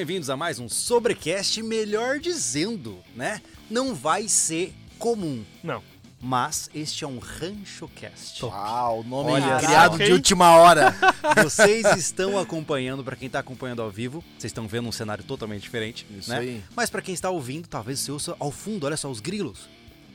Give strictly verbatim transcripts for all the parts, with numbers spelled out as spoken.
bem-vindos a mais um Sobrecast, melhor dizendo, né? Não vai ser comum. Não. Mas este é um RanchoCast. Uau, nome Olha, criado okay. de última hora. Vocês estão acompanhando, pra quem tá acompanhando ao vivo, vocês estão vendo um cenário totalmente diferente, Isso né? aí. Mas pra quem está ouvindo, talvez você ouça ao fundo, olha só, os grilos.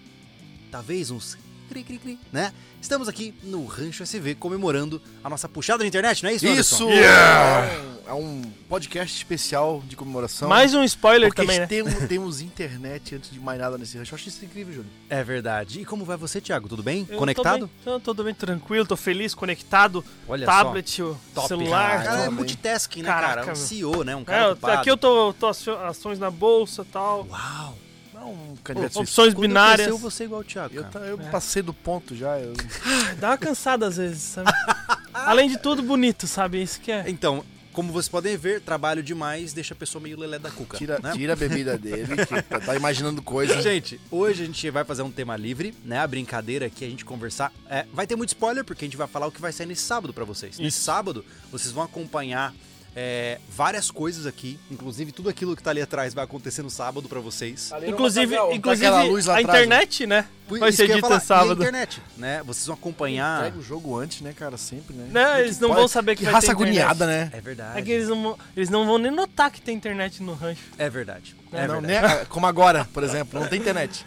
Talvez uns cri, cri, cri, né? Estamos aqui no Rancho S V comemorando a nossa puxada na internet, não é isso, Isso! Anderson? Yeah! É, um, é um podcast especial de comemoração. Mais um spoiler porque também, né? temos, temos internet antes de mais nada nesse rancho. Eu acho isso incrível, Júlio. É verdade. E como vai você, Thiago? Tudo bem? Eu Conectado? Tô bem, tô, tô bem tranquilo, tô feliz, conectado. Olha tablet, o Top, celular. O cara é Top, hein? multitasking, né, Caraca, cara? Um meu. C E O, né? Um cara É, ocupado. aqui eu tô, tô acio- ações na bolsa e tal. Uau! Não, um candidato suicida. Opções Quando eu binárias. crescer, eu vou ser igual o Thiago, Eu, cara. tá- eu É. passei do ponto já. Eu... Dá uma cansada às vezes, sabe? Além de tudo, bonito, sabe? Isso que é. Então, como vocês podem ver, trabalho demais deixa a pessoa meio lelé da cuca, Tira, né? tira a bebida dele, que tá, tá imaginando coisas. Gente, hoje a gente vai fazer um tema livre, né? A brincadeira aqui, a gente conversar. É, vai ter muito spoiler, porque a gente vai falar o que vai sair nesse sábado pra vocês. Nesse Isso. sábado, vocês vão acompanhar é, várias coisas aqui. Inclusive, tudo aquilo que tá ali atrás vai acontecer no sábado pra vocês. Inclusive, inclusive aquela luz lá a atrás, internet, né? Vai Isso ser que eu ia dita falar, e a sábado. internet, né? Vocês vão acompanhar... Pega o jogo antes, né, cara? Sempre, né? Né, Como é eles que não pode? vão saber que Que vai raça ter internet. agoniada, né? É verdade. É que eles não, vão- eles não vão nem notar que tem internet no rancho. É verdade. É, É não, verdade. né? Como agora, por exemplo, não tem internet.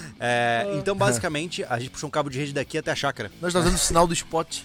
É, então, basicamente, a gente puxou um cabo de rede daqui até a chácara. Nós estamos dando o sinal do spot.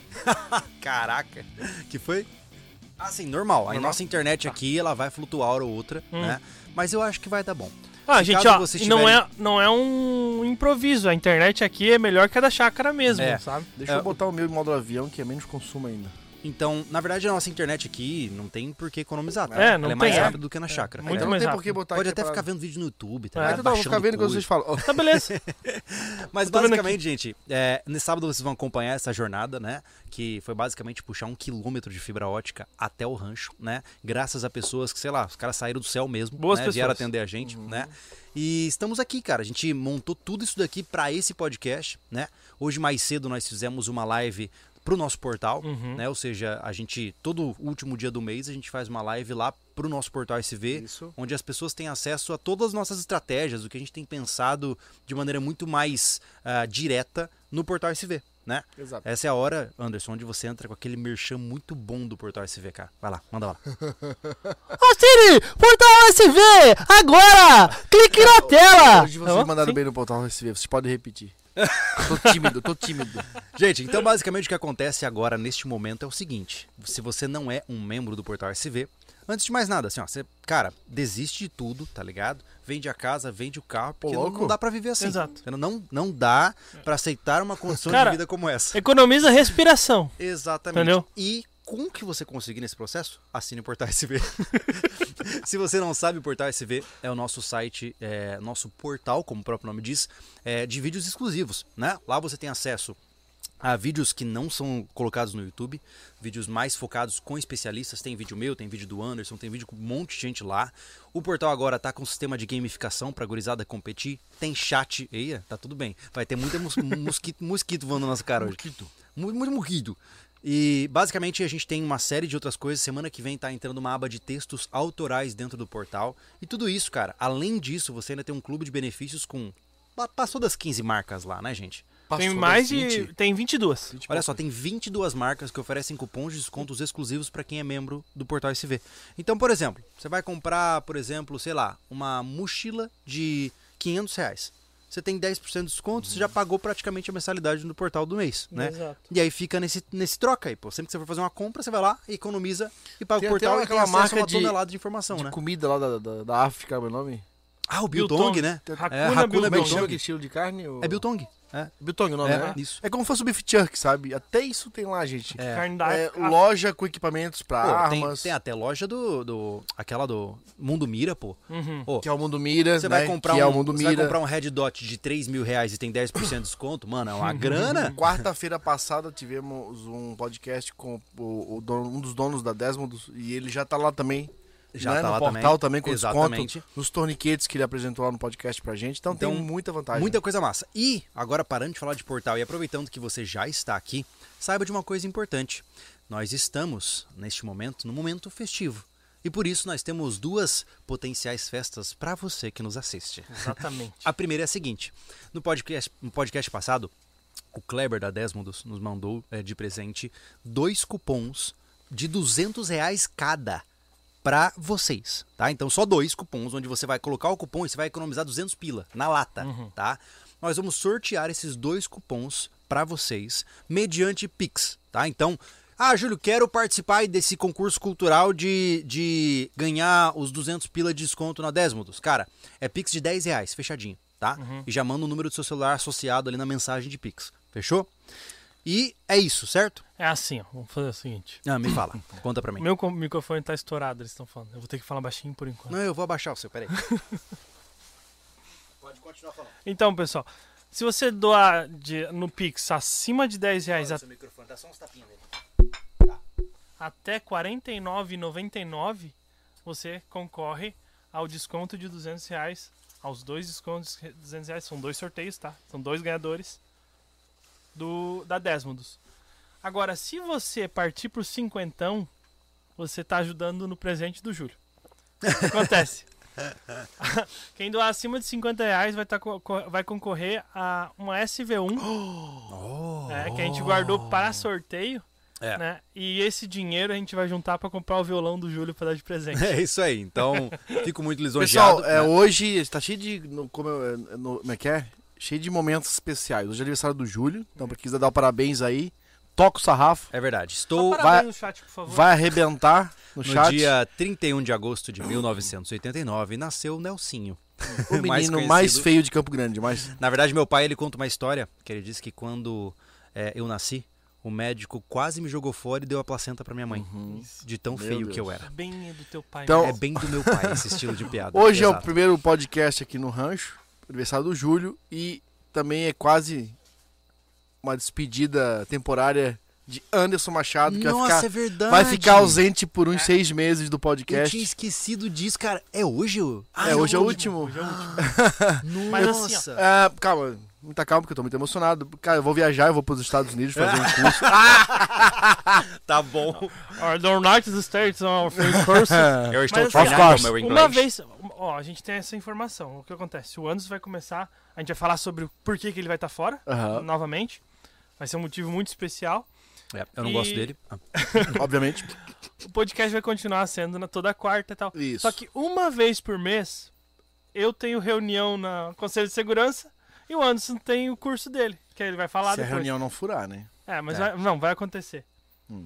Caraca, que foi? Assim, normal. A Normal? nossa internet aqui, ela vai flutuar hora ou outra, Hum. né? Mas eu acho que vai dar bom. Ah, Se gente, caso ó, vocês e não, tiverem- é, não é um improviso. A internet aqui é melhor que a da chácara mesmo, É. sabe? Deixa É, eu botar o meu em modo avião, que é menos consumo ainda. Então, na verdade, a nossa internet aqui não tem por que economizar, tá? É, não ela é mais tem, é. rápida do que na chácara. Muito então mais não tem rápido. por que botar Pode aqui até a ficar parada. vendo vídeo no YouTube, tá? É. Ah, ligado? então tá, vou ficar Baixando vendo o que coisa. vocês falam. Tá, beleza. Mas Tô vendo basicamente, gente, é, nesse sábado vocês vão acompanhar essa jornada, né? Que foi basicamente puxar um quilômetro de fibra ótica até o rancho, né? Graças a pessoas que, sei lá, os caras saíram do céu mesmo, Boas né? pessoas. Vieram atender a gente, né? E estamos aqui, cara. A gente montou tudo isso daqui pra esse podcast, né? Hoje mais cedo nós fizemos uma live pro nosso portal, Uhum. né? Ou seja, a gente, todo último dia do mês, a gente faz uma live lá pro nosso portal S V, Isso. onde as pessoas têm acesso a todas as nossas estratégias, o que a gente tem pensado de maneira muito mais ah, direta no portal S V, né? Exato. Essa é a hora, Anderson, onde você entra com aquele merchan muito bom do portal S V, cara. Vai lá, manda lá. Ô Siri, portal S V, agora! Clique na tela! Hoje vocês Tá bom? mandaram Sim. bem no portal S V, vocês podem repetir. Tô tímido, tô tímido. Gente, então basicamente o que acontece agora, neste momento, é o seguinte. Se você não é um membro do portal S V, antes de mais nada, assim, ó, você, cara, desiste de tudo, tá ligado? Vende a casa, vende o carro, porque não, louco. não dá pra viver assim. Exato. Não, não dá pra aceitar uma condição Cara, de vida como essa. Economiza respiração. Exatamente. Entendeu? E com o que você conseguir nesse processo, assine o Portal S V. Se você não sabe, o Portal S V é o nosso site, é, nosso portal, como o próprio nome diz, é, de vídeos exclusivos, né? Lá você tem acesso a vídeos que não são colocados no YouTube, vídeos mais focados com especialistas. Tem vídeo meu, tem vídeo do Anderson, tem vídeo com um monte de gente lá. O portal agora tá com um sistema de gamificação pra gurizada competir. Tem chat. Eia, tá tudo bem. Vai ter muita mos mosquito, mosquito voando na nossa cara hoje. Mosquito. Muito, muito mosquito. E basicamente a gente tem uma série de outras coisas. Semana que vem tá entrando uma aba de textos autorais dentro do portal. E tudo isso, cara, além disso, você ainda tem um clube de benefícios com... Passou das quinze marcas lá, né, gente? Tem Passou mais das de. vinte. Tem vinte e dois. Olha só, tem vinte e duas marcas que oferecem cupons de descontos exclusivos para quem é membro do Portal S V. Então, por exemplo, você vai comprar, por exemplo, sei lá, uma mochila de quinhentos reais. Você tem dez por cento de desconto, você já pagou praticamente a mensalidade no portal do mês, né? Exato. E aí fica nesse, nesse troca aí, pô. Sempre que você for fazer uma compra, você vai lá, economiza e paga Tem o até portal e tem aquela acesso a marca uma de- tonelada de informação, De né? comida lá da, da, da África, meu nome? Ah, o Biltong, Biltong, né? Hakuna É, Hakuna Biltong. Como é que chama Biltong. aquele estilo de carne? O... É Biltong. É. Biltong o nome, É, né? isso. É como se fosse o Beef Chuck, sabe? Até isso tem lá, gente. É. Carne da É, África. loja com equipamentos pra Pô, tem, armas. tem até loja do, do... Aquela do Mundo Mira, pô. Uhum. Pô, Que é o Mundo Mira, Você né? vai comprar que um, é o Mundo você vai Mira. comprar um Red Dot de três mil reais e tem dez por cento de desconto, mano, é uma grana. Quarta-feira passada tivemos um podcast com o, o dono- um dos donos da Desmond e ele já tá lá também. Já né? tá no lá portal também. também com Exatamente. desconto nos torniquetes que ele apresentou lá no podcast pra gente. Então, Então, tem muita vantagem. Muita coisa massa. E, agora parando de falar de portal e aproveitando que você já está aqui, saiba de uma coisa importante. Nós estamos, neste momento, no momento festivo. E por isso nós temos duas potenciais festas para você que nos assiste. Exatamente. A primeira é a seguinte, no podcast, no podcast passado, o Kleber da Desmondus nos mandou é, de presente dois cupons de duzentos reais cada para vocês, tá? Então só dois cupons, onde você vai colocar o cupom e você vai economizar duzentos pila na lata, Uhum. tá? Nós vamos sortear esses dois cupons para vocês mediante Pix, tá? Então, ah, Júlio, quero participar desse concurso cultural de, de ganhar os duzentos pila de desconto na Desmondus. Cara, é Pix de dez reais, fechadinho, tá? Uhum. E já manda o número do seu celular associado ali na mensagem de Pix, fechou? E é isso, certo? É assim, ó. Vamos fazer o seguinte. Ah, me fala, conta pra mim. Meu com- microfone tá estourado, eles estão falando. Eu vou ter que falar baixinho por enquanto. Não, eu vou abaixar o seu, peraí. Pode continuar falando. Então, pessoal, se você doar de, no Pix acima de dez reais a- seu microfone, dá só uns tapinhas nele. até quarenta e nove reais e noventa e nove centavos, você concorre ao desconto de duzentos reais. Aos dois descontos de duzentos reais. São dois sorteios, tá? São dois ganhadores do, da Desmondus. Agora, se você partir pro cinquentão, você tá ajudando no presente do Júlio. O que acontece? Quem doar acima de cinquenta reais vai, tá, co- co- vai concorrer a uma S V um, é, que a gente guardou para sorteio. É. Né? E esse dinheiro a gente vai juntar pra comprar o violão do Júlio pra dar de presente. É isso aí, então fico muito lisonjeado. Pessoal, é, né? hoje está cheio de. No, como, é, no- como é que é? Cheio de momentos especiais. Hoje é aniversário do Júlio, então pra quem quiser dar o parabéns aí, toca o sarrafo, É verdade, Só estou parabéns vai- no chat, por favor. vai arrebentar no, no chat. dia trinta e um de agosto de mil novecentos e oitenta e nove, nasceu o Nelsinho. O menino mais, conhecido. feio de Campo Grande, mas Na verdade, meu pai ele conta uma história que ele disse que quando é, eu nasci, o médico quase me jogou fora e deu a placenta pra minha mãe. De tão Meu feio Deus. que eu era. Bem do teu pai. Então- mesmo. É bem do meu pai esse estilo de piada. hoje é o Exato. primeiro podcast aqui no Rancho, aniversário do Júlio, e também é quase uma despedida temporária de Anderson Machado, que Nossa, vai ficar, é verdade. vai ficar ausente por uns seis meses do Eu podcast. tinha esquecido disso, cara. É hoje? o- Ah, É, hoje é o último. Hoje é o último. Mas assim, ó, Nossa. Ah, calma, muita calma, porque eu tô muito emocionado. Cara, eu vou viajar, eu vou pros Estados Unidos fazer um curso. Tá bom. Our the United States are free course. Eu estou Mas, assim, treinando course. meu inglês. Uma vez, ó, a gente tem essa informação. O que acontece? O Anderson vai começar, a gente vai falar sobre o porquê que ele vai estar fora, Aham. novamente. Vai ser um motivo muito especial. É, eu não E- gosto dele. Ah. Obviamente. O podcast vai continuar sendo na toda quarta e tal. Isso. Só que uma vez por mês, eu tenho reunião na Conselho de Segurança e o Anderson tem o curso dele, que ele vai falar Se a depois. reunião não furar, né? É, mas É. vai- não, vai acontecer. Hum.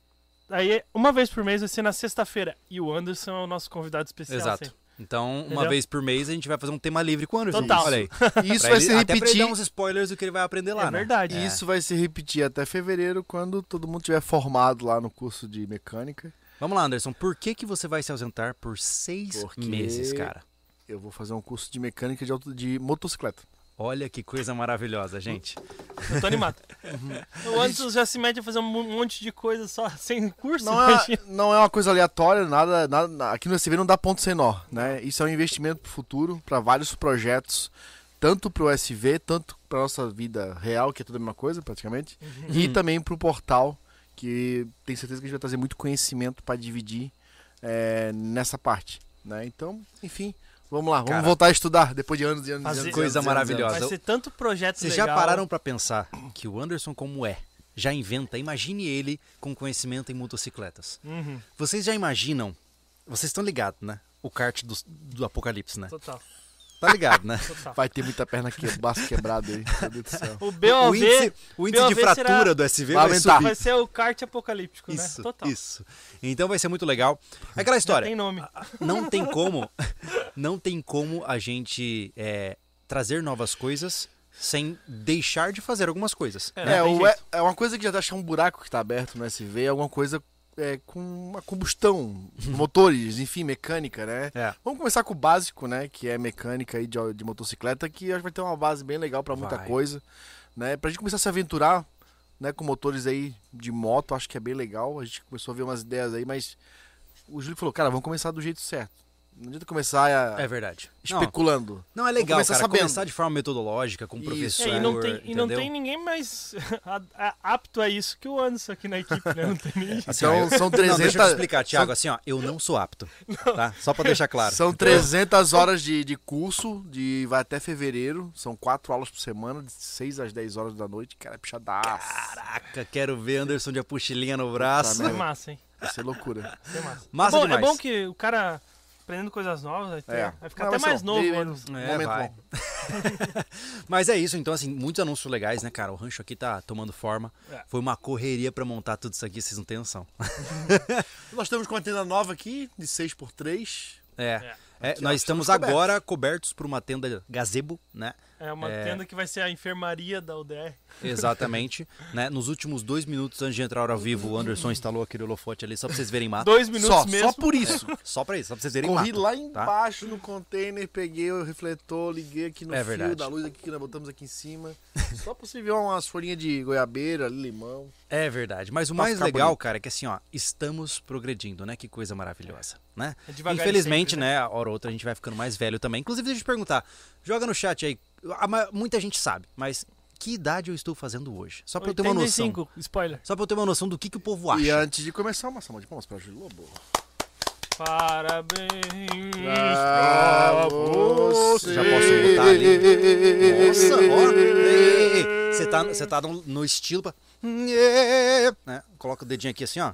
Aí, uma vez por mês vai ser na sexta-feira. E o Anderson é o nosso convidado especial. Exato. sempre. Então, uma Entendeu? vez por mês a gente vai fazer um tema livre com o Anderson. Total. Olha aí. E isso Pra vai ele- se Até pra ele repetir. dar uns spoilers do que ele vai aprender lá, É né? verdade. É. Isso vai se repetir até fevereiro, quando todo mundo tiver formado lá no curso de mecânica. Vamos lá, Anderson. Por que, que você vai se ausentar por seis Porque- meses, cara? Eu vou fazer um curso de mecânica de, auto, de motocicleta. Olha que coisa maravilhosa, gente. Eu tô animado. O Anderson já se mete a fazer um monte de coisa só sem curso. Não é, imagina. não é uma coisa aleatória, nada, nada. Aqui no S V não dá ponto sem nó, né? Isso é um investimento pro futuro, para vários projetos, tanto pro S V, tanto pra nossa vida real, que é tudo a mesma coisa, praticamente, e também pro portal, que tenho certeza que a gente vai trazer muito conhecimento para dividir é, nessa parte, né? Então, enfim, vamos lá, vamos Cara, voltar a estudar depois de anos e anos. fazer- e anos, coisa e anos, e anos, maravilhosa. Vai ser tanto projeto Vocês legal. já pararam pra pensar que o Anderson, como é, já inventa? Imagine ele com conhecimento em motocicletas. Uhum, Vocês já imaginam? Vocês estão ligados, né? O kart do, do Apocalipse, né? total, Tá ligado, né? total. Vai ter muita perna que baço quebrado aí, meu Deus do céu. O B O O índice, V o índice de B O V fratura será- do S V Vai vai, aumentar. subir. vai ser o kart apocalíptico, Isso, né? Total. isso. Então vai ser muito legal. É aquela Já história. tem nome. Não tem como, não tem como a gente é, trazer novas coisas sem deixar de fazer algumas coisas. É, É, não tem o- é, jeito. é uma coisa que já tá achando um buraco que tá aberto no S V, é alguma coisa é, com uma combustão, motores, enfim, mecânica, né? É. Vamos começar com o básico, né? Que é mecânica aí de, de motocicleta, que acho que vai ter uma base bem legal pra muita Vai. coisa, né? Pra gente começar a se aventurar, né? Com motores aí de moto, acho que é bem legal. A gente começou a ver umas ideias aí, mas o Júlio falou, cara, vamos começar do jeito certo. Não adianta começar a... É verdade. especulando. Não, não é legal, começar cara, sabendo. começar de forma metodológica, com o professor, É, e, não tem, e não entendeu? tem ninguém mais a- a- apto a isso que o Anderson aqui na equipe, né? Não tem ninguém. Assim, ó, Então, eu- são Não, trezentas... deixa eu te explicar, Thiago, assim, ó, eu não sou apto, tá? Só pra deixar claro. São trezentas horas de, de curso, de, vai até fevereiro. São quatro aulas por semana, de seis às dez horas da noite. Cara, é puxadaço. Caraca, quero ver Anderson de apostilinha no braço. Isso é massa, hein? Vai ser loucura. Isso é massa. Massa é bom, demais. é bom que o cara aprendendo coisas novas vai, ter- É. vai ficar Não, até vai ser mais bom. novo. E- o Anderson. É, Momento vai. bom. Mas é isso, então, assim, muitos anúncios legais, né, cara? O rancho aqui tá tomando forma. É. Foi uma correria pra montar tudo isso aqui, vocês não têm noção. Nós estamos com uma tenda nova aqui, de seis por três. É. É, Aqui, ó, nós estamos estamos agora cobertos por uma tenda gazebo, né? É uma É. tenda que vai ser a enfermaria da U D R. Exatamente. né? Nos últimos dois minutos antes de entrar ao vivo, o Anderson instalou aquele holofote ali só pra vocês verem mato. Dois minutos Só, mesmo. só por isso. Só pra isso, só pra vocês verem Corri mato. lá tá? embaixo no container, peguei o refletor, liguei aqui no É fio verdade. da luz aqui que nós botamos aqui em cima. Só pra você ver umas folhinhas de goiabeira, limão. É verdade. Mas o Pra mais ficar legal, bonito. cara, é que assim, ó, estamos progredindo, né? Que coisa maravilhosa, né? É devagar Infelizmente, sempre, né, a hora ou outra a gente vai ficando mais velho também. Inclusive, deixa eu te perguntar, joga no chat aí, a ma- muita gente sabe, mas que idade eu estou fazendo hoje? Só pra eu ter uma noção. oitenta e cinco, spoiler. Só pra eu ter uma noção do que, que o povo acha. E antes de começar, uma salva de palmas pra Júlio Lobo. Parabéns Pra você. Já posso botar ali. Nossa, ó. Ei, ei, ei. Você tá, você tá no, no estilo pra... né? Coloca o dedinho aqui assim, ó.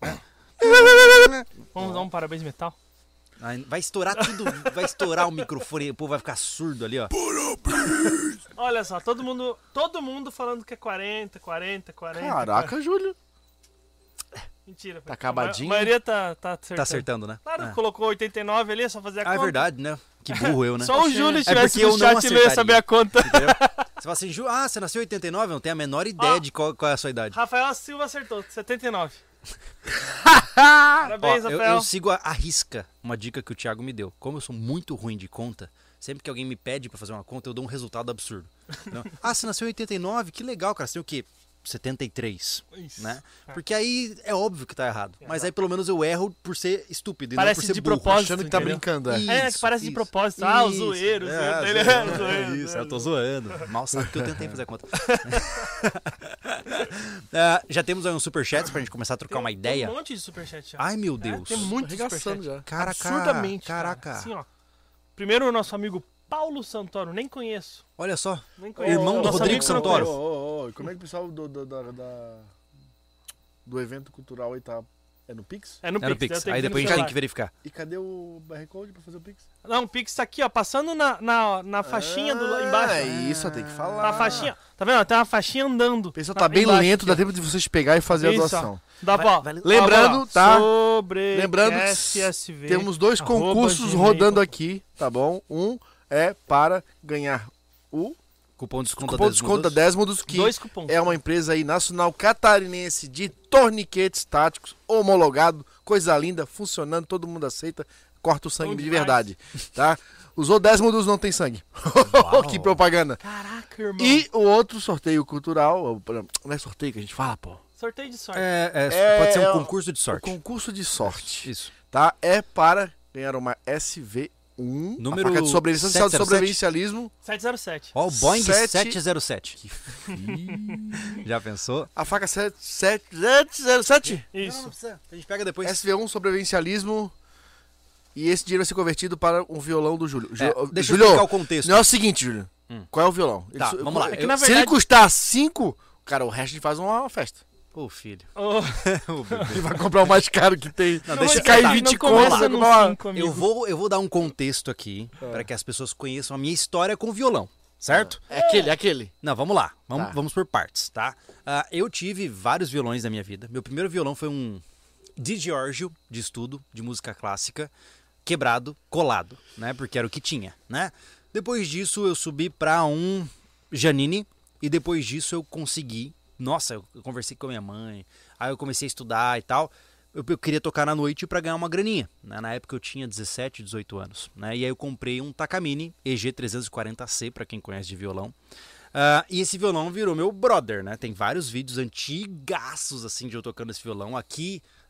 Vamos dar um parabéns metal? Aí vai estourar tudo, vai estourar o microfone, o povo vai ficar surdo ali, ó. Olha só, todo mundo, todo mundo falando que é quarenta, quarenta, quarenta. Caraca, Júlio. Mentira. Tá acabadinho. A maioria tá, tá acertando. Tá acertando, né? Claro, É. colocou oitenta e nove ali, é só fazer a Ah, é conta. verdade, né? Que burro eu, né? Só o Júlio É estivesse porque eu no não chat ele ia saber a conta. Entendeu? Você fala assim, Ju, ah, você nasceu em oitenta e nove? Eu não tenho a menor ideia Ó. de qual, qual é a sua idade. Rafael Silva acertou, setenta e nove. Ó, Parabéns, eu, Rafael. eu sigo a, a risca uma dica que o Thiago me deu. Como eu sou muito ruim de conta, sempre que alguém me pede pra fazer uma conta, eu dou um resultado absurdo. Então, ah, você nasceu em oitenta e nove? Que legal, cara. Você tem o quê? setenta e três, Isso. né? Porque aí é óbvio que tá errado. Mas aí pelo menos eu erro por ser estúpido e Parece não por ser de burro. propósito, Achando que tá entendeu? brincando, é. É, que parece de propósito. Ah, o zoeiro, o É, zoeiro dele. zoeiro, É, zoeiro, Isso, zoeiro. eu tô zoando. Mal sabe que eu tentei fazer a conta. Ah, já temos aí um superchat pra gente começar a trocar uma Tem ideia. um monte de superchat já. Ai, meu É, Deus. tem muito Arregaçando superchat. já. Caraca, Absurdamente. cara. caraca. Assim, ó. Primeiro o nosso amigo Paulo Santoro, nem conheço. Olha só. Nem Irmão do Nosso Rodrigo amigo que eu não Santoro. Ô, conheço. ô, ô, como é que o pessoal do, do, da- da- do evento cultural aí tá? É no Pix? É no É no Pix. Pix. eu tenho Aí que ir no depois a gente tem celular. que verificar. E cadê o B R Code pra fazer o Pix? Não, o Pix tá aqui, ó, passando na, na, na faixinha do lá embaixo. É isso, tem que falar. Tá a faixinha. Tá vendo? Tem uma faixinha andando. O pessoal tá bem embaixo lento, aqui, dá ó. tempo de vocês pegar e fazer a Isso, ó. doação. Dá pra, ó. Vai- vai- Lembrando, Ó, tá? Sobre Lembrando que S S V, Temos dois arroba concursos gmail rodando ponto com. aqui, tá bom? Um é para ganhar o Cupom de desconto cupom da de desconto da Desmodos, que Dois cupons. é uma empresa aí nacional catarinense de torniquetes táticos, homologado, coisa linda, funcionando, todo mundo aceita, corta o sangue Bom de demais. verdade, tá? Usou Desmodos, não tem sangue. Que propaganda. Caraca, irmão. E o outro sorteio cultural, não é sorteio que a gente fala, pô. Sorteio de sorte. É, é, É, pode ser um é o- concurso de O sorte. concurso de sorte, Isso. tá? É para ganhar uma S V um, Número a faca de sobrevivência, social de setecentos e sobrevivencialismo. sete zero sete. Ó, o Boeing Sete- sete zero sete. Já pensou? A faca sete zero sete. Isso. A gente pega depois. S V um, sobrevivencialismo. E esse dinheiro vai ser convertido para um violão do Júlio. Ju- É, deixa Júlio, eu explicar o contexto. não é o seguinte, Júlio. Hum. Qual é o violão? Ele Tá, su- vamos lá. É que, Eu- na Se ele verdade... custar cinco, cara, o resto a gente faz uma festa. Ô, filho. Oh, Ô, bebê. Ele vai comprar o mais caro que tem. Não, não, deixa mas eu cair tá. vinte não conto, começa vai no comprar uma- cinco, amigo. Eu vou, eu vou dar um contexto aqui para que as pessoas conheçam a minha história com o violão, certo? É aquele, é aquele. Não, vamos lá. Vamos, Tá. vamos por partes, tá? Ah, eu tive vários violões na minha vida. Meu primeiro violão foi um Di Giorgio de estudo de música clássica, quebrado, colado, né? Porque era o que tinha, né? Depois disso eu subi para um Janine e depois disso eu consegui. Nossa, eu conversei com a minha mãe, aí eu comecei a estudar e tal. Eu, eu queria tocar na noite para ganhar uma graninha, né? Na época eu tinha dezessete, dezoito anos, né? E aí eu comprei um Takamine E G trezentos e quarenta C, para quem conhece de violão. Ah, e esse violão virou meu brother, né? Tem vários vídeos antigaços, assim, de eu tocando esse violão. Aqui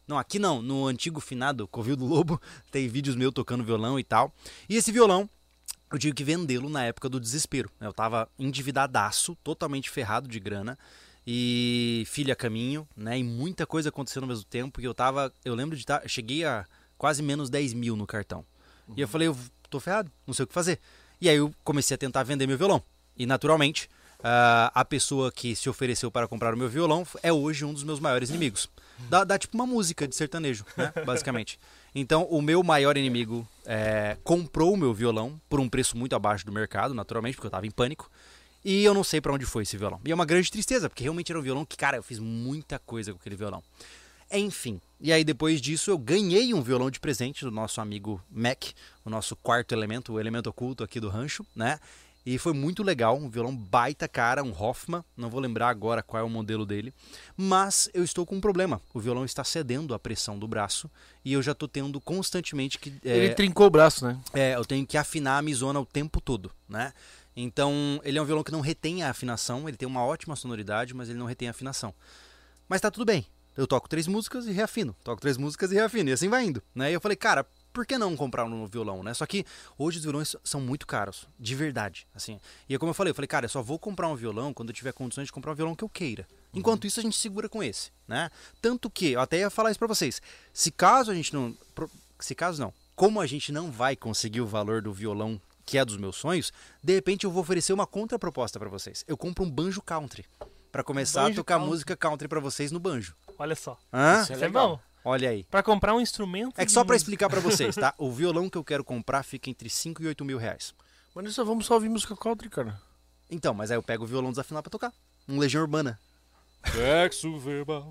Não, aqui não, no antigo finado Covil do Lobo, tem vídeos meus tocando violão e tal. E esse violão, eu tive que vendê-lo na época do desespero. Eu tava endividadaço, totalmente ferrado de grana. E filha a caminho, né? E muita coisa aconteceu ao mesmo tempo. E eu tava, eu lembro de estar, cheguei a quase menos dez mil no cartão. Uhum. E eu falei, eu tô ferrado, não sei o que fazer. E aí eu comecei a tentar vender meu violão. E naturalmente, uh, a pessoa que se ofereceu para comprar o meu violão é hoje um dos meus maiores inimigos. Dá, dá tipo uma música de sertanejo, né? Basicamente. Então, o meu maior inimigo é, comprou o meu violão por um preço muito abaixo do mercado, naturalmente, porque eu tava em pânico. E eu não sei pra onde foi esse violão. E é uma grande tristeza, porque realmente era um violão que, cara, eu fiz muita coisa com aquele violão. Enfim, e aí depois disso eu ganhei um violão de presente do nosso amigo Mac, o nosso quarto elemento, o elemento oculto aqui do rancho, né? E foi muito legal, um violão baita cara, um Hoffman, não vou lembrar agora qual é o modelo dele, mas eu estou com um problema, o violão está cedendo à pressão do braço e eu já estou tendo constantemente que... É, Ele trincou o braço, né? É, eu tenho que afinar a misona o tempo todo, né? Então, ele é um violão que não retém a afinação, ele tem uma ótima sonoridade, mas ele não retém a afinação. Mas tá tudo bem, eu toco três músicas e reafino, toco três músicas e reafino, e assim vai indo, né? E eu falei, cara, por que não comprar um novo violão, né? Só que hoje os violões são muito caros, de verdade, assim. E como eu falei, eu falei, cara, eu só vou comprar um violão quando eu tiver condições de comprar um violão que eu queira. Enquanto uhum. isso, a gente segura com esse, né? Tanto que, eu até ia falar isso pra vocês, se caso a gente não... Se caso não, como a gente não vai conseguir o valor do violão que é dos meus sonhos, de repente eu vou oferecer uma contraproposta pra vocês. Eu compro um banjo country, pra começar Banjo a tocar country. música country pra vocês no banjo. Olha só. Hã? Isso é, é bom. Olha aí. Pra comprar um instrumento... É que só pra explicar pra vocês, tá? O violão que eu quero comprar fica entre cinco e oito mil reais. Mas nós só vamos só ouvir música country, cara. Então, mas aí eu pego o violão desafinado pra tocar. Um Legião Urbana. Sexo verbal.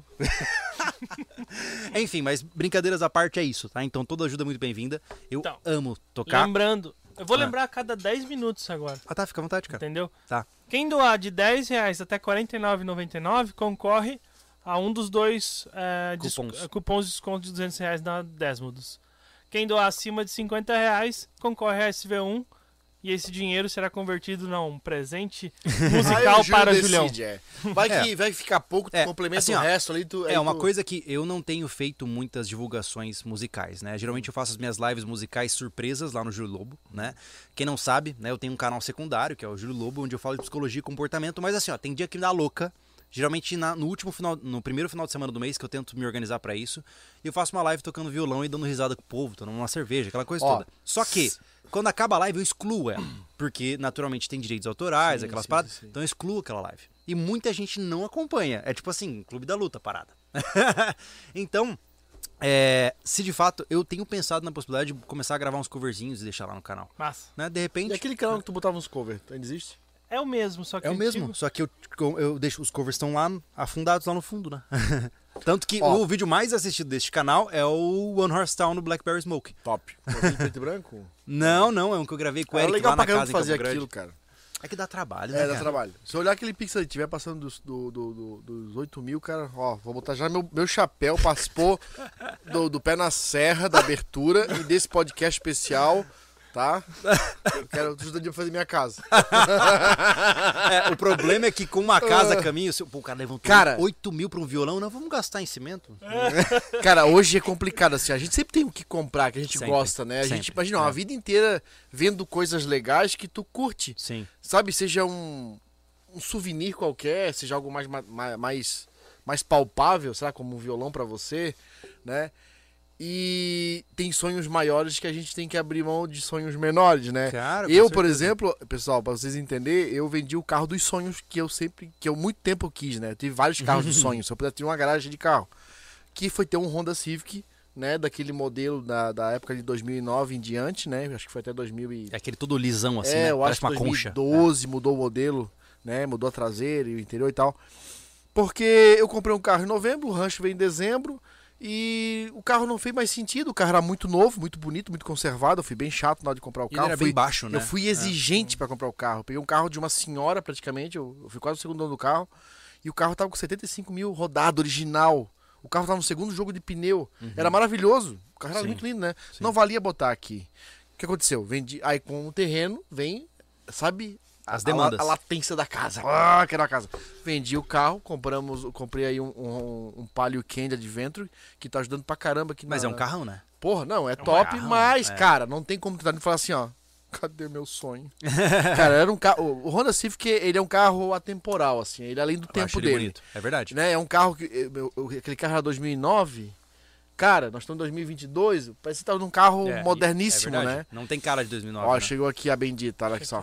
Enfim, mas brincadeiras à parte é isso, tá? Então toda ajuda é muito bem-vinda. Eu Então, amo tocar. Lembrando, eu vou Ah. lembrar a cada dez minutos agora. Ah, tá, fica à vontade, cara. Entendeu? Tá. Quem doar de dez reais até quarenta e nove reais e noventa e nove concorre a um dos dois é, Cupons. Cupons. cupons de desconto de duzentos reais na Desmodos. Quem doar acima de cinquenta reais concorre a S V um e esse dinheiro será convertido num presente musical Aí o para Júlio Julião. decide, é. Vai, É. que, vai ficar pouco, tu É, complementa assim, o ó, resto ali. Tu, aí É uma tu... coisa que eu não tenho feito muitas divulgações musicais, né? Geralmente eu faço as minhas lives musicais surpresas lá no Júlio Lobo, né? Quem não sabe, né? Eu tenho um canal secundário, que é o Júlio Lobo, onde eu falo de psicologia e comportamento, mas assim, ó, tem dia que me dá louca. Geralmente na, no último final, no primeiro final de semana do mês que eu tento me organizar pra isso, e eu faço uma live tocando violão e dando risada com o povo, tomando uma cerveja, aquela coisa Ó, toda. Só que quando acaba a live eu excluo ela, porque naturalmente tem direitos autorais, Sim, aquelas sim, paradas, sim, sim. então eu excluo aquela live. E muita gente não acompanha, é tipo assim, Clube da Luta, parada. Então, é, se de fato eu tenho pensado na possibilidade de começar a gravar uns coverzinhos e deixar lá no canal, Massa. né? De E repente aquele canal que tu botava uns covers, ainda existe? É o mesmo, só que é o antigo. mesmo, só que eu, eu deixo os covers estão lá afundados lá no fundo, né? Tanto que Ó. o vídeo mais assistido deste canal é o One Horse Town no Blackberry Smoke. Top. Covers preto e branco? Não, não, é um que eu gravei com o É Eric legal lá pra na caramba casa em fazer Campo Grande. aquilo, cara. É que dá trabalho, né, É, dá cara? trabalho. Se eu olhar aquele pixel e estiver passando dos, do, do, do, dos oito mil, cara, ó, vou botar já meu, meu chapéu, participou do, do pé na serra, da abertura e desse podcast especial, tá? Eu quero ajudar de fazer minha casa. É, o problema é que com uma casa a caminho, se- pô, o cara levantou Cara- oito mil pra um violão, não, vamos gastar em cimento? Cara, hoje é complicado assim, a gente sempre tem o que comprar, que a gente Sempre, gosta, né? A sempre, gente, imagina, ó, é. a vida inteira vendo coisas legais que tu curte. Sim. Sabe, seja um, um souvenir qualquer, seja algo mais, ma- mais, mais palpável, sabe, como um violão pra você, né? E tem sonhos maiores que a gente tem que abrir mão de sonhos menores, né? Cara, com eu, por certeza. exemplo, pessoal, pra vocês entenderem, eu vendi o carro dos sonhos que eu sempre, que eu muito tempo quis, né? Eu tive vários carros dos sonhos, se eu pudesse ter uma garagem de carro, que foi ter um Honda Civic, né? Daquele modelo da, da época de dois mil e nove em diante, né? Acho que foi até dois mil e... É aquele todo lisão assim, é, né? eu Parece acho que uma concha. dois mil e doze mudou o modelo, né? Mudou a traseira e o interior e tal. Porque eu comprei um carro em novembro, o rancho veio em dezembro e o carro não fez mais sentido. O carro era muito novo, muito bonito, muito conservado. Eu fui bem chato na hora de comprar o Ele carro. era fui, bem baixo, né? Eu fui exigente pra comprar o carro. Eu peguei um carro de uma senhora praticamente, eu, eu fui quase o segundo dono do carro. E o carro tava com setenta e cinco mil rodado, original. O carro tava no segundo jogo de pneu. Era maravilhoso. O carro era Sim. muito lindo, né? Sim. Não valia botar aqui. O que aconteceu? Vendi. Aí com o terreno vem, sabe, As a- demandas. A, latência da casa. Ah, quero a casa. Vendi o carro, compramos, comprei aí um, um, um Palio Candy Adventure, que tá ajudando pra caramba aqui Mas na... é um carrão, né? Porra, não, é, top, carrão, mas, é. cara, não tem como tentar me falar assim, ó. Cadê meu sonho? Cara, era um carro. O Honda Civic, ele é um carro atemporal, assim, ele é além do Eu tempo acho ele dele. bonito. É verdade. Né? É um carro que. eu- eu- eu- aquele carro era dois mil e nove. Cara, nós estamos em dois mil e vinte e dois. Parece que tá num carro É, moderníssimo, é verdade. né? Não tem cara de dois mil e nove, Ó, né? chegou aqui a bendita, olha aqui só.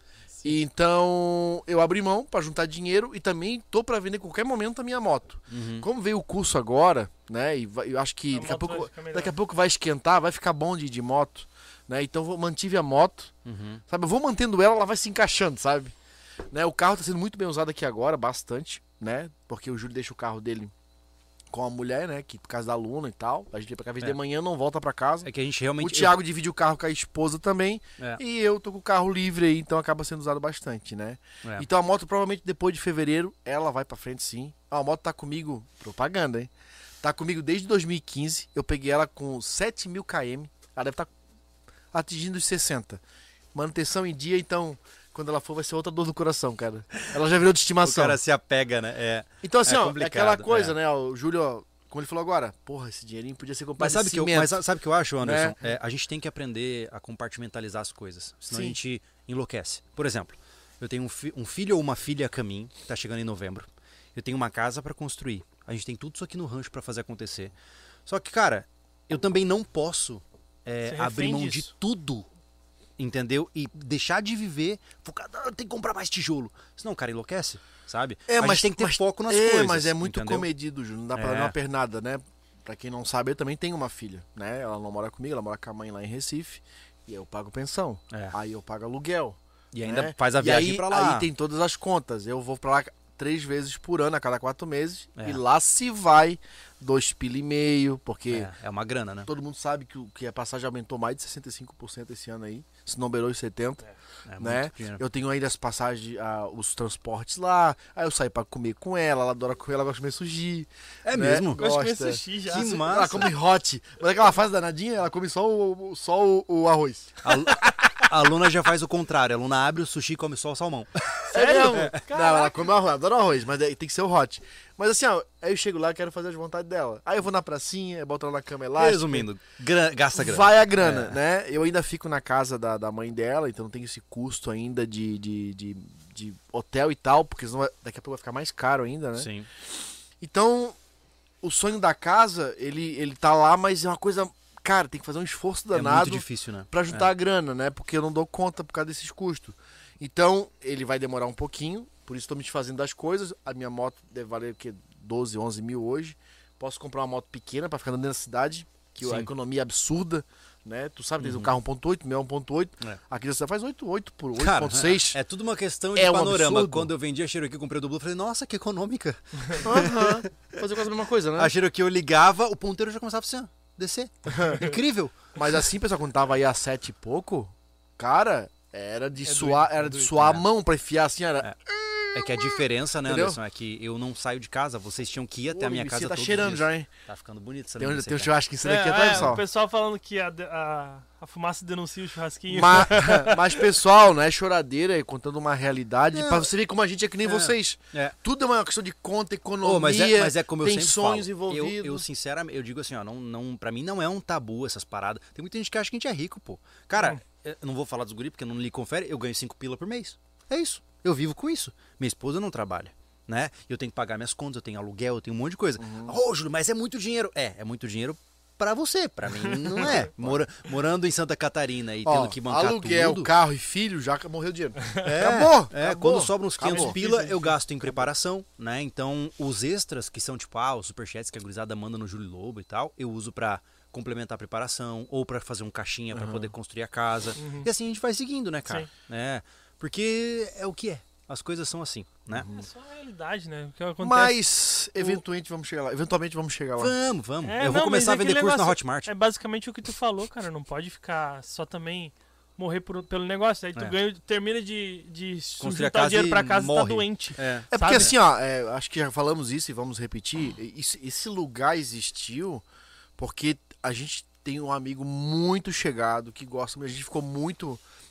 E então, eu abri mão pra juntar dinheiro e também tô pra vender a qualquer momento a minha moto. Uhum. Como veio o curso agora, né? E vai- eu acho que A daqui a, moto vai pouco, ficar melhor. daqui a pouco vai esquentar, vai ficar bom de, de moto, né? Então eu mantive a moto, Uhum. sabe? Eu vou mantendo ela, ela vai se encaixando, sabe? Né? O carro tá sendo muito bem usado aqui agora, bastante, né? Porque o Júlio deixa o carro dele com a mulher, né? Que por causa da Luna e tal. A gente vem pra cá, às vezes É. de manhã não volta pra casa. É que a gente O realmente... Thiago divide o carro com a esposa também. É. E eu tô com o carro livre aí, então acaba sendo usado bastante, né? É. Então a moto provavelmente depois de fevereiro, ela vai pra frente sim. Ah, a moto tá comigo, propaganda, hein? Tá comigo desde dois mil e quinze. Eu peguei ela com sete mil quilômetros. Ela deve estar atingindo os sessenta. Manutenção em dia, então quando ela for vai ser outra dor no coração, cara. Ela já virou de O estimação. cara se apega, né? É. Então assim, é ó, é complicado, aquela coisa, é. né? O Júlio, ó, como ele falou agora, porra, esse dinheirinho podia ser comprado Mas sabe em que eu, cimento. mas sabe o que eu acho, Anderson? Né? É, a gente tem que aprender a compartimentalizar as coisas. Senão Sim. a gente enlouquece. Por exemplo, eu tenho um, fi- um filho ou uma filha a caminho, tá chegando em novembro. Eu tenho uma casa pra construir. A gente tem tudo isso aqui no rancho pra fazer acontecer. Só que, cara, eu também não posso é, Você abrir refém mão disso. de tudo, entendeu? E deixar de viver focado, ah, tem que comprar mais tijolo. Senão o cara enlouquece, sabe? É, a mas gente tem que ter mas- foco nas é, coisas. mas é muito entendeu? comedido, Júlio. Não dá pra É. dar uma pernada, né? Pra quem não sabe, eu também tenho uma filha, né? Ela não mora comigo, ela mora com a mãe lá em Recife. E eu pago pensão. É. Aí eu pago aluguel. E ainda né? faz a E viagem aí, pra lá. Aí tem todas as contas. Eu vou pra lá três vezes por ano, a cada quatro meses. É. E lá se vai dois pila e meio, porque É, é uma grana, né? todo mundo sabe que, o- que a passagem aumentou mais de sessenta e cinco por cento esse ano aí. Se não beirou os setenta por cento. É Né? muito dinheiro. Eu tenho ainda as passagens, ah, os transportes lá. Aí eu saio pra comer com ela, ela adora comer, ela gosta de comer sushi. É né? mesmo? Gosto de comer Gosta. sushi já. Que Su- massa. Ela come hot. Mas é que ela faz danadinha, ela come só o, só o, o arroz. A, Lu- a Luna já faz o contrário. A Luna abre o sushi e come só o salmão. Sério? Caraca. Não, ela come arroz, adora arroz, mas daí tem que ser o hot. Mas assim, ó, aí eu chego lá e quero fazer as vontades dela. Aí eu vou na pracinha, eu boto ela na cama elástica. Resumindo, gra- gasta grana. Vai a grana, É. né? Eu ainda fico na casa da, da mãe dela, então não tem esse custo ainda de, de, de, de hotel e tal, porque senão vai- daqui a pouco vai ficar mais caro ainda, né? Sim. Então, o sonho da casa, ele, ele tá lá, mas é uma coisa. Cara, tem que fazer um esforço É muito danado difícil, né? pra juntar a grana, né? Porque eu não dou conta por causa desses custos. Então, ele vai demorar um pouquinho, por isso estou me desfazendo das coisas. A minha moto deve valer o quê? doze, onze mil hoje. Posso comprar uma moto pequena pra ficar andando dentro da cidade, que a Sim. economia é absurda, né? Tu sabe, tem um carro um ponto oito, meu é um ponto oito. É. Aqui você faz oito, oito por Cara, oito ponto seis. é tudo uma questão de É um panorama. absurdo. Quando eu vendi a Cherokee e comprei o Dublo, eu falei, nossa, que econômica. Aham. Fazer quase a mesma coisa, né? A Cherokee eu ligava, o ponteiro já começava assim, ó, descer. Incrível. Mas assim, pessoal, quando tava aí a sete e pouco, cara, era de É suar, doido, é era de doido. suar É. a mão pra enfiar assim, era. É que a diferença, né, Entendeu? Anderson, é que eu não saio de casa, vocês tinham que ir até Pô, a minha Mimici casa tá todos cheirando os dias. já, hein? Tá ficando bonito essa Tem, um- lembrança tem um aí, cara. churrasquinho É, daqui até, é, pessoal. o pessoal falando que a, a, a fumaça denuncia o churrasquinho. Mas, mas, pessoal, não é choradeira, é contando uma realidade. Não. Pra você ver como a gente é que nem É. vocês. É. Tudo é uma questão de conta, economia. Ô, mas, é, mas é como eu tem sempre sonhos falo. Eu, envolvidos. eu, sinceramente, eu digo assim, ó, não, não, pra mim não é um tabu essas paradas. Tem muita gente que acha que a gente é rico, pô. Cara, Hum. eu não vou falar dos guri porque não lhe confere, eu ganho cinco pila por mês. É isso. Eu vivo com isso. Minha esposa não trabalha, né? Eu tenho que pagar minhas contas, eu tenho aluguel, eu tenho um monte de coisa. Ô, Júlio, mas é muito dinheiro. É, é muito dinheiro pra você, pra mim não é. Mora, morando em Santa Catarina e Ó, tendo que bancar aluguel, tudo. carro e filho, já morreu o dinheiro. É, Acabou, É, acabou, quando sobram uns quinhentos acabou. pila, eu gasto em preparação, né? Então, os extras, que são tipo, ah, os superchats que a gurizada manda no Júlio Lobo e tal, eu uso pra complementar a preparação ou pra fazer um caixinha pra poder construir a casa. E assim a gente vai seguindo, né, cara? Sim. É, porque é o que é. As coisas são assim, né? É só a realidade, né? O que acontece. Mas, eventualmente vamos chegar lá. Eventualmente vamos chegar lá. Vamos, vamos. É, eu vou não, começar a mas é vender aquele curso na negócio, Hotmart. É basicamente o que tu falou, cara. Não pode ficar só também morrer por- pelo negócio. Aí tu É. ganha, termina de, de Construir a juntar casa dinheiro e pra casa e tá morre. doente. É. É porque Sabe? assim, ó, é, acho que já falamos isso e vamos repetir. Esse, esse lugar existiu porque a gente tem um amigo muito chegado que gosta, a gente ficou muito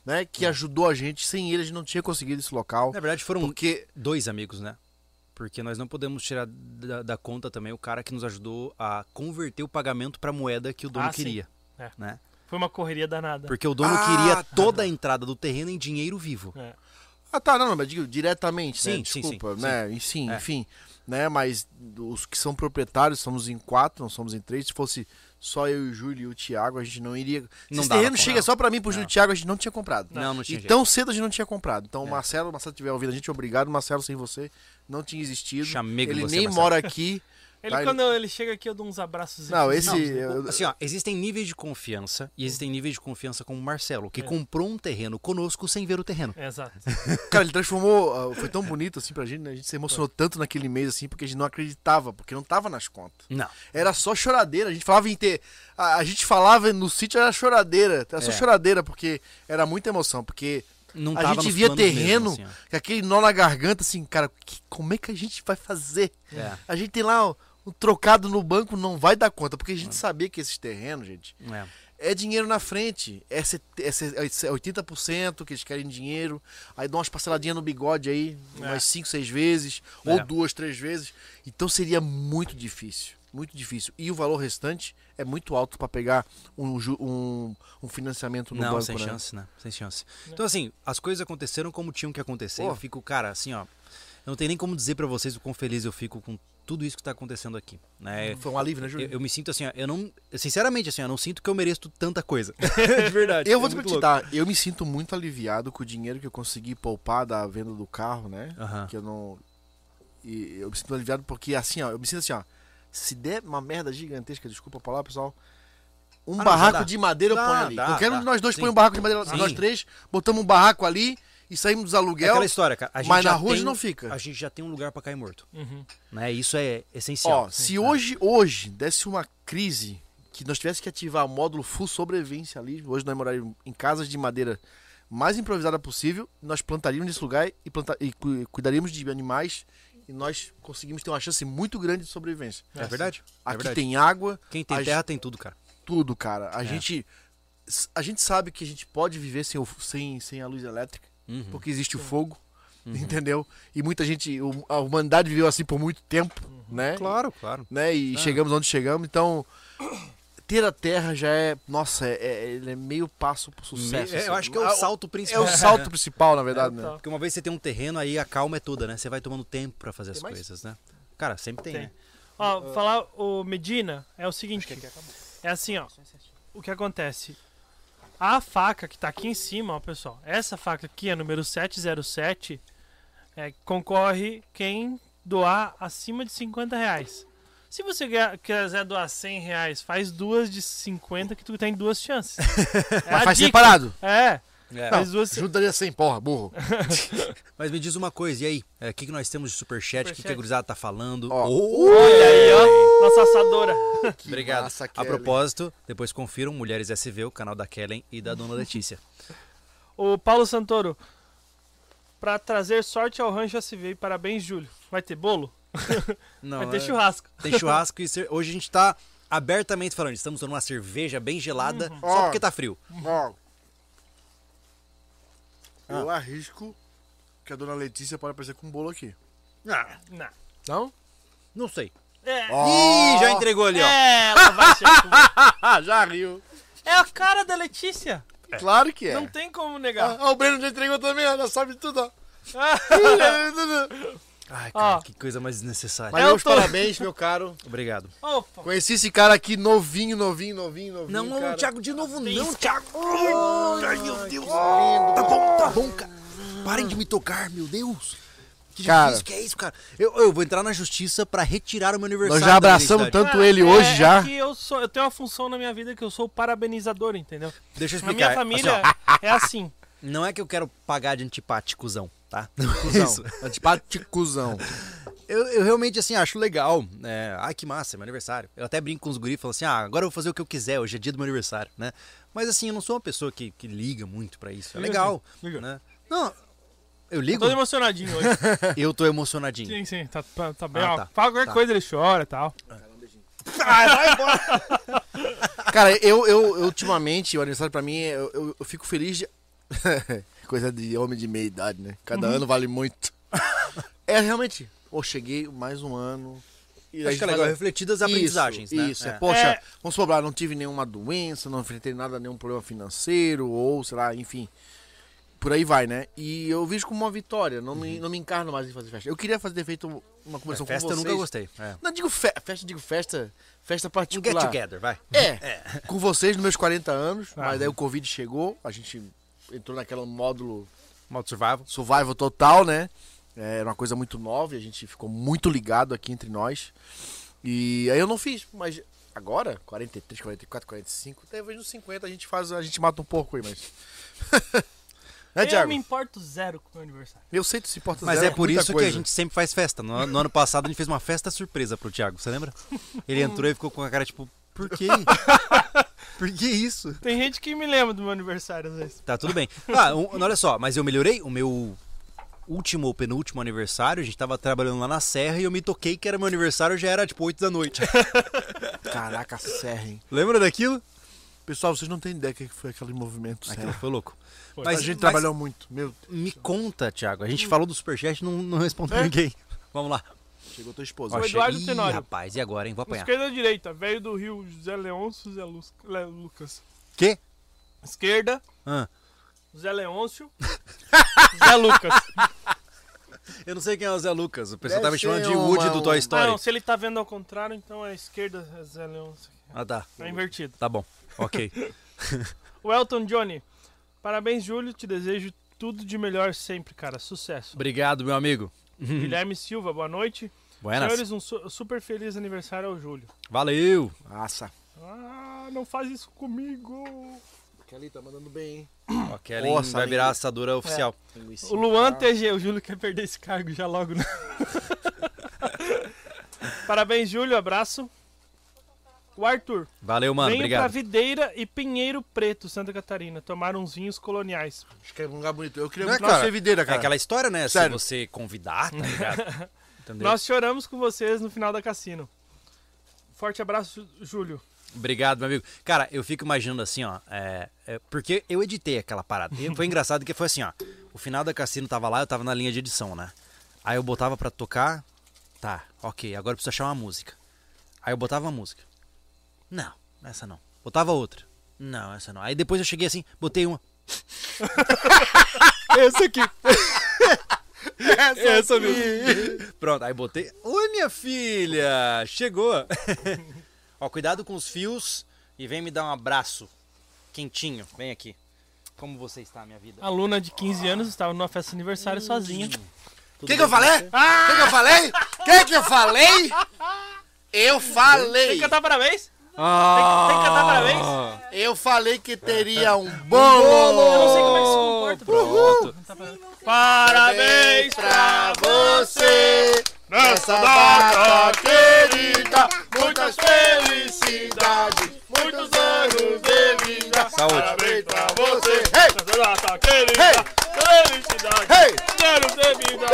né? Que ajudou a gente. Sem ele, a gente não tinha conseguido esse local. Na verdade, foram Porque dois amigos, né? Porque nós não podemos tirar da, da conta também o cara que nos ajudou a converter o pagamento para a moeda que o dono Ah, sim. queria. É. Né? Foi uma correria danada. Porque o dono Ah, queria toda a entrada do terreno em dinheiro vivo. É. Ah, tá, não, mas digo diretamente, Sim, né? sim, Desculpa, sim, né? Enfim, É. enfim, né? Mas os que são proprietários, somos em quatro, não somos em três. Se fosse só eu, o Júlio e o Thiago, a gente não iria. Se Não esse dava terreno pra- chega não. só pra mim, pro Júlio e Não. o Thiago, a gente não tinha comprado. Não, não tinha E jeito. tão cedo a gente não tinha comprado. Então, o É. Marcelo, o Marcelo estiver ouvindo a gente, obrigado. Marcelo, sem você, não tinha existido. Chamego Ele você, nem Marcelo. mora aqui. Ele, Tá, quando ele chega aqui, eu dou uns abraços. Não, esse- efusivos, né? eu- Assim, ó, existem níveis de confiança e existem níveis de confiança como o Marcelo, que É. comprou um terreno conosco sem ver o terreno. Exato. Cara, ele transformou. ah, Foi tão bonito assim pra gente, né? A gente se emocionou tanto naquele mês assim, porque a gente não acreditava, porque não tava nas contas. Não. Era só choradeira. A gente falava em ter. A, a gente falava no sítio, era choradeira. Era só É. choradeira, porque era muita emoção. Porque Não a tava gente nos via planos terreno, mesmo, assim, ó. com aquele nó na garganta, assim, cara, que- como é que a gente vai fazer? É. A gente tem lá um, um trocado no banco, não vai dar conta, porque a gente sabia que esses terrenos, gente, É. é dinheiro na frente. É, set- é set- é oitenta por cento que eles querem dinheiro. Aí dão umas parceladinhas no bigode aí, umas cinco, seis vezes, É. ou duas, três vezes. Então seria muito difícil. Muito difícil. E o valor restante é muito alto para pegar um, ju- um, um financiamento no Não, banco, sem né? chance, né? Sem chance. Então, assim, as coisas aconteceram como tinham que acontecer. Pô. Eu fico, cara, assim, ó. Eu não tenho nem como dizer pra vocês o quão feliz eu fico com tudo isso que tá acontecendo aqui. Né? Foi um alívio, né, Júlio? Eu, eu me sinto assim, ó, eu não. Sinceramente, assim, eu não sinto que eu mereço tanta coisa. De verdade. Eu vou é muito acreditar, eu me sinto muito aliviado com o dinheiro que eu consegui poupar da venda do carro, né? Aham. Que eu não. E eu me sinto aliviado porque assim, ó, eu me sinto assim, ó. Se der uma merda gigantesca, desculpa a palavra, pessoal. Um Ah, não, barraco já dá. de madeira eu Dá, ponho ali. dá, Qualquer um dá. de nós dois Sim. põe um barraco de madeira, Sim. nós três, botamos um barraco ali e saímos dos É aluguel. aquela história, cara. A gente mas já na rua a tem, gente não fica. A gente já tem um lugar pra cair morto. Uhum. Né? Isso é essencial. Ó, se hoje, hoje desse uma crise que nós tivéssemos que ativar o módulo full sobrevivência ali, hoje nós moraríamos em casas de madeira mais improvisada possível, nós plantaríamos nesse lugar e, planta, e cu- cuidaríamos de animais e nós conseguimos ter uma chance muito grande de sobrevivência. É, verdade? É Aqui verdade. tem água, Quem tem a terra tem tudo, cara. tudo, cara. A É. gente a gente sabe que a gente pode viver sem, o- sem, sem a luz elétrica, Uhum. porque existe o fogo, entendeu? E muita gente, o- a humanidade viveu assim por muito tempo, né? Claro, claro. Né? E Ah. chegamos onde chegamos, então ter a terra já é, nossa, é, é, ele é meio passo pro sucesso. É, eu assim. acho que é o Ah, salto É principal. o salto principal, na verdade, né? total. Porque uma vez você tem um terreno, aí a calma é toda, né? Você vai tomando tempo pra fazer as Tem mais? coisas, né? Cara, sempre tem, Tem. né? Ó, falar o Medina é o seguinte. É assim, ó. O que acontece? A faca que tá aqui em cima, ó, pessoal. Essa faca aqui, a número sete zero sete, é, concorre quem doar acima de cinquenta reais. Se você quer- quiser doar cem reais, faz duas de cinquenta que tu tem duas chances. É Mas a faz dica. separado. É, É. faz duas. Juntaria sem porra, burro. Mas me diz uma coisa, e aí? É, O que, que nós temos de superchat? O que, que a Superchat. gurizada tá falando? Ó. Oh! Olha aí, ó. Nossa assadora. Que Obrigado. massa, A Kelly. propósito, depois confiram Mulheres S V, o canal da Kellen e da Dona Letícia. O Paulo Santoro. Pra trazer sorte ao Rancho S V. E parabéns, Júlio. Vai ter bolo? Não, Vai ter é- churrasco. Tem churrasco e cer- hoje a gente tá abertamente falando. Estamos tomando uma cerveja bem gelada, só Ó. porque tá frio. Ó, Ah. eu arrisco que a dona Letícia pode aparecer com um bolo aqui. Ah, Não. Não? não sei. É, Ó. Ih, já entregou ali, ó. é, ela vai ser. Ah, já riu. É a cara da Letícia. Claro que é. Não tem como negar. Ah, o Breno já entregou também, ó, já sabe tudo, ó. Ai, cara, Ó. que coisa mais desnecessária. Mas Eu meus tô- parabéns, meu caro. Obrigado. Opa. Conheci esse cara aqui novinho, novinho, novinho, novinho. Não, não, cara. Thiago, de novo Tem não, isso. Thiago. Ai, meu Deus. lindo. Tá bom, tá bom, cara. Parem de me tocar, meu Deus. Que Cara. difícil que é isso, cara. Eu, eu vou entrar na justiça pra retirar o meu aniversário. Nós já da minha abraçamos identidade. tanto ele É, hoje é já. que eu, sou, eu tenho uma função na minha vida que eu sou o parabenizador, entendeu? Deixa eu Na explicar. minha família Assim, ó, é assim. não é que eu quero pagar de antipáticozão, tá? Não é Cusão. isso. Antipáticozão. Eu, eu realmente, assim, acho legal. É, ai, que massa, é meu aniversário. Eu até brinco com os guris e falo assim, ah, agora eu vou fazer o que eu quiser, hoje é dia do meu aniversário, né? Mas assim, eu não sou uma pessoa que, que liga muito pra isso. É Liga legal, sim, liga. né? Não, eu ligo, Tô emocionadinho hoje. eu tô emocionadinho. Sim, sim, tá, tá, tá bem. Ah, ó. tá. Fala qualquer Tá. coisa, ele chora e tal. Cara, eu, eu ultimamente, o aniversário pra mim, eu, eu, eu fico feliz de Coisa de homem de meia idade, né? Cada ano vale muito. É, realmente. Pô, cheguei mais um ano. E a Acho gente que é legal, faz- refletidas as aprendizagens, isso, né? Isso, é. É. Poxa, É. vamos supor, ah, não tive nenhuma doença, não enfrentei nada, nenhum problema financeiro, ou sei lá, enfim. Por aí vai, né? E eu vejo como uma vitória, não, me, não me encarno mais em fazer festa. Eu queria fazer ter feito uma É, conversação com festa eu vocês. nunca gostei. É. Não digo fe festa, digo festa, festa Um get particular. together, vai. É, com vocês nos meus quarenta anos, Ah. mas daí o Covid chegou, a gente entrou naquele módulo Modo survival. survival total, né? Era uma coisa muito nova e a gente ficou muito ligado aqui entre nós. E aí eu não fiz, mas agora, quarenta e três, quarenta e quatro, quarenta e cinco, talvez nos cinquenta a gente faz, a gente mata um porco aí, mas... né, Eu Thiago? me importo zero com o meu aniversário. Eu sei que tu se importa Mas zero é com por muita isso coisa. que a gente sempre faz festa. No, no ano passado a gente fez uma festa surpresa pro Thiago, você lembra? Ele entrou e ficou com a cara tipo, por quê? Por que isso? Tem gente que me lembra do meu aniversário às vezes. Tá, tudo bem. Ah, um, olha só, mas eu melhorei. O meu último ou penúltimo aniversário, a gente tava trabalhando lá na Serra e eu me toquei que era meu aniversário, já era tipo oito da noite. Caraca, serra, hein? Lembra daquilo? Pessoal, vocês não têm ideia do que foi aquele movimento, Aquilo serra. foi louco. Foi. Mas a gente mas trabalhou muito, meu Deus. Me conta, Thiago. A gente falou do superchat e não, não respondeu ninguém. Vamos lá. Chegou tua esposa. O Ó, Eduardo che- Ih, Tenório. rapaz, e agora, hein? Vou apanhar. Esquerda ou direita? Velho do Rio, José Leôncio, Zé Lu- Le- Lucas. Quê? Esquerda, Ah, Zé Leôncio, Zé Lucas. eu não sei quem é o Zé Lucas. O pessoal Deve tá me chamando ser de Woody uma- do Toy Ah, Story. não, se ele tá vendo ao contrário, então é esquerda, é Zé Leôncio. Ah, tá. É invertido. Tá bom. Ok. O Elton Johnny. Parabéns, Júlio. Te desejo tudo de melhor sempre, cara. Sucesso. Obrigado, meu amigo. Guilherme Silva, boa noite. Buenas. Senhores, um su- super feliz aniversário ao Júlio. Valeu. Nossa. Ah, não faz isso comigo. Kelly tá mandando bem, hein? Ó, Kelly Nossa, vai virar amigo. assadora oficial. Linguiça. O Luan T G, o Júlio quer perder esse cargo já logo, né? Parabéns, Júlio. Abraço. O Arthur. Valeu, mano. Venho pra Obrigado. Videira e Pinheiro Preto, Santa Catarina, tomar uns vinhos coloniais. Acho que é um lugar bonito. Eu queria Não é, muito lá cara? ser videira, É cara. aquela história, né? Sério. Se você convidar, tá ligado? Entendeu? Nós choramos com vocês no final da Cassino. Forte abraço, Júlio. Obrigado, meu amigo. Cara, eu fico imaginando assim, ó. É, é, porque eu editei aquela parada. E foi engraçado que foi assim, ó. O final da Cassino tava lá, eu tava na linha de edição, né? Aí eu botava pra tocar. Tá, ok, agora eu preciso achar uma música. Aí eu botava uma música. Não, essa não. Botava outra. Não, essa não. Aí depois eu cheguei assim, botei uma. Essa aqui. Essa mesmo. Pronto, aí botei. Oi, minha filha! Chegou! Ó, cuidado com os fios e vem me dar um abraço quentinho. Vem aqui. Como você está, minha vida? A aluna de quinze anos estava numa festa de aniversário sozinha. O que, que eu falei? O que, que eu falei? O que, que eu falei? Eu Tem falei. que cantar parabéns? Ah, Tem que cantar parabéns? Eu falei que teria um bolo. Eu não sei como é que se comporta. Pronto. Cantar parabéns. Parabéns pra você nessa data querida. Muitas felicidades, muitos anos de vida. Saúde. Parabéns pra você. Hey! nessa data querida. Hey! Felicidade. Hey! Anos de vida.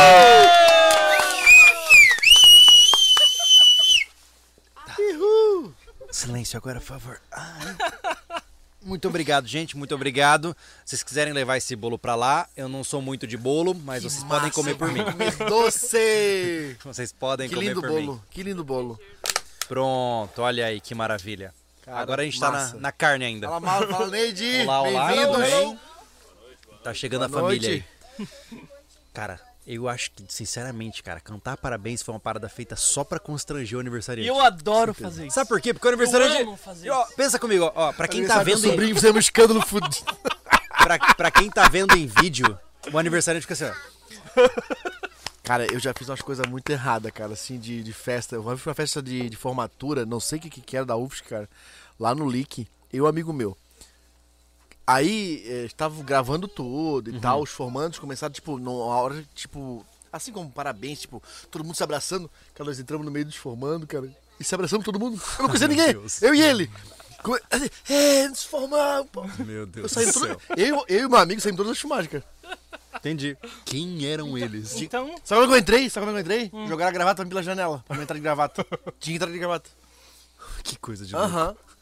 Silêncio agora, por favor. Ai. Muito obrigado, gente. Muito obrigado. Se vocês quiserem levar esse bolo pra lá, eu não sou muito de bolo, mas vocês podem comer por mim. Doce. Vocês podem Que comer lindo por bolo. mim. Que lindo bolo. Pronto, olha aí que maravilha. Cara, Agora a gente tá na, massa. na carne ainda. Fala mal, fala Neide. Olá, olá. Bem-vindos. Hello. Tá chegando Boa a família noite. aí. Cara, eu acho que, sinceramente, cara, cantar parabéns foi uma parada feita só pra constranger o E aniversariante. eu adoro fazer isso. Sabe por quê? Porque o aniversariante... Eu amo fazer Ó, isso. pensa comigo, ó, ó, pra quem tá Aniversário do vendo em, sobrinho, fizemos um escândalo fudido. pra, pra quem tá vendo em vídeo, o aniversariante fica assim, ó. Cara, eu já fiz umas coisas muito erradas, cara, assim, de, de festa. Eu fui pra uma festa de, de formatura, não sei o que, que era da U F S C, cara, lá no L I C, eu e um amigo meu. Aí, eh, estavam gravando tudo e tal, os formandos começaram, tipo, numa hora, tipo, assim como parabéns, tipo, todo mundo se abraçando. Cara, nós entramos no meio dos formandos, cara, e se abraçamos todo mundo. Eu não conhecia ninguém, Deus. eu e ele. Come- assim, é, nos formamos, pô. Meu Eu Deus saí do todo, céu. eu, eu e meu amigo saímos todas as filmagens, cara. Entendi. Quem eram eles? Então, Sabe como eu entrei? Sabe como eu entrei? Jogaram a gravata pra mim pela janela, pra mim entrar de gravata. Tinha que entrar de gravata. Que coisa de louco. Aham.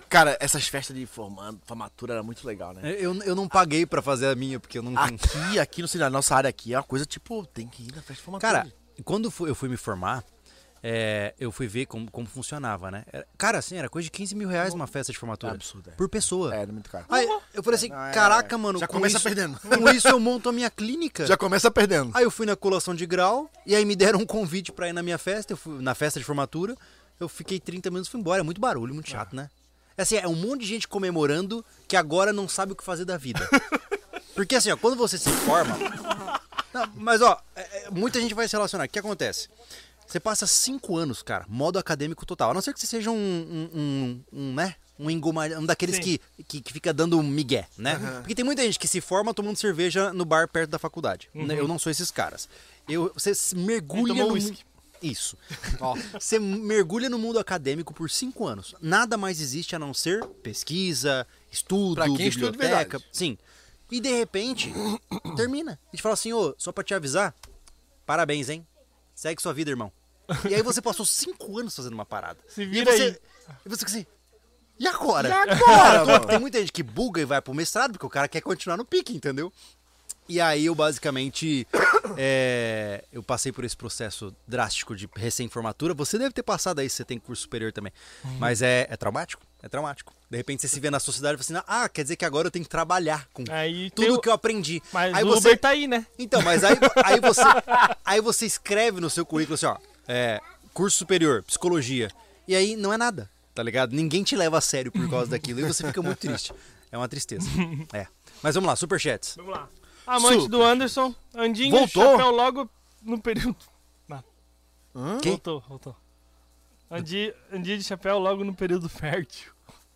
Cara, essas festas de formando, formatura era muito legal, né? Eu, eu não paguei pra fazer a minha, porque eu não... Aqui, aqui no sei, na nossa área aqui, é uma coisa tipo, tem que ir na festa de formatura. Cara, quando eu fui me formar, é, eu fui ver como, como funcionava, né? Era- cara, assim, era coisa de quinze mil reais uma festa de formatura. É absurdo, é. Por pessoa. É, era muito caro. Aí eu falei assim, Não, é- caraca, mano, já com começa isso, perdendo. com isso eu monto a minha clínica. Já começa perdendo. Aí eu fui na colação de grau, e aí me deram um convite pra ir na minha festa, eu fui na festa de formatura, eu fiquei trinta minutos e fui embora. É muito barulho, muito chato, né? É assim, é um monte de gente comemorando que agora não sabe o que fazer da vida. Porque assim, ó, quando você se forma... Não, mas ó, é- é, muita gente vai se relacionar. O que acontece? Você passa cinco anos, cara, modo acadêmico total. A não ser que você seja um, um, um, um, né? Um engomalhado, um daqueles Sim. que, que, que fica dando migué, né? Porque tem muita gente que se forma tomando cerveja no bar perto da faculdade. Eu não sou esses caras. Eu, você se mergulha tomou no... whisky. Isso. Ó, você mergulha no mundo acadêmico por cinco anos. Nada mais existe a não ser pesquisa, estudo, Pra quem estuda de biblioteca. verdade. Sim. E de repente, termina. A gente fala assim, ô, só pra te avisar, parabéns, hein? Segue sua vida, irmão. E aí você passou cinco anos fazendo uma parada. Se E vira você, aí. E você fica assim, e agora? E agora, mano? Tem muita gente que buga e vai pro mestrado, porque o cara quer continuar no pique, entendeu? E aí eu basicamente, é, eu passei por esse processo drástico de recém-formatura. Você deve ter passado aí se você tem curso superior também. Mas é, é traumático, é traumático. De repente você se vê na sociedade e fala assim, ah, quer dizer que agora eu tenho que trabalhar com Aí tudo tem o- que eu aprendi. Mas aí o você... Uber tá aí, né? Então, mas aí, aí, você, aí você escreve no seu currículo assim, ó, é, curso superior, psicologia. E aí não é nada, tá ligado? Ninguém te leva a sério por causa daquilo e você fica muito triste. É uma tristeza. É. Mas vamos lá, superchats. Vamos lá. Amante Super. do Anderson, Andinho, Voltou? chapéu logo no período... Não, Hã? Quem? voltou, voltou. Andi, Andinho de chapéu logo no período fértil.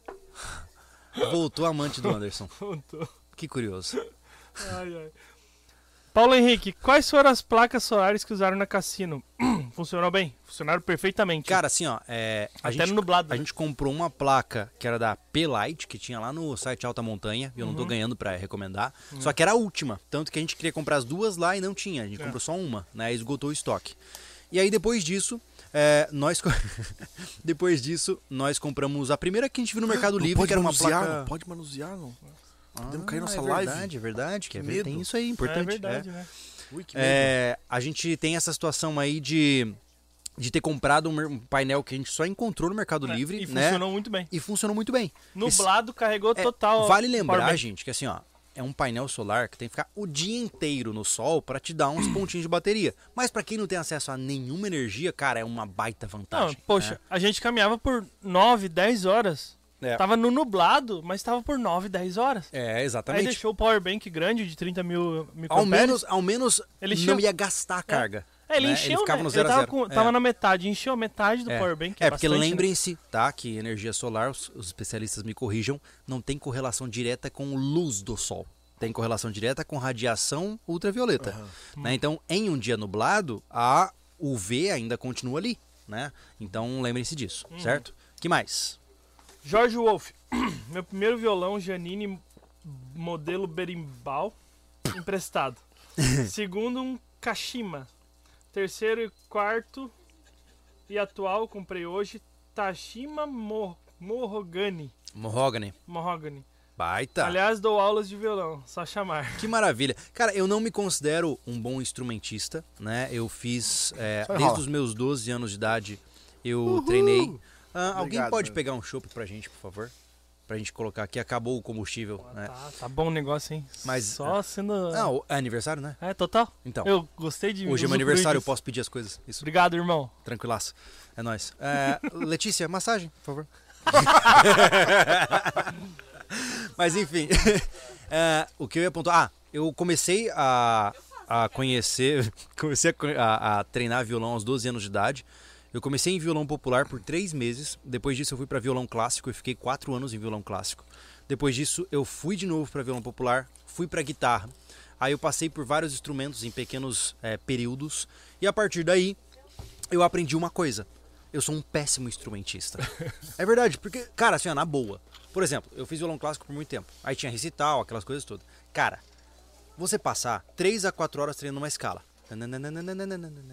Voltou amante do Anderson. Voltou. Que curioso. Ai, ai. Paulo Henrique, quais foram as placas solares que usaram na cassino? Funcionou bem? Funcionaram perfeitamente. Cara, assim, ó, é, a, Até gente, no nublado. a gente comprou uma placa que era da P-Light, que tinha lá no site Alta Montanha, e eu não tô ganhando pra recomendar. Só que era a última, tanto que a gente queria comprar as duas lá e não tinha, a gente É. comprou só uma, né, esgotou o estoque. E aí depois disso, é, nós co- depois disso, nós compramos a primeira que a gente viu no Mercado Não Livre, pode que era uma manusear, placa... não pode manusear, não. Podemos Ah, cair nossa é live. verdade, é verdade, que é Que ver- tem medo. isso aí, importante. É verdade, é. né? Ui, que medo. É, a gente tem essa situação aí de, de ter comprado um mer- um painel que a gente só encontrou no Mercado É, Livre, e né? funcionou muito bem. E funcionou muito bem. Nublado carregou É, total. vale o lembrar, powerbank. gente, que assim, ó, é um painel solar que tem que ficar o dia inteiro no sol pra te dar uns pontinhos de bateria. Mas pra quem não tem acesso a nenhuma energia, cara, é uma baita Não, vantagem. poxa, a gente caminhava por nove, dez horas. É. Tava no nublado, mas tava por nove, dez horas. É, Aí exatamente. deixou o powerbank grande de trinta mil Ao microamperes. menos, ao menos Ele não encheu- ia gastar a carga. É, ele né? encheu, Ele ficava né? no Ele zero a tava, zero. com- É. tava na metade, encheu metade do É, powerbank. é porque bastante, né? lembrem-se, tá, que energia solar, os, os especialistas me corrijam, não tem correlação direta com luz do sol. Tem correlação direta com radiação ultravioleta. Né? Então, em um dia nublado, a U V ainda continua ali, né? Então, lembrem-se disso, Uhum. certo? Que mais? Jorge Wolf, meu primeiro violão Janine modelo berimbau emprestado. Segundo um Kashima. Terceiro e quarto e atual comprei hoje Tashima Mo Mohogany. Mahogany. Mahogany. Baita. Aliás, dou aulas de violão, só chamar. Que maravilha. Cara, eu não me considero um bom instrumentista, né? Eu fiz, é, Só desde enrola. os meus doze anos de idade, eu treinei. Ah, alguém Obrigado, pode meu. pegar um chopp pra gente, por favor? Pra gente colocar aqui. Acabou o combustível, né? Tá, tá bom o negócio, hein? Mas- Só sendo... Não, é aniversário, né? É, total. Então, Eu gostei de hoje é meu usufruir aniversário, eu disso. posso pedir as coisas. Isso, Obrigado, irmão. tranquilaço. É nóis. É, Letícia, massagem, por favor. Mas enfim, é, o que eu ia apontar... Ah, eu comecei a, a conhecer, comecei a, co- a- a treinar violão aos doze anos de idade. Eu comecei em violão popular por três meses. Depois disso eu fui para violão clássico e fiquei quatro anos em violão clássico. Depois disso eu fui de novo para violão popular, fui para guitarra. Aí eu passei por vários instrumentos em pequenos é, períodos. E a partir daí eu aprendi uma coisa. Eu sou um péssimo instrumentista. É verdade, porque, cara, assim, ó, na boa. Por exemplo, eu fiz violão clássico por muito tempo. Aí tinha recital, aquelas coisas todas. Cara, você passar três a quatro horas treinando uma escala.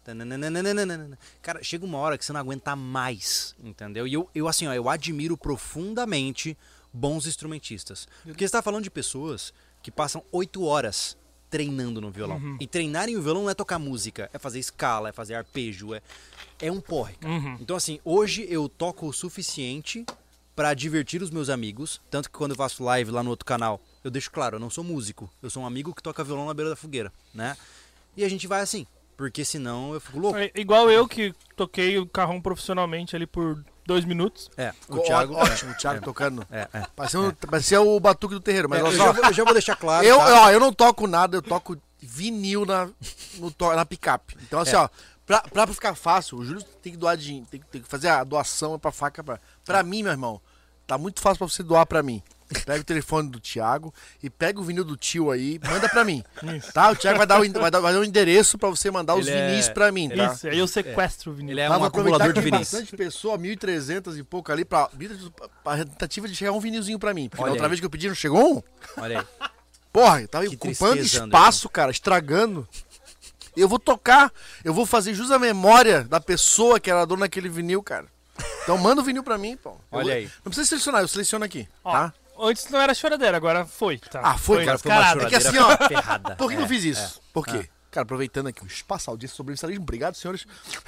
Tananana. Cara, chega uma hora que você não aguenta mais, entendeu? E eu, eu assim, ó, eu admiro profundamente bons instrumentistas. Porque você tá falando de pessoas que passam oito horas treinando no violão. Uhum. E treinar em um violão não é tocar música, é fazer escala, é fazer arpejo, é, é um porre, cara. Uhum. Então assim, hoje eu toco o suficiente pra divertir os meus amigos, tanto que quando eu faço live lá no outro canal, eu deixo claro, eu não sou músico, eu sou um amigo que toca violão na beira da fogueira, né? E a gente vai assim, porque senão eu fico louco. É igual eu que toquei o carrão profissionalmente ali por dois minutos. É, o Ó- Thiago... Ótimo, o Thiago tocando. É, é. Parecia, um- parecia o batuque do terreiro, mas É, olha eu, só. já vou, eu já vou deixar claro, Eu, tá? ó, eu não toco nada, eu toco vinil na, no to- na picape. Então, assim, É. ó, pra, pra ficar fácil, o Júlio tem que doar dinheiro, tem, que- tem que fazer a doação pra faca. Pra, pra mim, meu irmão, tá muito fácil pra você doar pra mim. Pega o telefone do Thiago e pega o vinil do tio aí, manda pra mim. Isso. Tá? O Thiago vai dar o, en- vai dar, vai dar o endereço pra você mandar os Ele é- vinis pra mim, tá? Isso, aí eu sequestro o vinil. Ele é Tá, um vou aproveitar acumulador de que tem vinis. bastante pessoa, mil e trezentos e pouco ali, pra, pra tentativa de chegar um vinilzinho pra mim. Porque Olha na outra aí. vez que eu pedi não chegou um? Olha aí. Porra, eu tava Que ocupando tristeza, espaço, cara, estragando. Eu vou tocar, eu vou fazer jus à memória da pessoa que era dona daquele vinil, cara. Então manda o vinil pra mim, pô. Eu Olha vou- aí. Não precisa selecionar, eu seleciono aqui, Ó, tá? Antes não era choradeira, agora foi. Tá. Ah, foi, cara, foi uma descarado. É que assim, choradeira ó, ferrada. por que, que eu É, fiz isso? é. Por quê? Ah. Cara, aproveitando aqui o espaço audiência sobre o obrigado, senhores.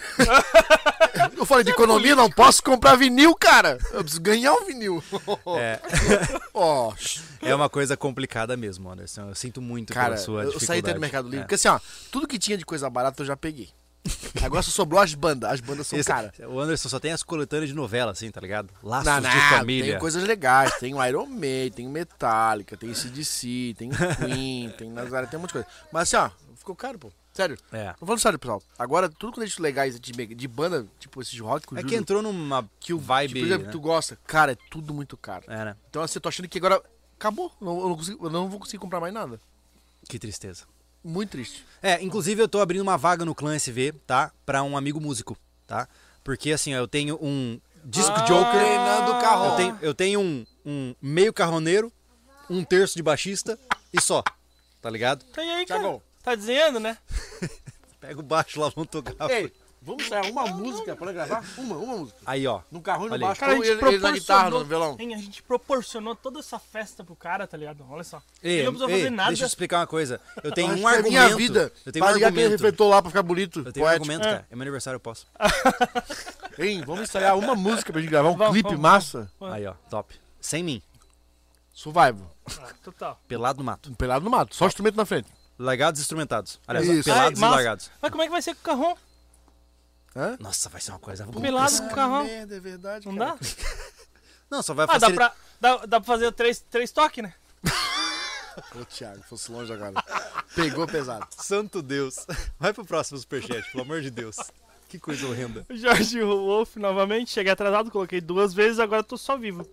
Eu falei de economia, não posso comprar vinil, cara. Eu preciso ganhar um vinil. É, Ó, é uma coisa complicada mesmo, Anderson. Eu sinto muito cara, pela sua eu dificuldade. saí até do Mercado Livre. É. Porque assim, ó, tudo que tinha de coisa barata eu já peguei. Agora só sobrou as bandas. As bandas são Esse- cara. O Anderson só tem as coletâneas de novela, assim, tá ligado? Laços Não, não, de família. tem coisas legais. Tem o Iron Maiden, tem o Metallica, tem o C D C, tem o Queen, tem Nazaré, tem um monte de coisa. Mas assim, ó, ficou caro, pô. Sério. É. Tô falando sério, pessoal. Agora, tudo que a gente legais de, de banda, tipo esses rock, o É que Júlio, entrou numa que o vibe, que, por exemplo, né? tu gosta, cara, é tudo muito caro. É, né? Então assim, eu tô achando que agora acabou. Eu não, eu não consigo- eu não vou conseguir comprar mais nada. Que tristeza. Muito triste. É, inclusive eu tô abrindo uma vaga no Clã S V, tá? Pra um amigo músico, tá? Porque assim, ó, eu tenho um disc Ah, joker, treinando o carro. eu tenho, eu tenho um, um meio carroneiro, um terço de baixista e só, tá ligado? Tem aí, cara. Thiagão. Tá dizendo, né? Pega o baixo lá, vamos tocar. Ei, vamos ensaiar uma música pra gravar? Uma, uma música. Aí, ó. No carro e no Olha aí. baixo. Cara, a ou gente ele, ele na guitarra, proporcionou. no violão. Hein, a gente proporcionou toda essa festa pro cara, tá ligado? Olha só. Ei, Ele não precisou ei, fazer nada. Deixa eu explicar uma coisa. Eu tenho Acho um que é argumento. minha vida. Eu tenho um Pra ligar aquele argumento. refletor lá pra ficar bonito. Eu tenho um poético. argumento, É. cara. É meu aniversário, eu posso. Hein, vamos ensaiar uma música pra gente gravar um Vamos, clipe vamos, massa. Aí, ó, top. Sem mim. Survival. Ah, total. Pelado no mato. Um pelado no mato. Só o instrumento na frente. Largados e instrumentados. Aliás, Isso. pelados Ai, e massa. largados. Mas como é que vai ser com o carrão? Hã? Nossa, vai ser uma coisa. Pelado com o carrão. Merda, é verdade, Não cara. dá? Não, só vai Ah, dá facilitar. pra, dá, dá pra fazer três, três toques, né? Ô, Thiago, fosse longe agora. Pegou pesado. Santo Deus. Vai pro próximo superchat, pelo amor de Deus. Que coisa horrenda. Jorge Wolf, novamente. Cheguei atrasado, coloquei duas vezes, agora tô só vivo.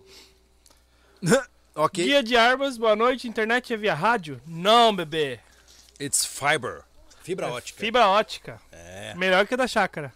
Ok. Guia de armas, boa noite. Internet é via rádio? Não, bebê. It's fiber. Fibra ótica. Fibra ótica. É. Melhor que a da chácara.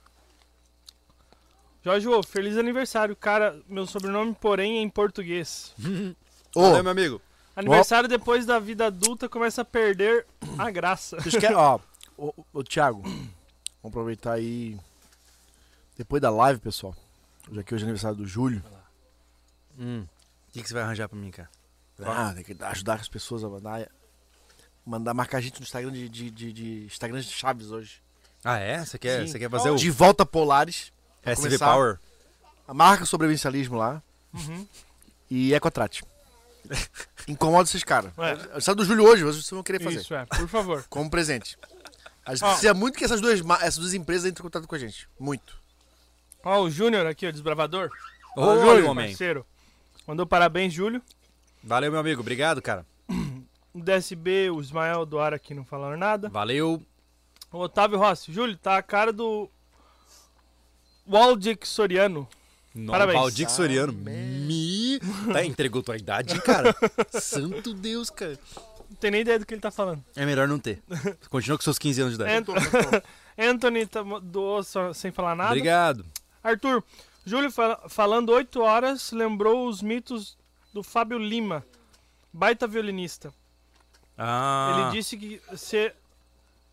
Jorge Wolf, feliz aniversário. Cara, meu sobrenome, porém, é em português. Ô, Valeu, meu amigo. Aniversário depois da vida adulta começa a perder a graça. vocês querem, ó, ô, ô, Thiago, vamos aproveitar aí, depois da live, pessoal, já que hoje é aniversário do Júlio, Hum. O que, que você vai arranjar pra mim, cara? ah, tem que ajudar as pessoas a mandar, mandar marcar a gente no Instagram de, de, de, de Instagram de Chaves hoje. Ah, é? Você quer, Sim. você quer fazer o De volta Polares, S V começar. Power? a marca sobrevivencialismo lá Uhum. e Ecotrate. Incomoda esses caras. É. Sabe do Júlio hoje, vocês vão querer fazer. Isso, é, por favor. Como presente. A gente Ó. precisa muito que essas duas, ma- essas duas empresas entrem em contato com a gente. Muito. Ó, o Júnior aqui, o desbravador. Ô, Ó, Júlio, homem. parceiro. Mandou parabéns, Júlio. Valeu, meu amigo. Obrigado, cara. O D S B, o Ismael do Ar aqui não falaram nada. Valeu. O Otávio Rossi. Júlio, tá a cara do Waldick Soriano. Não, Parabéns. Valdir Soriano. Me... Tá, entregou tua idade, hein, cara? Santo Deus, cara. Não tem nem ideia do que ele tá falando. É melhor não ter. Continua com seus quinze anos de idade. Ant- Anthony tá, doou só- sem falar nada. Obrigado. Arthur, Júlio fala- falando oito horas, lembrou os mitos do Fábio Lima, baita violinista. Ah. Ele disse que se...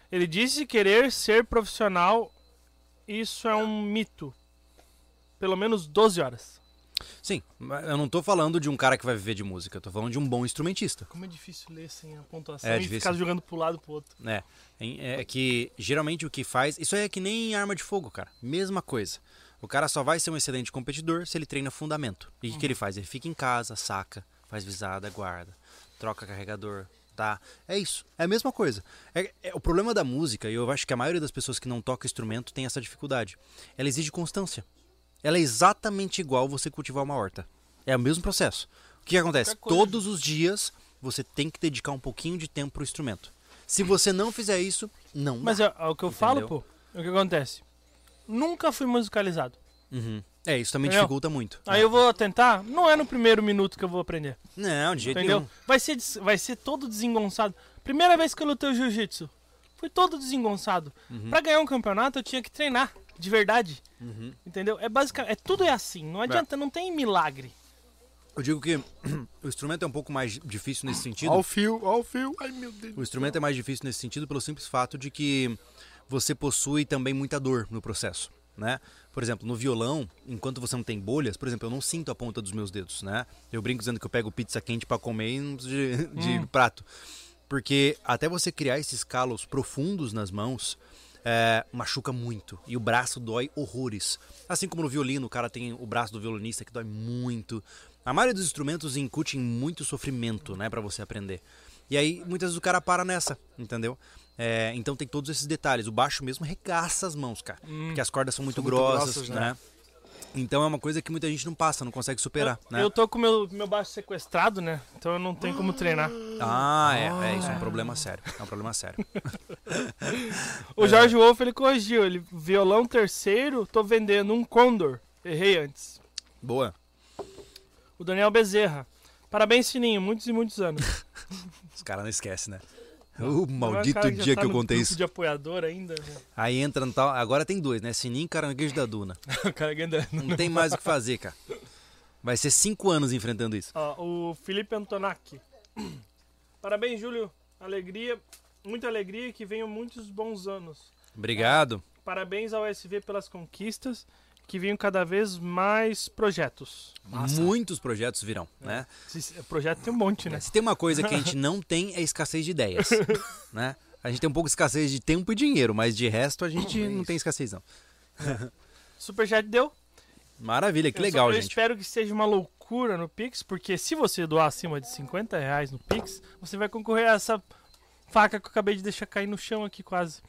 Ele disse querer ser profissional, isso é um mito. Pelo menos doze horas. Sim, mas eu não tô falando de um cara que vai viver de música, eu tô falando de um bom instrumentista. Como é difícil ler sem a pontuação É e difícil. ficar jogando pro lado e pro outro. É, é que geralmente o que faz... Isso aí é que nem arma de fogo, cara. Mesma coisa. O cara só vai ser um excelente competidor se ele treina fundamento. E o que, que ele faz? Ele fica em casa, saca, faz visada, guarda, troca carregador, tá? É isso. É a mesma coisa. É, é, o problema da música, e eu acho que a maioria das pessoas que não toca instrumento tem essa dificuldade. Ela exige constância. Ela é exatamente igual você cultivar uma horta. É o mesmo processo. O que, que acontece? Qualquer coisa. Todos os dias você tem que dedicar um pouquinho de tempo pro instrumento. Se você não fizer isso, não Mas dá. é, é o que eu falo, Entendeu? pô. O que acontece? Nunca fui musicalizado. Uhum. É, isso também Entendeu? dificulta muito. Aí É. eu vou tentar, não é no primeiro minuto que eu vou aprender. Não, de jeito Entendeu? nenhum. Vai ser, des- vai ser todo desengonçado. Primeira vez que eu lutei o jiu-jitsu, fui todo desengonçado. Uhum. Pra ganhar um campeonato, eu tinha que treinar, de verdade. Uhum. Entendeu? É basicamente, é, tudo é assim, não adianta, não tem milagre. Eu digo que o instrumento é um pouco mais difícil nesse sentido. Ao fio, ao fio. Ai, meu Deus. O instrumento é mais difícil nesse sentido pelo simples fato de que você possui também muita dor no processo, né? Por exemplo, no violão, enquanto você não tem bolhas, por exemplo, eu não sinto a ponta dos meus dedos, né? Eu brinco dizendo que eu pego pizza quente pra comer e não preciso de, de Hum. prato. Porque até você criar esses calos profundos nas mãos, é, machuca muito. E o braço dói horrores. Assim como no violino, o cara tem o braço do violonista que dói muito. A maioria dos instrumentos incutem muito sofrimento, né, pra você aprender. E aí, muitas vezes o cara para nessa, entendeu? É, então tem todos esses detalhes. O baixo mesmo regaça as mãos, cara. Porque as cordas são muito São muito grossas, grossas, né? né? Então é uma coisa que muita gente não passa, não consegue superar, eu, né? eu tô com o meu, meu baixo sequestrado, né? Então eu não tenho como treinar. Ah, é, é, isso é um problema sério. É um problema sério. O Jorge Wolff, ele corrigiu. Ele, violão terceiro, tô vendendo um Condor. Errei antes. Boa. O Daniel Bezerra. Parabéns, Sininho. Muitos e muitos anos. Os caras não esquecem, né? O Agora o maldito cara já dia tá que eu no contei grupo isso. de apoiador ainda. Né? Aí entra no tal. Agora tem dois, né? Sininho e Caranguejo da Duna. O cara ainda... Não tem mais o que fazer, cara. Vai ser cinco anos enfrentando isso. Ó, o Felipe Antonac. Parabéns, Júlio. Alegria, muita alegria e que venham muitos bons anos. Obrigado. Parabéns ao S V pelas conquistas, que venham cada vez mais projetos. Massa. Muitos projetos virão, né? Esse projeto tem um monte, né? Se tem uma coisa que a gente não tem é escassez de ideias, né? A gente tem um pouco de escassez de tempo e dinheiro, mas de resto a gente não tem escassez não. Superchat deu. Maravilha, que Eu legal, só- Eu gente. espero que seja uma loucura no Pix, porque se você doar acima de cinquenta reais no Pix, você vai concorrer a essa faca que eu acabei de deixar cair no chão aqui quase.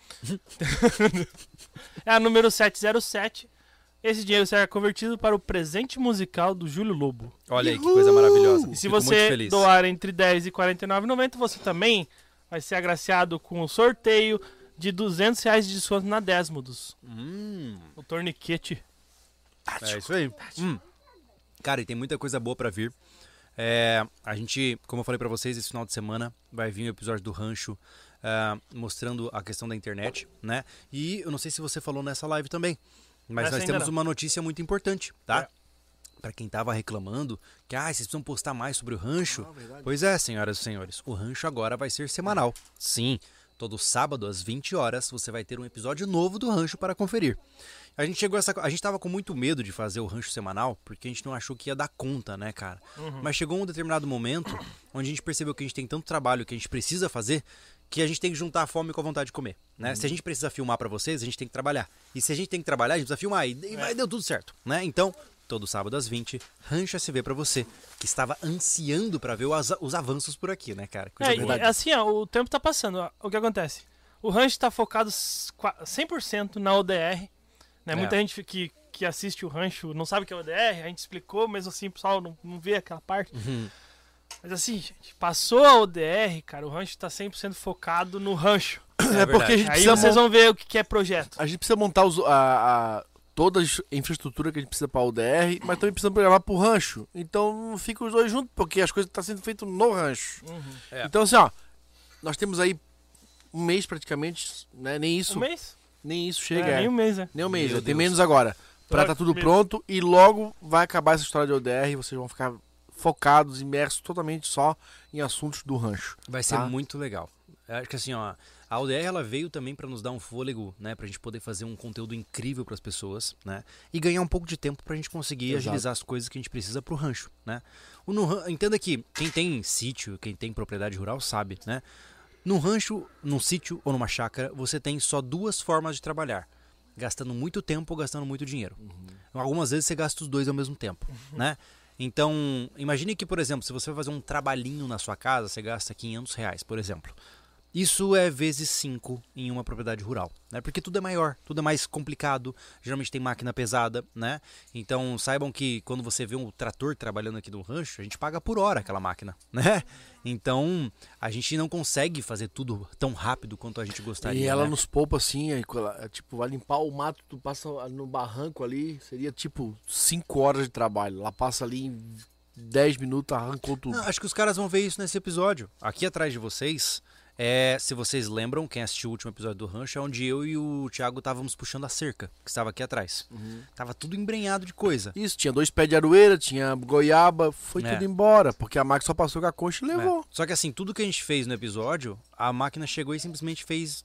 É a número sete zero sete. Esse dinheiro será convertido para o presente musical do Júlio Lobo. Olha aí que coisa maravilhosa. E se Fico muito você feliz. doar entre dez e quarenta e nove reais e noventa centavos, você também vai ser agraciado com o sorteio de duzentos reais de desconto na Desmodos. Hum, O torniquete. é isso aí. Hum. Cara, e tem muita coisa boa pra vir. É, a gente, como eu falei pra vocês, esse final de semana vai vir o episódio do Rancho ah, mostrando a questão da internet, né? E eu não sei se você falou nessa live também, mas Essa nós ainda temos não. uma notícia muito importante, tá? É. Pra quem tava reclamando que ah, vocês precisam postar mais sobre o Rancho. Ah, verdade. Pois é, senhoras e senhores, o Rancho agora vai ser semanal. Sim, todo sábado às vinte horas você vai ter um episódio novo do Rancho para conferir. A gente chegou a essa, a gente tava com muito medo de fazer o Rancho semanal, porque a gente não achou que ia dar conta, né, cara? Uhum. Mas chegou um determinado momento onde a gente percebeu que a gente tem tanto trabalho que a gente precisa fazer, que a gente tem que juntar a fome com a vontade de comer, né? Se a gente precisa filmar pra vocês, a gente tem que trabalhar. E se a gente tem que trabalhar, a gente precisa filmar e, e vai, deu tudo certo, né? Então, todo sábado às vinte, Rancho S V pra você, que estava ansiando pra ver os, os avanços por aqui, né, cara? Coisa É, boa. e, assim, ó, o tempo tá passando. Ó, o que acontece? O Rancho tá focado s- qua- cem por cento na O D R. Né? É. Muita gente que, que assiste o Rancho não sabe o que é O D R, a gente explicou, mesmo assim o pessoal não, não vê aquela parte. Uhum. Mas assim, gente, passou a O D R, cara, o Rancho tá cem por cento focado no Rancho. É, porque a gente, Aí precisa vocês mon- vão ver o que que é projeto. a gente precisa montar os, a, a- toda a infraestrutura que a gente precisa para o D R, mas também precisamos programar para o rancho. Então fica os dois juntos, porque as coisas estão sendo feitas no rancho. Uhum. É. Então assim, ó, nós temos aí um mês praticamente, né? Nem isso, Um mês? nem isso chega. É, é. nem um mês, né? Nem um mês, Meu tem Deus. menos agora. Pra tá tudo Meu- pronto e logo vai acabar essa história de O D R e vocês vão ficar focados, imersos totalmente só em assuntos do rancho. Vai ser Tá. muito legal. eu acho que assim, ó, a U D R ela veio também para nos dar um fôlego, né, pra gente poder fazer um conteúdo incrível para as pessoas, né, e ganhar um pouco de tempo pra gente conseguir Exato. agilizar as coisas que a gente precisa pro rancho, né. O no, ran- entenda que quem tem sítio, quem tem propriedade rural sabe, né, no rancho, num sítio ou numa chácara, você tem só duas formas de trabalhar, gastando muito tempo ou gastando muito dinheiro. Uhum. Algumas vezes você gasta os dois ao mesmo tempo, uhum. né. Então, imagine que, por exemplo, se você vai fazer um trabalhinho na sua casa, você gasta quinhentos reais, por exemplo. Isso é vezes cinco em uma propriedade rural, né? Porque tudo é maior, tudo é mais complicado, geralmente tem máquina pesada, né? Então saibam que quando você vê um trator trabalhando aqui no rancho, a gente paga por hora aquela máquina, né? Então a gente não consegue fazer tudo tão rápido quanto a gente gostaria. E ela né? nos poupa assim, aí, ela, tipo, vai limpar o mato, tu passa no barranco ali, seria tipo cinco horas de trabalho. Ela passa ali em dez minutos, arrancou tudo. Não, acho que os caras vão ver isso nesse episódio. Aqui atrás de vocês... É, se vocês lembram, quem assistiu o último episódio do Rancho, é onde eu e o Thiago estávamos puxando a cerca, que estava aqui atrás. Uhum. Tava tudo embrenhado de coisa. Isso, tinha dois pés de aroeira, tinha goiaba, foi É. tudo embora, porque a máquina só passou com a concha e levou. É. Só que assim, tudo que a gente fez no episódio, a máquina chegou e simplesmente fez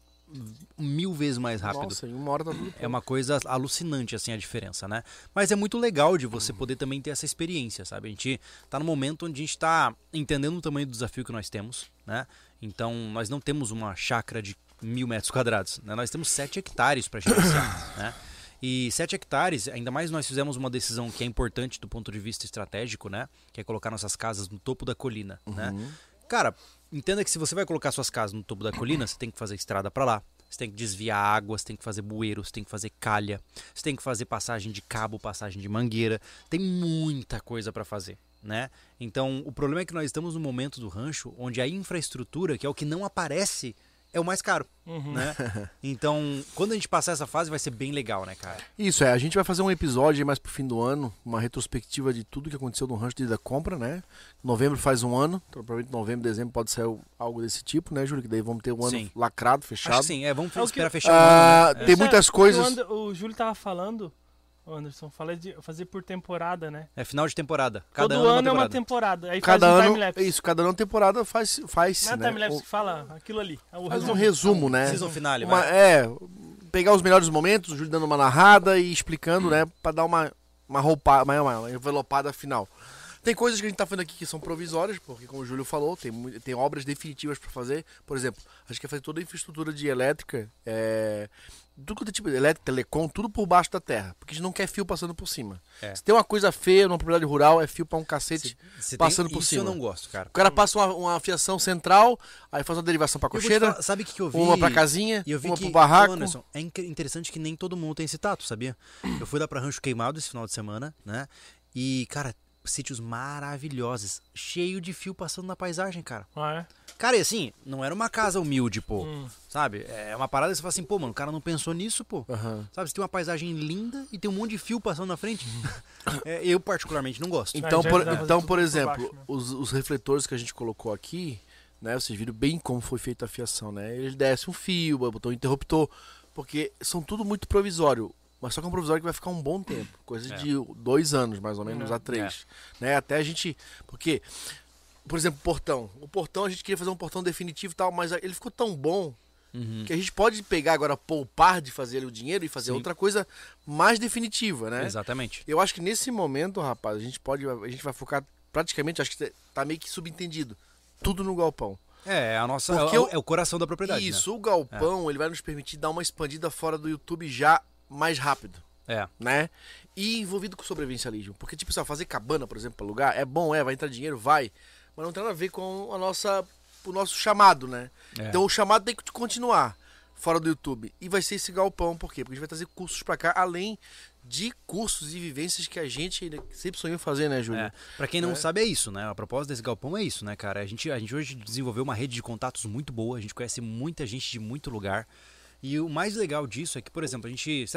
mil vezes mais rápido. Nossa, em uma hora tá tudo É uma coisa alucinante, assim, a diferença, né? Mas é muito legal de você poder também ter essa experiência, sabe? A gente tá no momento onde a gente tá entendendo o tamanho do desafio que nós temos, né? Então, nós não temos uma chácara de mil metros quadrados, né? Nós temos sete hectares para gerenciar, né? E sete hectares, ainda mais nós fizemos uma decisão que é importante do ponto de vista estratégico, né? Que é colocar nossas casas no topo da colina, uhum. né? Cara, entenda que se você vai colocar suas casas no topo da colina, você tem que fazer estrada para lá. Você tem que desviar água, você tem que fazer bueiro, você tem que fazer calha, você tem que fazer passagem de cabo, passagem de mangueira. Tem muita coisa para fazer, né? Então, o problema é que nós estamos no momento do rancho onde a infraestrutura, que é o que não aparece, é o mais caro, uhum. né? Então, quando a gente passar essa fase, vai ser bem legal, né, cara? Isso, é. A gente vai fazer um episódio aí mais pro fim do ano, uma retrospectiva de tudo que aconteceu no rancho desde a compra, né? Novembro faz um ano, então provavelmente novembro, dezembro pode sair algo desse tipo, né, Júlio? Que daí vamos ter um ano Sim. lacrado, fechado. Acho que sim, é, vamos É o esperar que- fechar o Ah, ano, né? tem Isso é- muitas o que coisas. O, Ander- o Júlio tava falando, ô Anderson, falei de fazer por temporada, né? É final de temporada. Cada Todo ano, ano é uma temporada. temporada. Aí Cada faz um ano, time-lapse. isso, cada ano uma temporada faz, faz Não é né? time-lapse O- que fala aquilo ali. É o Faz um resumo. resumo, né? Season finale, Uma- vai. é, pegar os melhores momentos, o Júlio dando uma narrada e explicando, né? Pra dar uma, uma roupa, uma, uma envelopada final. Tem coisas que a gente tá fazendo aqui que são provisórias, porque como o Júlio falou, tem, mu- tem obras definitivas pra fazer. Por exemplo, a gente quer fazer toda a infraestrutura de elétrica, é, tudo quanto é tipo de elétrica, telecom, tudo por baixo da terra. Porque a gente não quer fio passando por cima. É. Se tem uma coisa feia numa propriedade rural, é fio pra um cacete Você passando tem, por isso cima. eu não gosto, cara. O cara passa uma, uma fiação central, aí faz uma derivação pra Eu vou te cocheira, falar, sabe o que, que eu vi? uma pra casinha, E eu vi uma que, pro barraco. Ô, Anderson, é inc- interessante que nem todo mundo tem esse tato, sabia? Eu fui lá pra Rancho Queimado esse final de semana, né? E, cara, sítios maravilhosos, cheio de fio passando na paisagem, cara. Ah, é? Cara, e assim, não era uma casa humilde, pô, Hum. sabe? É uma parada que você fala assim, pô, mano, o cara não pensou nisso, pô. Aham. Sabe, você tem uma paisagem linda e tem um monte de fio passando na frente. É, eu, particularmente, não gosto. Então, já por, dá pra fazer então, tudo por por exemplo, baixo, né? os, os refletores que a gente colocou aqui, né? Vocês viram bem como foi feita a fiação, né? Ele desce um fio, botou um interruptor, porque são tudo muito provisório. Mas só que é um provisório que vai ficar um bom tempo. Coisa É. de dois anos, mais ou menos, É. a três. Né? Até a gente... Porque, por exemplo, o portão. O portão, a gente queria fazer um portão definitivo e tal, mas ele ficou tão bom Uhum. que a gente pode pegar agora, poupar de fazer ali o dinheiro e fazer Sim. outra coisa mais definitiva, né? Exatamente. Eu acho que nesse momento, rapaz, a gente pode, a gente vai focar praticamente, acho que tá meio que subentendido, tudo no galpão. É, é a nossa, Porque é, o- eu- é o coração da propriedade, Isso, o galpão, ele vai nos permitir dar uma expandida fora do YouTube já mais rápido, né? É. né? E envolvido com sobrevivencialismo, porque tipo, só fazer cabana, por exemplo, para alugar, é bom, é, vai entrar dinheiro, vai, mas não tem nada a ver com a nossa, o nosso chamado, né? É. Então o chamado tem que continuar fora do YouTube. E vai ser esse galpão, por quê? Porque a gente vai trazer cursos pra cá, além de cursos e vivências que a gente ainda sempre sonhou fazer, né, Júlio? É. Pra quem não É. sabe, é isso, né? A propósito desse galpão é isso, né, cara? A gente, a gente hoje desenvolveu uma rede de contatos muito boa, a gente conhece muita gente de muito lugar. E o mais legal disso é que, por exemplo, a gente, sei lá,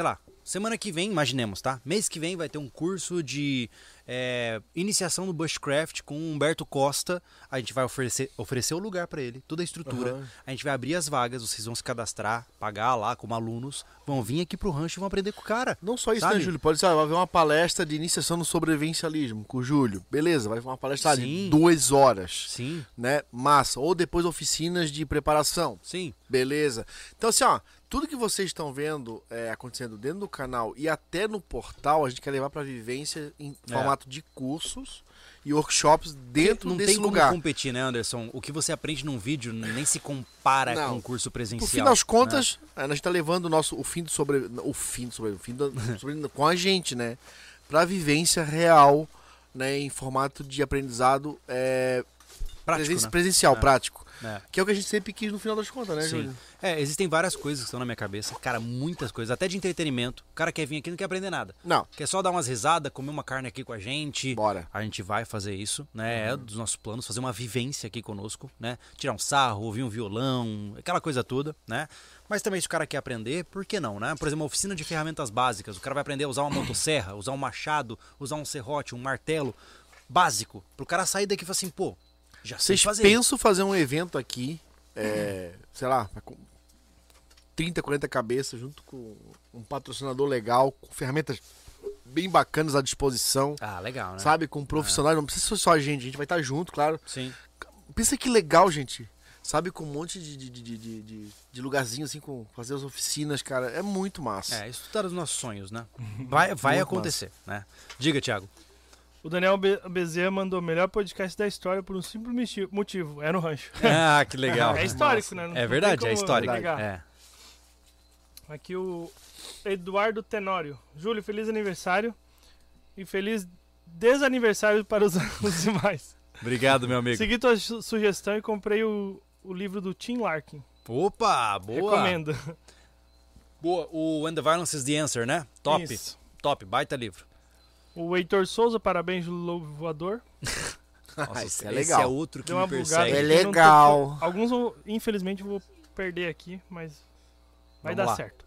semana que vem, imaginemos, tá? Mês que vem vai ter um curso de é, iniciação no bushcraft com o Humberto Costa. A gente vai oferecer, oferecer o lugar para ele, toda a estrutura. Uhum. A gente vai abrir as vagas, vocês vão se cadastrar, pagar lá como alunos, vão vir aqui pro rancho e vão aprender com o cara. Não só isso, sabe? né, Júlio? Pode ser, vai haver uma palestra de iniciação no sobrevivencialismo com o Júlio. Beleza, vai ter uma palestra Sim. de duas horas. Sim, Né? Massa. Ou depois oficinas de preparação. sim. Beleza. Então, assim, ó, tudo que vocês estão vendo é, acontecendo dentro do canal e até no portal, a gente quer levar para vivência em É. formato de cursos e workshops dentro não desse tem como lugar. competir, né, Anderson? O que você aprende num vídeo nem se compara Não. com um curso presencial. No fim das né? contas, a gente tá levando o nosso o fim do sobre o fim do sobre o fim do, sobre, com a gente, né, para vivência real, né, em formato de aprendizado é, Prático, presen- né? presencial, É. prático. É. Que é o que a gente sempre quis no final das contas, né, Sim. Júlio? É, existem várias coisas que estão na minha cabeça. Cara, muitas coisas. Até de entretenimento. O cara quer vir aqui e não quer aprender nada. Não, Quer só dar umas risadas, comer uma carne aqui com a gente. bora. A gente vai fazer isso, né? É dos nossos planos, fazer uma vivência aqui conosco, né? Tirar um sarro, ouvir um violão, aquela coisa toda, né? Mas também se o cara quer aprender, por que não, né? Por exemplo, uma oficina de ferramentas básicas. O cara vai aprender a usar uma motosserra, usar um machado, usar um serrote, um martelo. Básico. Pro cara sair daqui e falar assim, pô, já sei Vocês fazer. pensam fazer um evento aqui, é, sei lá, com trinta, quarenta cabeças, junto com um patrocinador legal, com ferramentas bem bacanas à disposição, Ah, legal, né? sabe? Com profissionais, não precisa ser só a gente, a gente vai estar junto, claro. Sim. Pensa que legal, gente. Sabe, com um monte de, de, de, de, de, de lugarzinho assim, com fazer as oficinas, cara, é muito massa. É, isso tá nos nossos sonhos, né? Vai, vai Muito acontecer, né? Diga, Thiago. O Daniel Be- Bezerra mandou o melhor podcast da história por um simples moti- motivo. É no rancho. Ah, que legal. É histórico, né? Não- É não verdade, tem é como histórico. negar. É. Aqui o Eduardo Tenório. Júlio, feliz aniversário. E feliz desaniversário para os, os demais. Obrigado, meu amigo. Segui tua su- sugestão e comprei o, o livro do Tim Larkin. Opa, boa. Recomendo. Boa. O When the Violence is the Answer, né? Top. Isso. Top, baita livro. O Heitor Souza, parabéns, Lobo Voador. Nossa, isso é esse legal. é outro que Deu me uma bugada. persegue. É aqui, não tô- legal. Alguns, eu, infelizmente, eu vou perder aqui, mas vai Vamos dar lá. certo.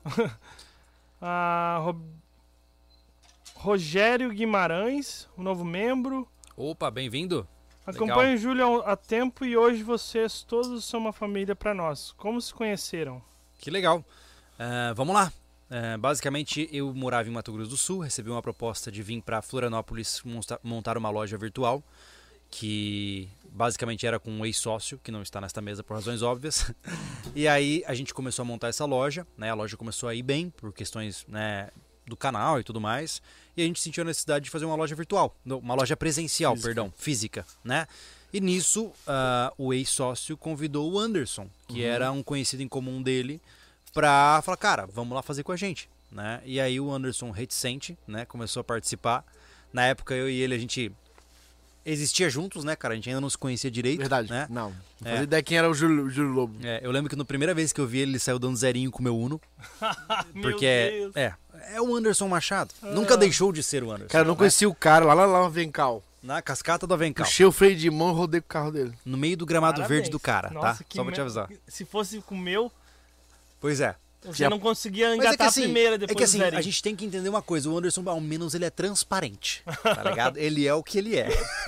Ah, Ro- Rogério Guimarães, um novo membro. Opa, bem-vindo. Acompanho o Júlio há há tempo e hoje vocês todos são uma família pra nós. Como se conheceram? Que legal. Ah, vamos lá. Ah, basicamente, eu morava em Mato Grosso do Sul, recebi uma proposta de vir para Florianópolis monta- montar uma loja virtual, que basicamente era com um ex-sócio, que não está nesta mesa por razões óbvias. E aí a gente começou a montar essa loja, né? A loja começou a ir bem por questões, né, do canal e tudo mais. E a gente sentiu a necessidade de fazer uma loja virtual, não, uma loja presencial, Física. perdão, física, né? E nisso, ah, o ex-sócio convidou o Anderson, que era um conhecido em comum dele, pra falar, cara, vamos lá fazer com a gente, né? E aí o Anderson, reticente, né, começou a participar. Na época, eu e ele, a gente existia juntos, né, cara? A gente ainda não se conhecia direito, Verdade. né? Não. Não É. fazia ideia quem era o Júlio, Júlio Lobo. É, eu lembro que na primeira vez que eu vi ele, ele saiu dando zerinho com o meu Uno, porque é, é, é o Anderson Machado. Nunca deixou de ser o Anderson. Cara, eu não né? conhecia o cara lá, lá, lá no Avencal. Na cascata do Avencal, Puxei o freio de mão e rodei com o carro dele. no meio do gramado Parabéns. verde do cara, Nossa, tá? que Só pra te me- avisar. Se fosse com o meu, Pois é. você Tinha- não conseguia Mas engatar é que assim, a primeira é depois que assim, do zerinho. a gente tem que entender uma coisa, o Anderson, ao menos, ele é transparente, tá ligado? Ele é o que ele é.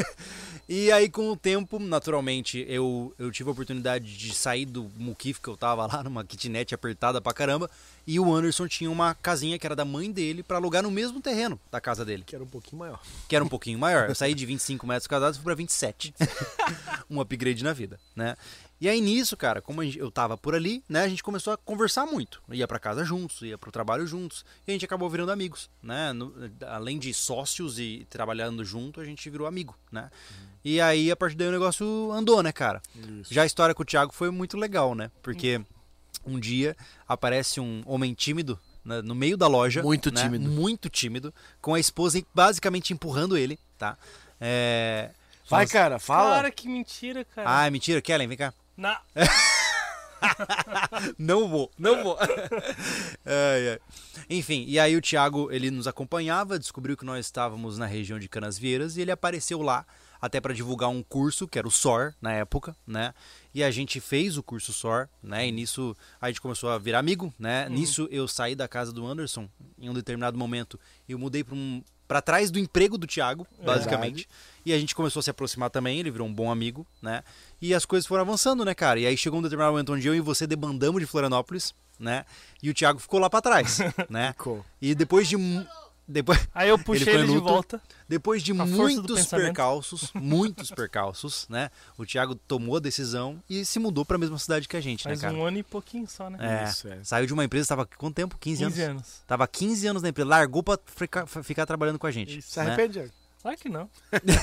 E aí, com o tempo, naturalmente, eu, eu tive a oportunidade de sair do muquifo que eu tava lá, numa kitnet apertada pra caramba, e o Anderson tinha uma casinha que era da mãe dele pra alugar no mesmo terreno da casa dele, Que era um pouquinho maior. que era um pouquinho maior. Eu saí de vinte e cinco metros quadrados e fui pra vinte e sete. Um upgrade na vida, né? E aí nisso, cara, como a gente- eu tava por ali, né, a gente começou a conversar muito. Ia pra casa juntos, ia pro trabalho juntos, e a gente acabou virando amigos, né? No- além de sócios e trabalhando junto, a gente virou amigo, né? E aí, a partir daí, o negócio andou, né, cara? Isso. Já a história com o Thiago foi muito legal, né? Porque um dia aparece um homem tímido, né, no meio da loja. Muito né, tímido. Muito tímido, com a esposa basicamente empurrando ele, tá? É... Vai, Fala- cara, fala. Cara, que mentira, cara. Ah, mentira, Kellen, vem cá. Na... Não vou, não vou. Ai, ai. Enfim, e aí o Thiago, ele nos acompanhava, descobriu que nós estávamos na região de Canasvieiras e ele apareceu lá até para divulgar um curso, que era o S O R na época, né? E a gente fez o curso S O R, né? E nisso a gente começou a virar amigo, né? Uhum. Nisso eu saí da casa do Anderson em um determinado momento. Eu mudei para um, para trás do emprego do Thiago, basicamente. É. E a gente começou a se aproximar também, ele virou um bom amigo, né? E as coisas foram avançando, né, cara? E aí chegou um determinado momento onde eu e você debandamos de Florianópolis, né? E o Thiago ficou lá pra trás, né? Ficou. E depois de... Depois, aí eu puxei ele, ele de volta. Depois de muitos percalços, muitos percalços, né? O Thiago tomou a decisão e se mudou pra mesma cidade que a gente, Faz né, cara? um ano e pouquinho só, né? É, Isso, é. Saiu de uma empresa, tava quanto tempo? quinze anos? quinze anos. Tava quinze anos na empresa, largou pra ficar, ficar trabalhando com a gente. Isso. Se arrepende, né? Claro que não.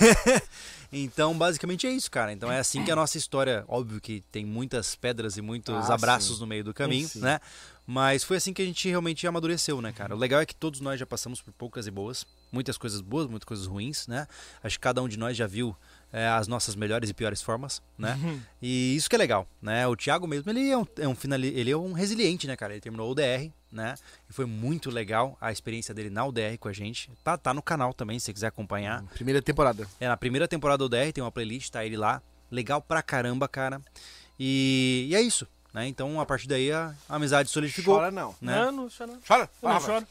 Então, basicamente é isso, cara. Então é assim que a nossa história, óbvio que tem muitas pedras e muitos ah, abraços sim. no meio do caminho, sim, sim. né? Mas foi assim que a gente realmente amadureceu, né, cara? O legal é que todos nós já passamos por poucas e boas, muitas coisas boas, muitas coisas ruins, né? Acho que cada um de nós já viu é, as nossas melhores e piores formas, né? Uhum. E isso que é legal, né? O Thiago mesmo, ele é um, é um final, ele é um resiliente, né, cara? Ele terminou o U D R, né? E foi muito legal a experiência dele na U D R com a gente. Tá, tá no canal também, se você quiser acompanhar. Primeira temporada. É, na primeira temporada do U D R tem uma playlist, tá ele lá. Legal pra caramba, cara. E, e é isso. Né? Então, a partir daí, a, a amizade solidificou. Chora não. Né? Não, não chora. Chora? Eu não choro.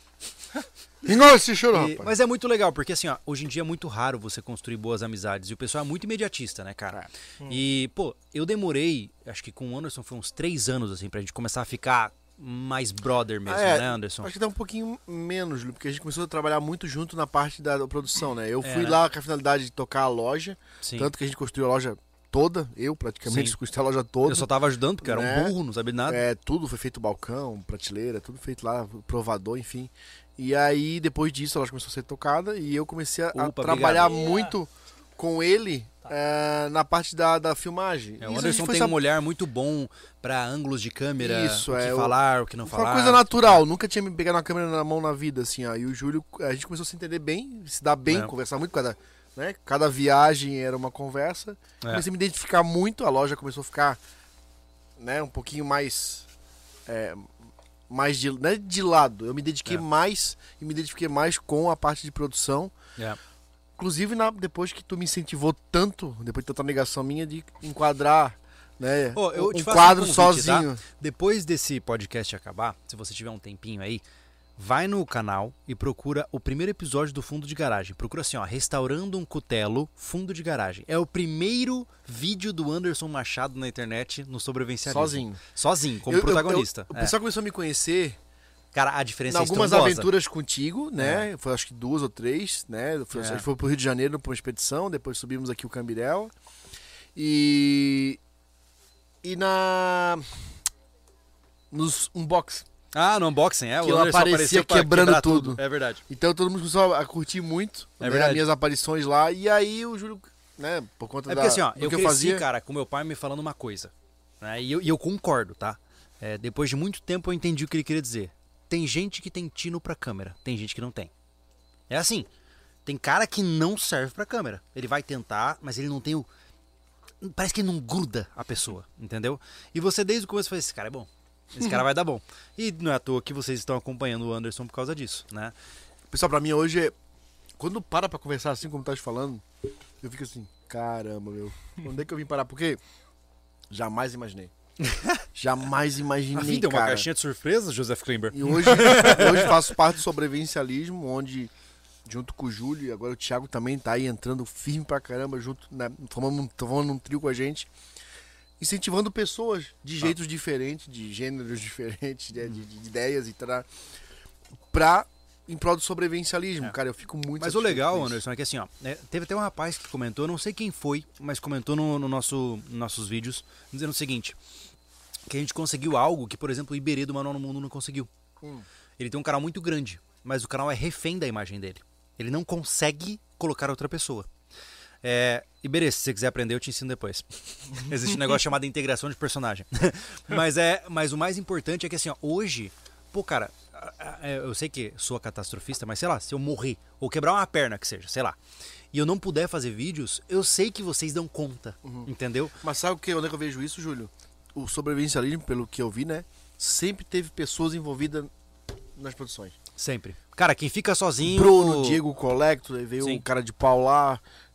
Igual esse choro, e, rapaz. Mas é muito legal, porque assim, ó, hoje em dia é muito raro você construir boas amizades. E o pessoal é muito imediatista, né, cara? É. Hum. E, pô, eu demorei, acho que com o Anderson foi uns três anos, assim, pra gente começar a ficar mais brother mesmo, é, né, Anderson? Acho que dá um pouquinho menos, porque a gente começou a trabalhar muito junto na parte da, da produção, né? Eu É, fui né? lá com a finalidade de tocar a loja, Sim. tanto que a gente construiu a loja toda, eu praticamente construí a loja toda. Eu só tava ajudando, porque era né? um burro, não sabia de nada. É, tudo foi feito balcão, prateleira, tudo feito lá, provador, enfim. E aí, depois disso, a loja começou a ser tocada e eu comecei a, Opa, a trabalhar obrigado. muito com ele tá. é, na parte da, da filmagem. É, o Anderson tem sab... um olhar muito bom pra ângulos de câmera, Isso, o que é, falar, o que não foi falar. Uma coisa natural, nunca tinha me pegado uma câmera na mão na vida, assim, ó. E o Júlio, a gente começou a se entender bem, se dar bem, é. conversar muito, cada, né? Cada viagem era uma conversa. É. Comecei a me identificar muito, a loja começou a ficar, né, um pouquinho mais... É, mais de, né, de lado. Eu me dediquei é. mais e me identifiquei mais com a parte de produção. É. Inclusive, na, depois que tu me incentivou tanto, depois de tanta negação minha, de enquadrar, né, oh, eu um quadro um convite, sozinho. Tá? Depois desse podcast acabar, se você tiver um tempinho aí, vai no canal e procura o primeiro episódio do Fundo de Garagem. Procura assim, ó, Restaurando um Cutelo, Fundo de Garagem. É o primeiro vídeo do Anderson Machado na internet no sobrevivencialismo. Sozinho. Sozinho, como eu, protagonista. Eu, eu, é. O pessoal começou a me conhecer... Cara, a diferença é algumas estrondosa. aventuras contigo, né? É. Foi acho que duas ou três, né? Foi, é. A gente foi pro Rio de Janeiro pra uma expedição, depois subimos aqui o Cambirel. E... E na... Nos unbox. Ah, no unboxing, é? Que o eu aparecia quebrando tudo. tudo. É verdade. Então todo mundo começou a curtir muito é né, verdade. as minhas aparições lá. E aí o Júlio, né, por conta é da... É porque assim, ó, do eu que cresci, eu fazia... cara, com meu pai me falando uma coisa. Né, e, eu, e eu concordo, tá? É, depois de muito tempo eu entendi o que ele queria dizer. Tem gente que tem tino pra câmera, tem gente que não tem. É assim, tem cara que não serve pra câmera. Ele vai tentar, mas ele não tem o... Parece que ele não gruda a pessoa, entendeu? E você desde o começo fala, esse cara é bom. Esse cara vai dar bom. E não é à toa que vocês estão acompanhando o Anderson por causa disso, né? Pessoal, pra mim hoje, é... quando para pra conversar assim como tá te falando, eu fico assim, caramba, meu. Onde é que eu vim parar? Porque jamais imaginei. Jamais imaginei, A vida é uma cara. caixinha de surpresa, Joseph Klimber. E hoje, hoje faço parte do sobrevivencialismo, onde, junto com o Júlio, e agora o Thiago também tá aí entrando firme pra caramba, junto, né, formando, formando um trio com a gente. Incentivando pessoas de jeitos ah. diferentes, de gêneros diferentes, de, de, de ideias e tal, pra, em prol do sobrevivencialismo. É. Cara, eu fico muito Mas o legal, Anderson, é que assim, ó, é, teve até um rapaz que comentou, não sei quem foi, mas comentou no, no nosso, nos nossos vídeos, dizendo o seguinte, que a gente conseguiu algo que, por exemplo, o Iberê do Manual no Mundo não conseguiu. Hum. Ele tem um canal muito grande, mas o canal é refém da imagem dele. Ele não consegue colocar outra pessoa. É, Iberê, se você quiser aprender, eu te ensino depois. Existe um negócio chamado integração de personagem. mas, é, mas o mais importante é que assim, ó, hoje, pô, cara, eu sei que sou catastrofista, mas sei lá, se eu morrer, ou quebrar uma perna que seja, sei lá, e eu não puder fazer vídeos, eu sei que vocês dão conta, uhum. entendeu? Mas sabe o que, onde é que eu vejo isso, Júlio? O sobrevivencialismo, pelo que eu vi, né, sempre teve pessoas envolvidas nas produções. Sempre. Cara, quem fica sozinho... Bruno, Diego Collector, veio Sim. o cara de pau lá...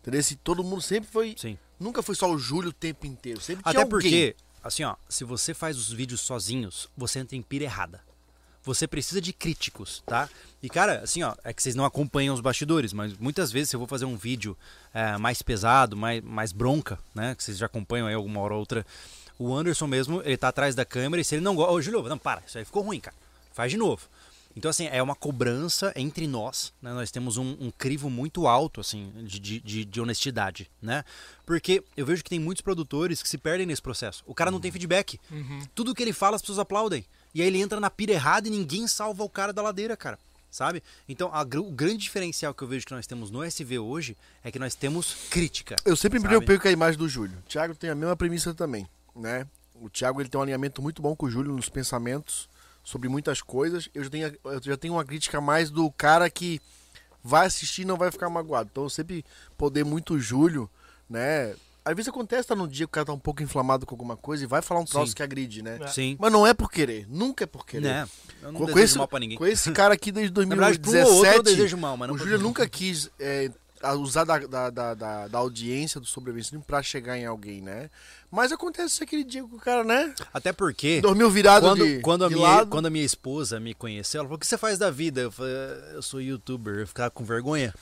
Entendeu? Se todo mundo sempre foi... Sim. Nunca foi só o Júlio o tempo inteiro. Sempre Até tinha alguém. porque, assim, ó, se você faz os vídeos sozinhos, você entra em pira errada. Você precisa de críticos, tá? E, cara, assim, ó, é que vocês não acompanham os bastidores, mas muitas vezes se eu vou fazer um vídeo é, mais pesado, mais, mais bronca, né? Que vocês já acompanham aí alguma hora ou outra. O Anderson mesmo, ele tá atrás da câmera e se ele não gosta... Ô, Júlio, não, para, isso aí ficou ruim, cara. Faz de novo. Então, assim, é uma cobrança entre nós, né? Nós temos um, um crivo muito alto, assim, de, de, de honestidade, né? Porque eu vejo que tem muitos produtores que se perdem nesse processo. O cara não tem feedback. Uhum. Tudo que ele fala, as pessoas aplaudem. E aí ele entra na pira errada e ninguém salva o cara da ladeira, cara. Sabe? Então, a, o grande diferencial que eu vejo que nós temos no S V hoje é que nós temos crítica. Eu sempre me sabe? preocupei com a imagem do Júlio. O Thiago tem a mesma premissa também, né? O Thiago, ele tem um alinhamento muito bom com o Júlio nos pensamentos sobre muitas coisas. Eu já tenho, eu já tenho uma crítica mais do cara que vai assistir e não vai ficar magoado. Então eu sempre poder muito o Júlio, né? Às vezes acontece, tá num dia que o cara tá um pouco inflamado com alguma coisa e vai falar um troço Sim. que agride, né? É. Sim. Mas não é por querer, nunca é por querer. Né? Eu não Com, com desejo esse, mal pra ninguém. com esse cara aqui desde dois Na mil e verdade, pro outro eu dezessete, desejo mal, mas não o pra Júlio ninguém. nunca quis é, a- usar da, da, da, da, da audiência do Sobrevencendo pra chegar em alguém, né? Mas acontece aquele dia que o cara, né? Até porque... Dormiu virado Quando, de, quando, a de minha, lado. quando a minha esposa me conheceu, ela falou: o que você faz da vida? Eu falei: eu sou youtuber. Eu ficava com vergonha.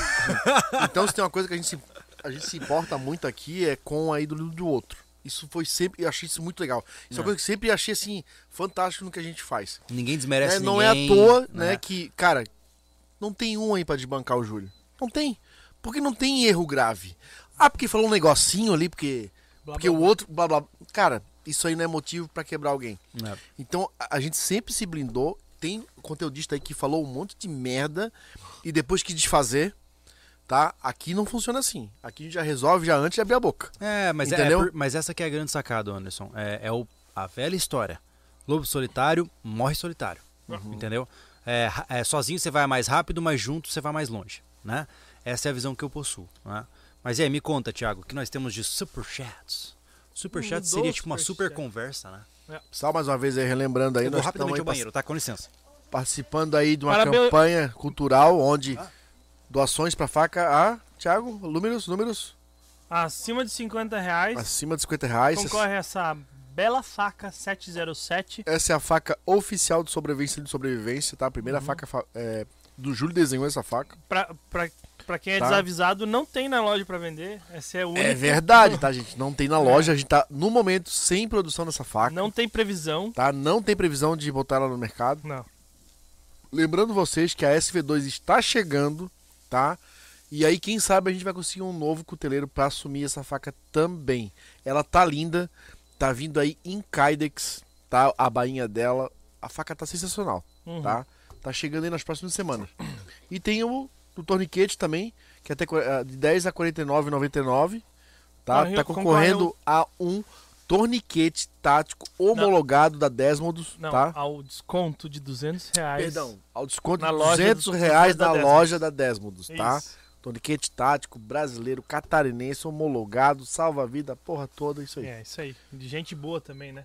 Então, se tem uma coisa que a gente, se, a gente se importa muito aqui é com a ídolo do outro. Isso foi sempre, eu achei isso muito legal. Isso é uma coisa que sempre achei assim, fantástico no que a gente faz. Ninguém desmerece É, ninguém. não é à toa, né, né? que, cara, não tem um aí pra desbancar o Júlio. Não tem. Porque não tem erro grave. Ah, porque falou um negocinho ali, porque, Blá, porque blá, o outro, blá, blá. Cara, isso aí não é motivo pra quebrar alguém. É. Então, a, a gente sempre se blindou. Tem conteudista aí que falou um monte de merda e depois que desfazer, tá? Aqui não funciona assim. Aqui a gente já resolve já antes de abrir a boca. É, mas, é, é Entendeu? por- mas essa que é a grande sacada, Anderson. É, é o, a velha história. Lobo solitário morre solitário. Entendeu? É, ra- é, sozinho você vai mais rápido, mas junto você vai mais longe. Né? Essa é a visão que eu possuo. Né? Mas e aí, me conta, Thiago, o que nós temos de superchats? Superchat Mudou seria o tipo uma superchat. super conversa, né? Só mais uma vez aí, relembrando aí, Eu vou nós rapidamente estamos ao aí banheiro, tá? Com licença. participando aí de uma Parabéns- campanha cultural onde doações pra faca a, Thiago, números, números, Acima de cinquenta reais, acima de cinquenta reais. concorre a essa bela faca sete zero sete. Essa é a faca oficial do Sobrevivência de Sobrevivência, tá? A primeira Uhum. faca fa- é, do Júlio desenhou essa faca. Pra, pra, pra quem é Tá. desavisado, não tem na loja pra vender. Essa é a única. É verdade, tá, gente? Não tem na loja, a gente tá no momento sem produção dessa faca, Não tem previsão. tá? Não tem previsão de botar ela no mercado. Não. Lembrando vocês que a S V dois está chegando, tá? E aí, quem sabe a gente vai conseguir um novo cuteleiro pra assumir essa faca também. Ela tá linda, tá vindo aí em Kydex, tá? A bainha dela, a faca tá sensacional, Uhum. tá? Tá chegando aí nas próximas semanas. E tem o do torniquete também, que é até qu- eh, de dez a quarenta e nove reais e noventa e nove centavos, tá? Corre- Tá concorre concorrendo a um torniquete tático homologado da Desmodus, Não, tá? ao desconto de duzentos reais. Perdão, ao desconto Na de loja duzentos dos- reais da na Desmodus. loja da Desmodus, tá? Isso. Torniquete tático, brasileiro, catarinense, homologado, salva-vida, a porra toda, isso aí. É, isso aí. De gente boa também, né?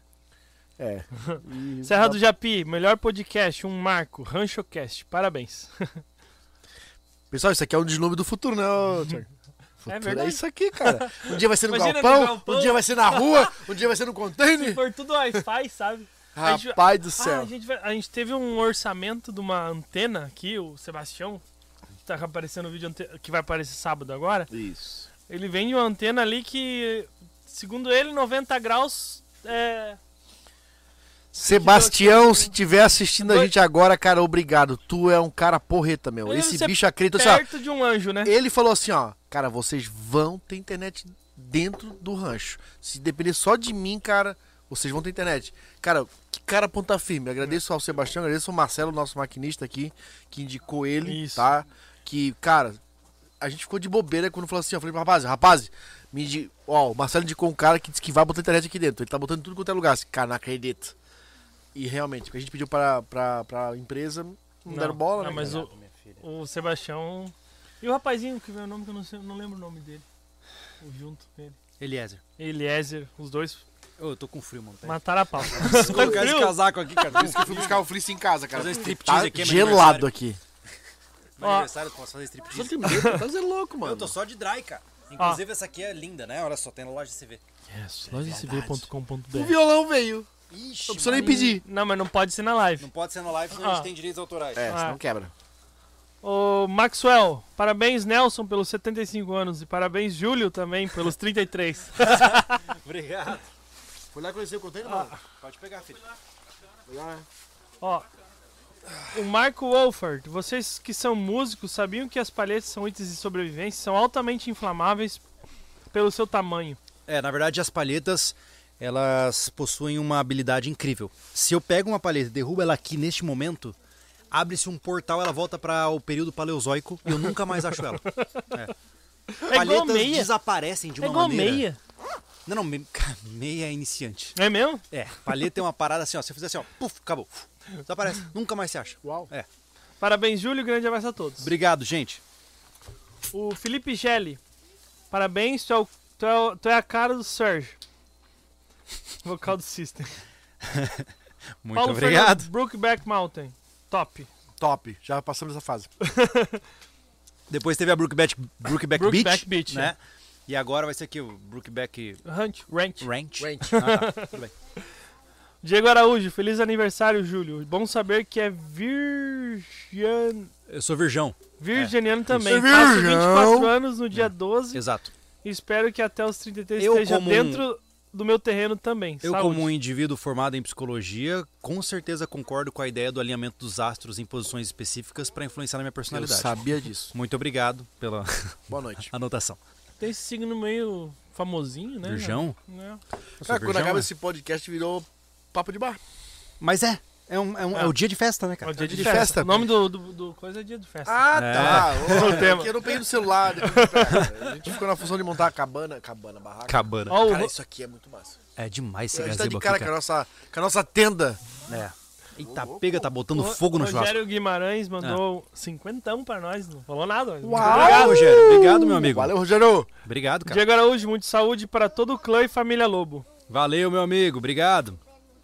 É. E- Serra do Japi, melhor podcast, um marco, RanchoCast. Parabéns. Pessoal, isso aqui é um deslumbre do futuro, né, ô, Thiago? Futuro é, verdade. isso aqui, cara. Um dia vai ser no Imagina no galpão, galpão. um dia vai ser na rua, um dia vai ser no Se container. for tudo Wi-Fi, sabe? A gente- Rapaz do Ah, céu. a, gente vai- a gente teve um orçamento de uma antena aqui, o Sebastião, que tá aparecendo no vídeo ante- que vai aparecer sábado agora. Isso. Ele vende uma antena ali que, segundo ele, noventa graus é. Sebastião, se tiver assistindo a Dois- gente agora, cara, obrigado. Tu é um cara porreta, meu. Ele Esse ser bicho acredita assim, ó. perto de um anjo, né? Ele falou assim, ó, cara, vocês vão ter internet dentro do rancho. Se depender só de mim, cara, vocês vão ter internet. Cara, que cara ponta firme. Agradeço ao Sebastião, agradeço ao Marcelo, nosso maquinista aqui, que indicou ele, Isso. tá? Que, cara, a gente ficou de bobeira quando falou assim, ó, falei pra rapaz, rapaz, me indi... ó, o Marcelo indicou um cara que disse que vai botar internet aqui dentro. Ele tá botando tudo quanto é lugar. Assim, cara, não acredito. E realmente, o que a gente pediu pra, pra, pra empresa, não, Não, deram bola, não, né? mas cara? o, o Sebastião. E o rapazinho que veio o nome que eu não, sei, não lembro o nome dele. O junto com ele. Eliezer. Eliezer, os dois Ô, eu tô com frio, mano. Peraí. mataram a pau. Preciso colocar esse frio? casaco aqui, cara. Por isso que eu fui buscar o flice em casa, cara. Fazer um striptease Tá aqui, é meu gelado aqui. No Ó. aniversário eu posso fazer Só striptease. tem medo, tá sendo louco, mano. Eu tô só de dry, cara. Inclusive essa aqui é linda, né? Olha só, tem na loja C V. Yes, loja c v ponto com ponto b O r. violão veio. Ixi, Não precisa nem Maria. pedir. Não, mas não pode ser na live. Não pode ser na live, senão a Ah. gente tem direitos autorais. É, Ah. senão quebra. Ô, Maxwell, parabéns, Nelson, pelos setenta e cinco anos. E parabéns, Júlio, também, pelos trinta e três. Obrigado. Foi lá conhecer o container, Ah. mano. Pode pegar, filho. Foi lá, né? Ó, o Marco Wolford, vocês que são músicos sabiam que as palhetas são itens de sobrevivência, são altamente inflamáveis pelo seu tamanho. É, na verdade as palhetas, elas possuem uma habilidade incrível. Se eu pego uma palheta e derrubo ela aqui neste momento, abre-se um portal, ela volta para o período paleozoico e eu nunca mais acho ela. É. É igual Palhetas meia. desaparecem de É uma igual maneira... meia. Não, não, me- cara, meia é iniciante. É mesmo? É, palheta é uma parada assim, ó. Se eu fizer assim, ó, puf, acabou. Desaparece, nunca mais se acha. Uau. É. Parabéns, Júlio, grande abraço a todos. Obrigado, gente. O Felipe Gelli, parabéns, tu é, o- tu é, o- tu é a cara do Serge. Vocal do System. Muito Paulo obrigado. Fernando, Brookback Mountain. Top. Top. Já passamos essa fase. Depois teve a Brookback, Brookback, Brookback Beach, Beach, né? E agora vai ser aqui o Brookback Hunt, Ranch. Ranch. Ranch. Ah, tá. Tudo bem. Diego Araújo, feliz aniversário, Júlio. Bom saber que é virgian... Eu sou virgão. virginiano também. Isso. Faço Virgão. vinte e quatro anos no dia doze Exato. e espero que até os trinta e três Eu, esteja como um- dentro do meu terreno também. Eu, Saúde. como um indivíduo formado em psicologia, com certeza concordo com a ideia do alinhamento dos astros em posições específicas para influenciar na minha Eu personalidade. sabia disso. Muito obrigado pela Boa noite. anotação. Tem esse signo meio famosinho, né? Virgão? Né? Eu sou Cara, quando virgão, acaba né? esse podcast, virou papo de bar. Mas é. É, um, é, um- é o dia de festa, né, É cara? o dia de, de festa. festa. O nome do, do, do coisa é dia de festa. Ah, É. tá. Ô, O tema. é que eu não peguei no celular. Cara. A gente ficou na função de montar a cabana. Cabana, barraca. Cabana. Ó, o Cara, Ro- isso aqui é muito massa. É demais esse A gente tá de gazebo cara aqui, com a cara. nossa, com a nossa tenda. É. Eita, pega, tá botando o fogo no churrasco. Rogério Guimarães mandou cinquentão pra nós. Não falou nada. mas- Uau. Obrigado, Rogério. Obrigado, meu amigo. Valeu, Rogério. Obrigado, cara. Diego Araújo, muita saúde para todo o clã e família Lobo. Valeu, meu amigo. Obrigado.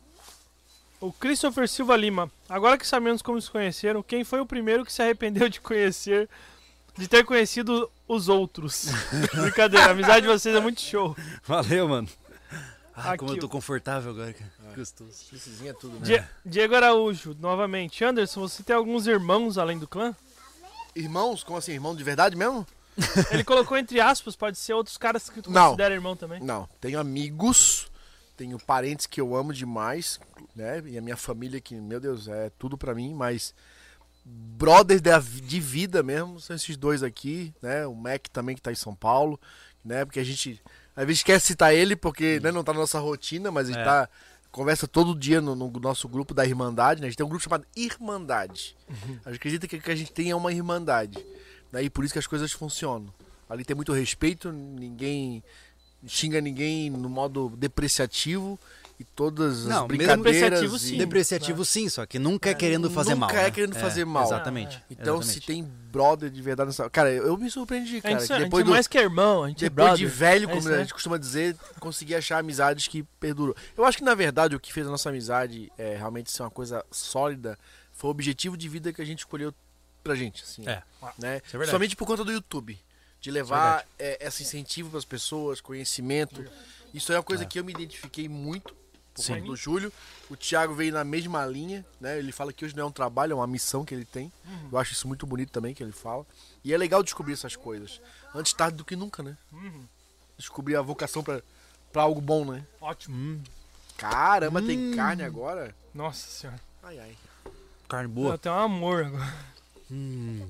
O Christopher Silva Lima. Agora que sabemos como se conheceram, quem foi o primeiro que se arrependeu de conhecer, de ter conhecido os outros? Brincadeira, a amizade de vocês é muito show. Valeu, mano. Ai, como Aqui, eu tô ó. confortável agora, cara. Gostoso. Essezinho é tudo, né? Die- Diego Araújo, novamente. Anderson, você tem alguns irmãos além do clã? Irmãos? Como assim? Irmão de verdade mesmo? Ele colocou entre aspas, pode ser outros caras que tu Não. considera irmão também. Não. Tenho amigos, tenho parentes que eu amo demais, né? E a minha família que, meu Deus, é tudo pra mim, mas brothers da- de vida mesmo são esses dois aqui, né? O Mac também que tá em São Paulo, né? Porque a gente às vezes quer citar ele porque né, não tá na nossa rotina, mas a gente É. tá conversa todo dia no, no nosso grupo da Irmandade, né? A gente tem um grupo chamado Irmandade. A gente acredita que o que a gente tem é uma irmandade, né? E por isso que as coisas funcionam. Ali tem muito respeito, ninguém xinga ninguém no modo depreciativo e todas as Não, mesmo brincadeiras. depreciativo, e- sim. Depreciativo sim, só que nunca é querendo fazer nunca mal. é né? querendo fazer mal. Exatamente. Então, exatamente. se tem brother de verdade nessa. Cara, eu me surpreendi, A cara. gente, que a gente depois é do, mais que irmão, a gente depois é de brother. velho, É como isso, a né? gente costuma dizer, consegui achar amizades que perduram. Eu acho que, na verdade, o que fez a nossa amizade é, realmente ser uma coisa sólida foi o objetivo de vida que a gente escolheu pra gente. Assim, É. né? Isso é verdade. Somente por conta do YouTube. De levar é, esse incentivo pras pessoas, conhecimento. Isso é uma coisa É. que eu me identifiquei muito por Sim. conta do Júlio. O Thiago veio na mesma linha, né? Ele fala que hoje não é um trabalho, é uma missão que ele tem. Uhum. Eu acho isso muito bonito também que ele fala. E é legal descobrir essas coisas. Antes tarde do que nunca, né? Uhum. Descobrir a vocação pra, pra algo bom, né? Ótimo. Hum, Caramba, tem carne agora? Nossa senhora. Ai, ai. carne Eu boa. tenho um amor agora. Hum.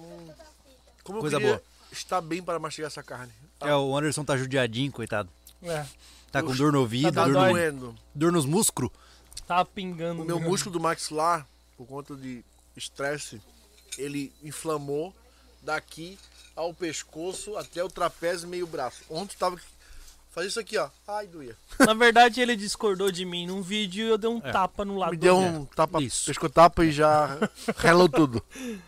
Como Coisa eu queria boa. estar bem para mastigar essa carne. É, o Anderson tá judiadinho, coitado. É, Tá com dor no ouvido, Tá dor, dói. no, doendo. dor nos músculos. tava pingando. O meu no- músculo do maxilar, por conta de estresse, ele inflamou daqui ao pescoço até o trapézio e meio braço. Ontem tava fazia isso aqui, ó. Ai, doía. Na verdade, ele discordou de mim num vídeo e eu dei um É. tapa no lado Me do deu outro. um tapa, Isso. pescotapa e já relou tudo.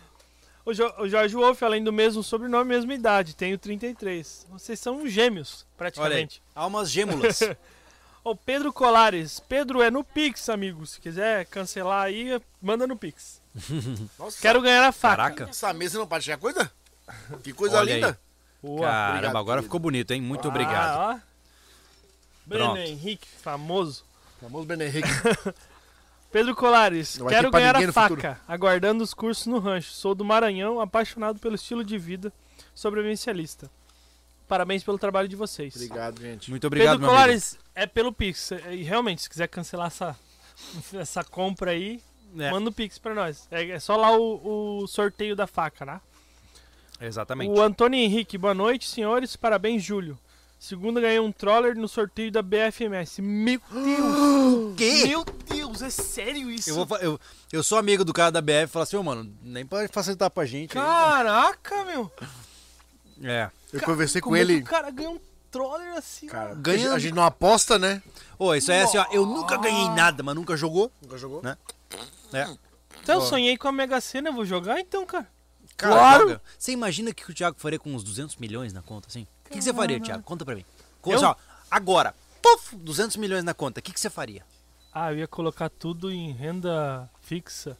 O, jo o Jorge Wolf, além do mesmo sobrenome, mesma idade, tenho trinta e três. Vocês são gêmeos, Olha aí, praticamente. almas gêmulas. Ô, Pedro Colares. Pedro, é no Pix, amigo. Se quiser cancelar aí, manda no Pix. Nossa, Quero ganhar a faca. Caraca. essa mesa não pode chegar coisa? Que coisa Olha aí. linda. Boa. Caramba, obrigado, agora querido. ficou bonito, hein? Muito obrigado. Ah, ó. Breno Pronto. Henrique, famoso. Famoso Ben Henrique. Pedro Colares, Não vai quero ter pra ganhar ninguém a no faca, futuro. aguardando os cursos no rancho. Sou do Maranhão, apaixonado pelo estilo de vida sobrevivencialista. Parabéns pelo trabalho de vocês. Obrigado, gente. Muito obrigado, Pedro meu amigo. Colares, é pelo Pix. E realmente, se quiser cancelar essa, essa compra aí, É, manda o Pix pra nós. É, é só lá o, o sorteio da faca, né? exatamente. O Antônio Henrique, boa noite, senhores. Parabéns, Júlio. Segunda, ganhei um troller no sorteio da B F M S. Meu Deus! Quê? Meu Deus, é sério isso? Eu, vou, fa- eu, eu sou amigo do cara da B F e falo assim, ô mano, nem pode facilitar pra gente. aí, Caraca, meu! É. Eu Ca- conversei com como é que ele. o cara ganha um troller assim, Cara, Ganhando. a gente não aposta, né? Ô, isso aí é assim, ó, eu nunca ganhei nada, mas nunca jogou. Nunca jogou? Né? É. Então eu Ó. sonhei com a Mega Sena, eu vou jogar então, cara. Cara, Claro. joga. Você imagina o que o Thiago faria com uns duzentos milhões na conta, assim? O que, que você faria, Thiago? Conta pra mim. Co- Eu? assim, ó, agora, puf, duzentos milhões na conta, o que, que você faria? Ah, eu ia colocar tudo em renda fixa.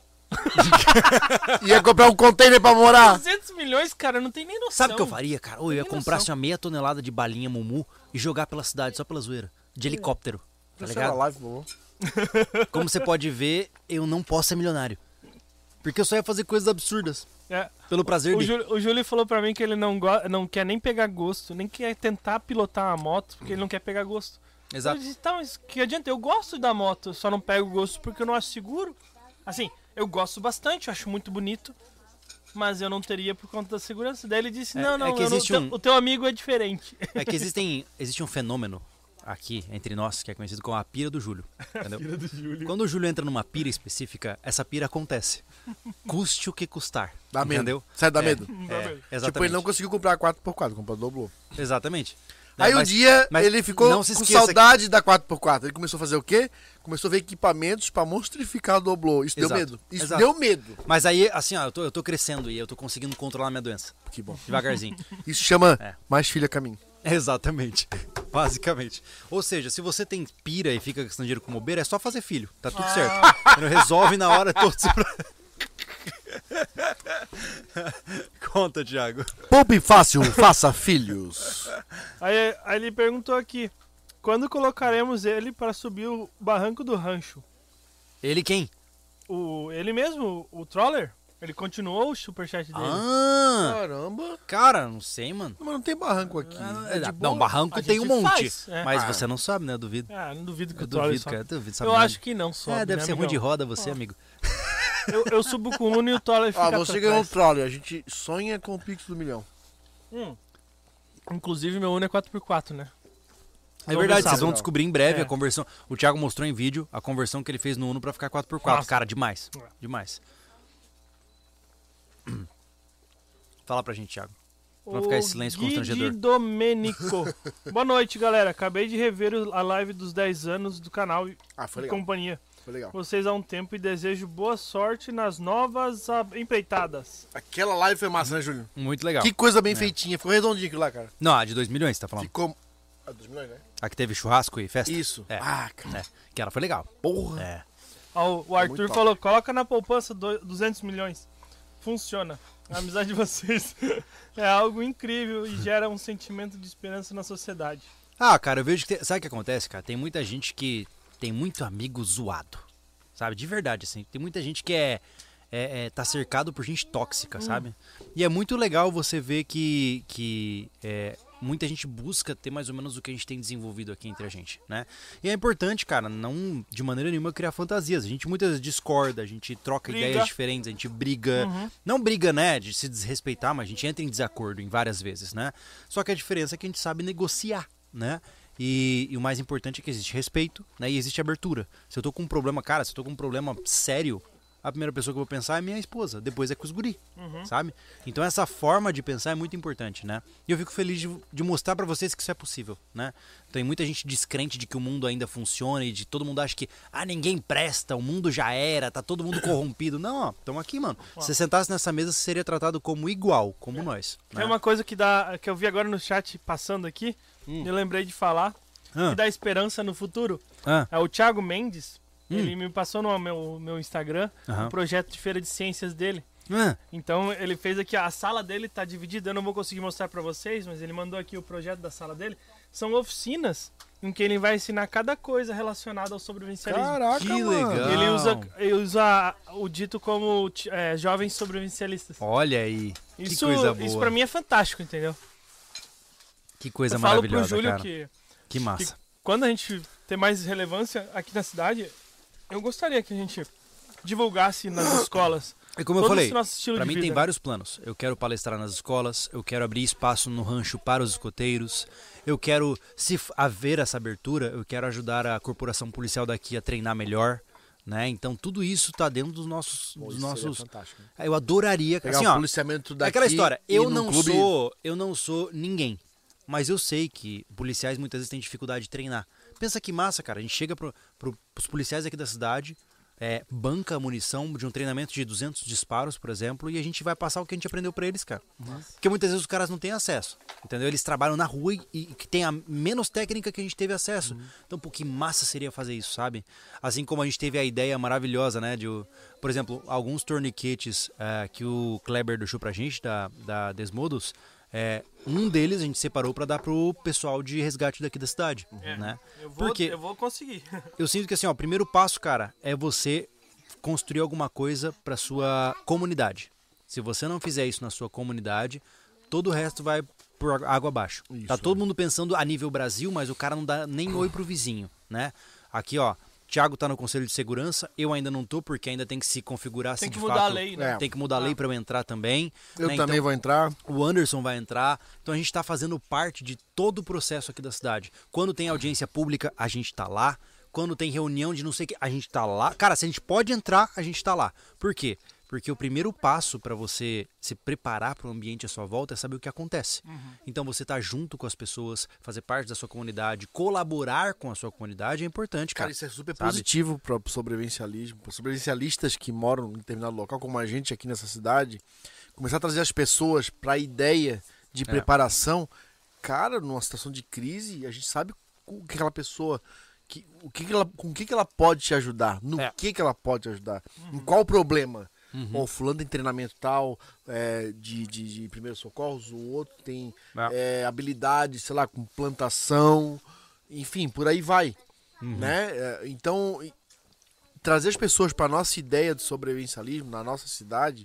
Ia comprar um container pra morar. duzentos milhões, cara, não tem nem noção. Sabe o que eu faria, cara? Ou eu ia Tem comprar noção. assim, uma meia tonelada de balinha mumu e jogar pela cidade, só pela zoeira. De helicóptero, tá Deixa na ligado? live, por favor. Como você pode ver, eu não posso ser milionário. Porque eu só ia fazer coisas absurdas. É, Pelo prazer o, de... Júlio, o Júlio falou pra mim que ele não, go- não quer nem pegar gosto, nem quer tentar pilotar uma moto, porque ele não quer pegar gosto. Exato. Eu disse, tá, mas que adianta? Eu gosto da moto, só não pego gosto porque eu não acho seguro. Assim, eu gosto bastante, eu acho muito bonito, mas eu não teria por conta da segurança. Daí ele disse, É- não, não, é que eu não- existe teu- um- o teu amigo é diferente. É que existem, existe um fenômeno aqui entre nós que é conhecido como a pira do Júlio. Entendeu? Quando o Júlio entra numa pira específica, essa pira acontece. Custe o que custar. Dá medo. Entendeu? Sério, dá É, medo. Dá É, medo. exatamente. Tipo, ele não conseguiu comprar a quatro por quatro, comprou a dobrou. Exatamente. Aí É, um mas- dia mas ele ficou não com se esqueça saudade da quatro por quatro. Ele começou a fazer o quê? Começou a ver equipamentos pra monstrificar o doblô. Isso Exato. deu medo. Isso Exato. deu medo. Mas aí, assim, ó, eu tô, eu tô crescendo e eu tô conseguindo controlar a minha doença. Que bom. Devagarzinho. Isso chama É. mais filha caminho. Exatamente. Basicamente. Ou seja, se você tem pira e fica gastando dinheiro com bobeira, é só fazer filho. Tá tudo certo. Não resolve na hora todo. Conta, Thiago. Poupe fácil, faça filhos. Aí, aí ele perguntou aqui, quando colocaremos ele para subir o barranco do rancho? Ele quem? O, ele mesmo, o Troller, ele continuou o superchat dele. Ah, Caramba. cara, não sei, mano. Mas não tem barranco aqui. É de não, boa. barranco A tem um gente monte. faz, é. Mas Ah. você não sabe, né? Eu duvido. Ah, não duvido que Eu o Troller duvido, sobe. cara. Eu duvido, sabe Eu nada. acho que não sobe, É, deve né, ser ruim de amigão? roda você, amigo. Eu, eu subo com o Uno e o Troller fica Ah, você pra ganhou um trás. trolley. A gente sonha com o Pix do milhão. Hum. Inclusive, meu Uno é quatro por quatro, né? É Vamos verdade, ver vocês sábado. vão descobrir em breve É. a conversão. O Thiago mostrou em vídeo a conversão que ele fez no Uno pra ficar quatro por quatro. Nossa. Cara, demais. É. Demais. Fala pra gente, Thiago. Pra não ficar esse silêncio constrangedor. Guide Domênico. Boa noite, galera. Acabei de rever o- a live dos dez anos do canal e Ah, foi e legal. companhia. Foi legal. Vocês há um tempo e desejo boa sorte nas novas ah, empreitadas. Aquela live foi massa, né, Júlio? Muito legal. Que coisa bem feitinha. Ficou redondinho aquilo lá, cara. Não, a de dois milhões, você tá falando. Ficou... Ah, dois milhões, né? A que teve churrasco e festa? Isso. É. Ah, cara. É, que ela foi legal. Porra. É. Ó, o Arthur muito top. falou, coloca na poupança do- duzentos milhões. Funciona. A amizade de vocês é algo incrível e gera um sentimento de esperança na sociedade. Ah, cara, eu vejo que... Tem... Sabe o que acontece, cara? Tem muita gente que tem muito amigo zoado. Sabe? De verdade, assim. Tem muita gente que é... é, é tá cercado por gente tóxica, sabe? E é muito legal você ver que... que é, muita gente busca ter mais ou menos o que a gente tem desenvolvido aqui entre a gente, né? E é importante, cara, não de maneira nenhuma criar fantasias. A gente muitas vezes discorda, a gente troca Briga. ideias diferentes, a gente briga. Uhum. Não briga, né, de se desrespeitar, mas a gente entra em desacordo em várias vezes, né? Só que a diferença é que a gente sabe negociar, né? E, e o mais importante é que existe respeito, né? E existe abertura. Se eu tô com um problema, cara, se eu tô com um problema sério, a primeira pessoa que eu vou pensar é minha esposa, depois é com os guri, Uhum. sabe? Então essa forma de pensar é muito importante, né? E eu fico feliz de, de mostrar pra vocês que isso é possível, né? Tem muita gente descrente de que o mundo ainda funciona e de todo mundo acha que, ah, ninguém presta, o mundo já era, tá todo mundo corrompido. Não, ó, tamo aqui, mano. Se você sentasse nessa mesa, você seria tratado como igual, como nós. É Né? uma coisa que, dá, que eu vi agora no chat passando aqui, Hum. eu lembrei de falar. Ah. que dá esperança no futuro. Ah. É o Thiago Mendes. Hum. Ele me passou no meu, meu Instagram Aham. um projeto de feira de ciências dele. Ah. Então ele fez aqui, a sala dele tá dividida, eu não vou conseguir mostrar pra vocês, mas ele mandou aqui o projeto da sala dele. São oficinas em que ele vai ensinar cada coisa relacionada ao sobrevivencialismo. Caraca, Que mano. legal. Ele usa, ele usa o dito como é, jovens sobrevivencialistas. Olha aí. Isso, que coisa boa. isso pra mim é fantástico, entendeu? Que coisa eu falo maravilhosa, pro Júlio cara. que, Que massa. que quando a gente ter mais relevância aqui na cidade, eu gostaria que a gente divulgasse nas escolas. E como eu todo falei, esse nosso estilo pra de mim vida. tem vários planos. Eu quero palestrar nas escolas, eu quero abrir espaço no rancho para os escoteiros, eu quero, se f- haver essa abertura, eu quero ajudar a corporação policial daqui a treinar melhor, né? Então tudo isso tá dentro dos nossos... Pô, dos isso seria nossos... fantástico, né? Eu adoraria... Pegar assim, um ó, policiamento é daqui aquela história, e eu num não clube- sou eu não sou ninguém, mas eu sei que policiais muitas vezes têm dificuldade de treinar. Pensa que massa, cara, a gente chega pro, pro, pros policiais aqui da cidade, é, banca a munição de um treinamento de duzentos disparos, por exemplo, e a gente vai passar o que a gente aprendeu pra eles, cara. Porque muitas vezes os caras não têm acesso, entendeu? Eles trabalham na rua e, e que tem a menos técnica que a gente teve acesso. Uhum. Então, pô, que massa seria fazer isso, sabe? Assim como a gente teve a ideia maravilhosa, né, de, o- por exemplo, alguns torniquetes eh, que o Kleber deixou pra gente, da, da Desmodos, é, um deles a gente separou pra dar pro pessoal de resgate daqui da cidade, É, né? eu, vou, Porque eu vou conseguir. eu sinto que assim, ó, o primeiro passo, cara, é você construir alguma coisa pra sua comunidade. Se você não fizer isso na sua comunidade, todo o resto vai por água abaixo. Isso, Tá todo é. mundo pensando a nível Brasil, mas o cara não dá nem oi pro vizinho, né? Aqui, ó, Thiago tá no Conselho de Segurança, eu ainda não tô, porque ainda tem que se configurar Tem se que de mudar fato, a lei, né? É. Tem que mudar a lei Ah. pra eu entrar também. Eu né? também Então, vou entrar. o Anderson vai entrar. Então a gente está fazendo parte de todo o processo aqui da cidade. Quando tem audiência pública, a gente tá lá. Quando tem reunião de não sei o que, a gente tá lá. Cara, se a gente pode entrar, a gente tá lá. Por quê? Porque o primeiro passo para você se preparar para o ambiente à sua volta é saber o que acontece. Então você tá junto com as pessoas, fazer parte da sua comunidade, colaborar com a sua comunidade é importante, Cara, cara. isso é super sabe? positivo para o sobrevivencialismo. Para sobrevivencialistas que moram em determinado local, como a gente aqui nessa cidade, começar a trazer as pessoas para a ideia de preparação. Cara, numa situação de crise, a gente sabe o que aquela pessoa, que, o que que ela, com o que, que ela pode te ajudar, no É. que, que ela pode te ajudar, em qual problema. Uhum. Ó, o fulano tem treinamento tal, é, de, de, de primeiros socorros, o outro tem É. é, habilidade, sei lá, com plantação, enfim, por aí vai. Uhum. Né? É, então, e- trazer as pessoas para nossa ideia de sobrevivencialismo na nossa cidade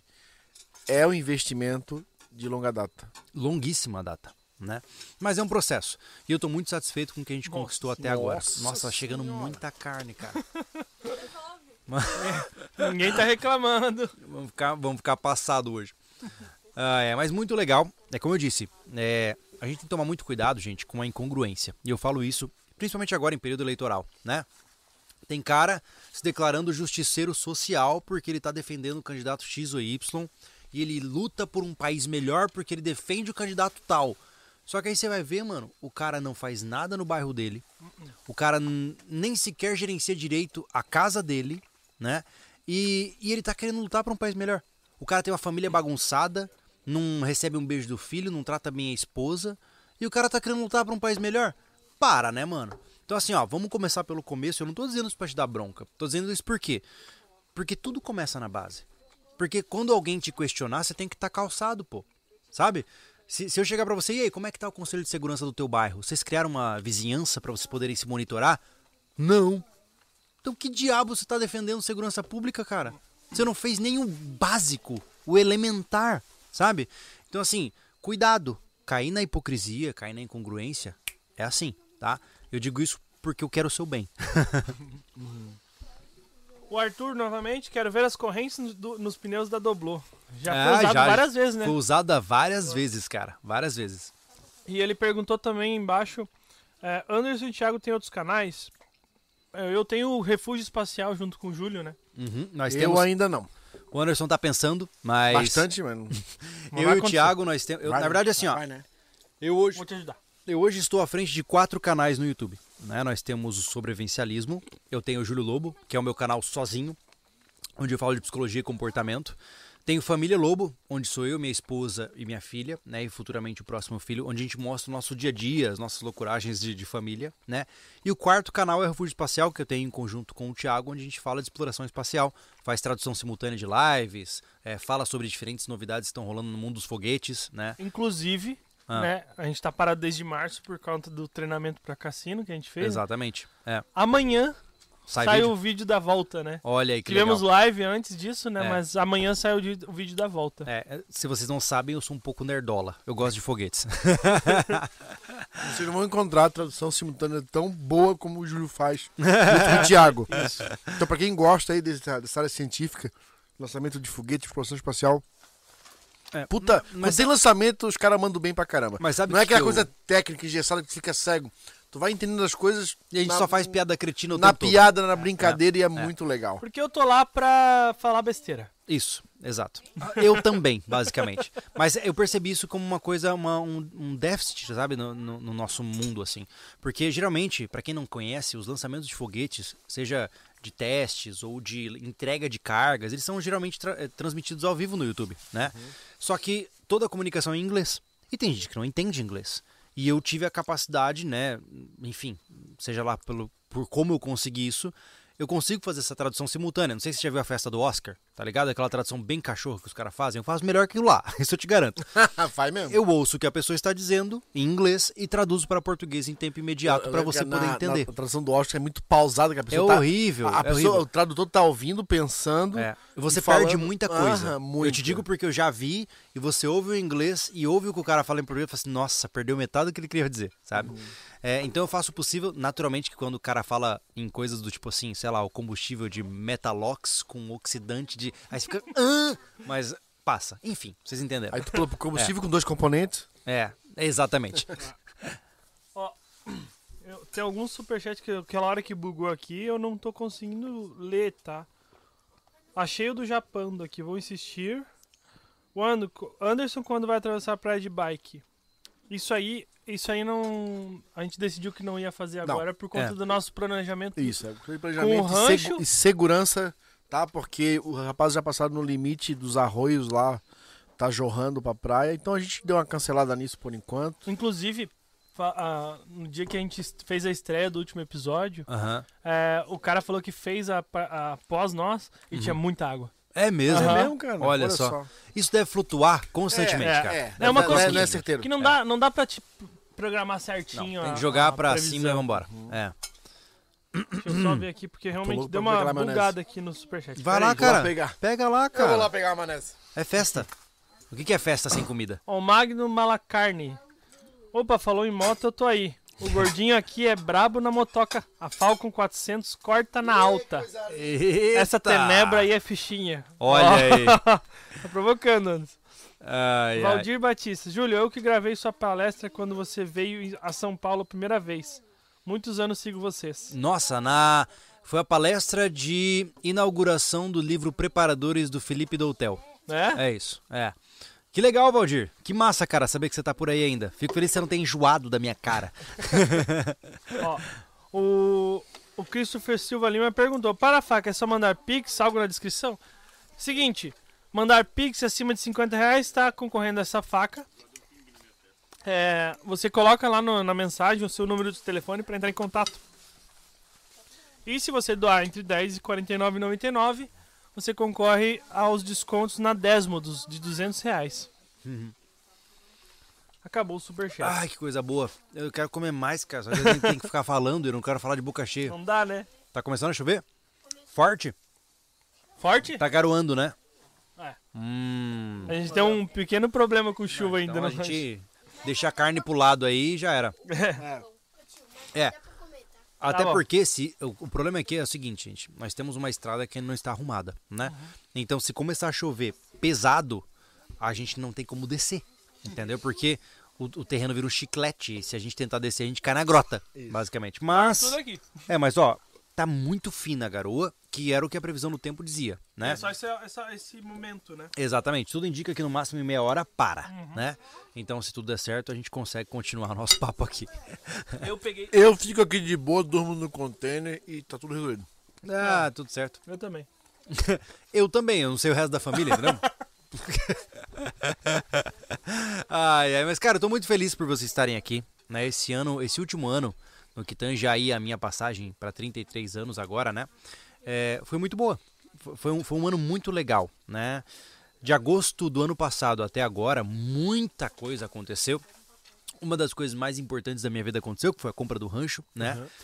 é um investimento de longa data. Longuíssima data, né? Mas é um processo. E eu tô muito satisfeito com o que a gente Nossa, conquistou até agora. nossa Nossa, tá chegando senhora. muita carne, cara. Ninguém tá reclamando. Vamos ficar, vamos ficar passado hoje. Ah, é, mas muito legal. É como eu disse, é, a gente tem que tomar muito cuidado, gente, com a incongruência. E eu falo isso principalmente agora em período eleitoral, né? Tem cara se declarando justiceiro social porque ele tá defendendo o candidato X ou Y e ele luta por um país melhor porque ele defende o candidato tal. Só que aí você vai ver, mano, o cara não faz nada no bairro dele, o cara n- nem sequer gerencia direito a casa dele, né? E, e ele tá querendo lutar por um país melhor. O cara tem uma família bagunçada, não recebe um beijo do filho, não trata bem a esposa, e o cara tá querendo lutar por um país melhor. Para, né, mano? Então assim, ó, vamos começar pelo começo. Eu não tô dizendo isso pra te dar bronca. Tô dizendo isso por quê? Porque tudo começa na base. Porque quando alguém te questionar, você tem que estar calçado, pô. Sabe? Se, se eu chegar pra você, e aí, como é que tá o conselho de segurança do teu bairro? Vocês criaram uma vizinhança pra vocês poderem se monitorar? Não. Então que diabo você tá defendendo segurança pública, cara? Você não fez nem o básico, o elementar, sabe? Então assim, cuidado. Cair na hipocrisia, cair na incongruência, é assim, tá? Eu digo isso porque eu quero o seu bem. O Arthur, novamente, quero ver as correntes no- do- nos pneus da Doblô. Já Ah, foi usado já- várias vezes, né? Foi usada várias vezes, cara. Várias vezes. E ele perguntou também embaixo, é, Anderson e Thiago tem outros canais? É, Eu tenho o Refúgio Espacial junto com o Júlio, né? Uhum, nós Eu temos... ainda não. O Anderson tá pensando, mas... Bastante, mano. Mas Eu vai e o acontecer. Thiago, nós temos... eu- Vai, na verdade, assim, ó. vai, né? Eu hoje, Vou te ajudar. eu hoje estou à frente de quatro canais no YouTube. Né? Nós temos o Sobrevivencialismo. Eu tenho o Júlio Lobo, que é o meu canal sozinho. onde eu falo de psicologia e comportamento. Tenho Família Lobo, onde sou eu, minha esposa e minha filha, né? E futuramente o próximo filho, onde a gente mostra o nosso dia a dia, as nossas loucuragens de, de família, né? E o quarto canal é Refúgio Espacial, que eu tenho em conjunto com o Thiago, onde a gente fala de exploração espacial, faz tradução simultânea de lives, é, fala sobre diferentes novidades que estão rolando no mundo dos foguetes, né? Inclusive, Ah. né, a gente tá parado desde março por conta do treinamento pra cassino que a gente fez. Exatamente. É. Amanhã Sai, sai vídeo? o vídeo da volta, né? Olha aí que Tivemos legal. live antes disso, né? É. Mas amanhã sai o, di- o vídeo da volta. É, se vocês não sabem, eu sou um pouco nerdola. Eu gosto de foguetes. Vocês não vão encontrar a tradução simultânea tão boa como o Júlio faz. E o Thiago. Então, pra quem gosta aí dessa, dessa área científica, lançamento de foguete, exploração espacial. É, Puta, mas- mas tem lançamento, os caras mandam bem pra caramba. Mas sabe não é que aquela eu- coisa técnica, engessada que fica cego. Tu vai entendendo as coisas E a gente na- só faz piada cretina o na tempo todo. piada, na brincadeira e é, muito legal. Porque eu tô lá pra falar besteira. Isso, exato. Eu também, basicamente. Mas eu percebi isso como uma coisa, uma, um, um déficit, sabe, no, no- no nosso mundo, assim. Porque, geralmente, pra quem não conhece, os lançamentos de foguetes, seja de testes ou de entrega de cargas, eles são geralmente tra- eh, transmitidos ao vivo no YouTube, né? Só que toda a comunicação é em inglês. E tem gente que não entende inglês. E eu tive a capacidade, né, enfim, seja lá pelo, por como eu consegui isso, eu consigo fazer essa tradução simultânea. Não sei se você já viu a festa do Oscar, tá ligado? Aquela tradução bem cachorro que os caras fazem. Eu faço melhor que aquilo lá, isso eu te garanto. Faz mesmo. Eu ouço o que a pessoa está dizendo em inglês e traduzo para português em tempo imediato para você Na- poder entender. Na tradução do Oscar é muito pausada, que a É pessoa tá... horrível, A, a é pessoa, horrível. o tradutor tá ouvindo, pensando. É. Você e perde falando- muita coisa. Aham, Eu muito. te digo porque eu já vi e você ouve o inglês e ouve o que o cara fala em português e fala assim, nossa, perdeu metade do que ele queria dizer, sabe? Uhum. É, então eu faço o possível, naturalmente que quando o cara fala em coisas do tipo assim, sei lá, o combustível de Metalox com oxidante de... Aí você fica... "Ah", mas passa. Enfim, vocês entenderam. Aí tu pula pro combustível com dois componentes. É, exatamente. Ó, eu- tem alguns superchats que aquela hora que bugou aqui eu não tô conseguindo ler, tá? Achei o do Japão aqui, vou insistir. O Ando- Anderson quando vai atravessar a praia de bike. Isso aí, isso aí não... A gente decidiu que não ia fazer Não, agora por conta é. do nosso planejamento. Isso, é questão de planejamento Com o e segu- rancho- e segurança, tá? Porque o rapaz já passaram no limite dos arroios lá, tá jorrando pra praia. Então a gente deu uma cancelada nisso por enquanto. Inclusive, fa- ah, no dia que a gente est- fez a estreia do último episódio, Aham. é, o cara falou que fez a, pa- a pós nós e tinha muita água. É mesmo? Aham. É mesmo, cara? Olha só. Isso deve flutuar constantemente, É, cara. É, É uma não coisa é, que- não é certeiro. Que não dá, não dá pra te programar certinho. Tem a- que jogar a pra previsão. cima e vambora. É. Deixa eu só ver aqui, porque realmente louco deu pra pegar uma a maionese. bugada aqui no superchat. Vai Pera lá, aí. cara. lá pegar. Pega lá, Eu vou lá cara. pegar a manese. É festa. O que que é festa sem comida? Ó, o Magno Malacarne. Opa, falou em moto, eu tô aí. O gordinho aqui é brabo na motoca. A Falcon quatrocentos corta na alta. Essa tenebra aí é fichinha. Olha Ó, aí. Tá provocando, Anderson. Ai, ai. Valdir Batista. Júlio, eu que gravei sua palestra quando você veio a São Paulo a primeira vez. Muitos anos sigo vocês. Nossa, na... foi a palestra de inauguração do livro Preparadores do Felipe Doutel. É? É isso, é. Que legal, Valdir. Que massa, cara, saber que você tá por aí ainda. Fico feliz que você não tem enjoado da minha cara. Ó, o, o Christopher Silva Lima perguntou: para a faca é só mandar Pix, algo na descrição? Seguinte, mandar Pix acima de cinquenta reais está concorrendo a essa faca. É, você coloca lá no- na mensagem o seu número de telefone para entrar em contato. E se você doar entre dez e quarenta e nove reais e noventa e nove centavos, você concorre aos descontos na Desmodos de duzentos reais. Acabou o superchat. Ai, que coisa boa. Eu quero comer mais, cara. Só que a gente tem que ficar falando e eu não quero falar de boca cheia. Não dá, né? Tá começando a chover? Forte? Forte? Tá garoando, né? É. Hum. A gente tem um pequeno problema com chuva ainda. Então a no gente deixa a carne pro lado aí e já era. É. Até bom. porque se o, o problema aqui é o seguinte, gente. Nós temos uma estrada que não está arrumada, né? Então se começar a chover pesado, a gente não tem como descer, entendeu? Porque o, o terreno vira um chiclete e se a gente tentar descer, a gente cai na grota, basicamente. Mas Tudo aqui. é, mas ó, tá muito fina a garoa, que era o que a previsão do tempo dizia, né? É só esse, essa- esse momento, né? Exatamente, tudo indica que no máximo em meia hora para, né? Então se tudo der certo, a gente consegue continuar o nosso papo aqui. Eu peguei. Eu fico aqui de boa, durmo no container e tá tudo resolvido. Ah, tudo certo. Eu também. Eu também, eu não sei o resto da família, entendeu? Ai, ai, mas cara, eu tô muito feliz por vocês estarem aqui, né? Esse ano, esse último ano, no que tange aí a minha passagem para trinta e três anos agora, né? É, foi muito boa. Foi um, foi um ano muito legal, né? De agosto do ano passado até agora, muita coisa aconteceu. Uma das coisas mais importantes da minha vida aconteceu, que foi a compra do rancho, né? Uhum.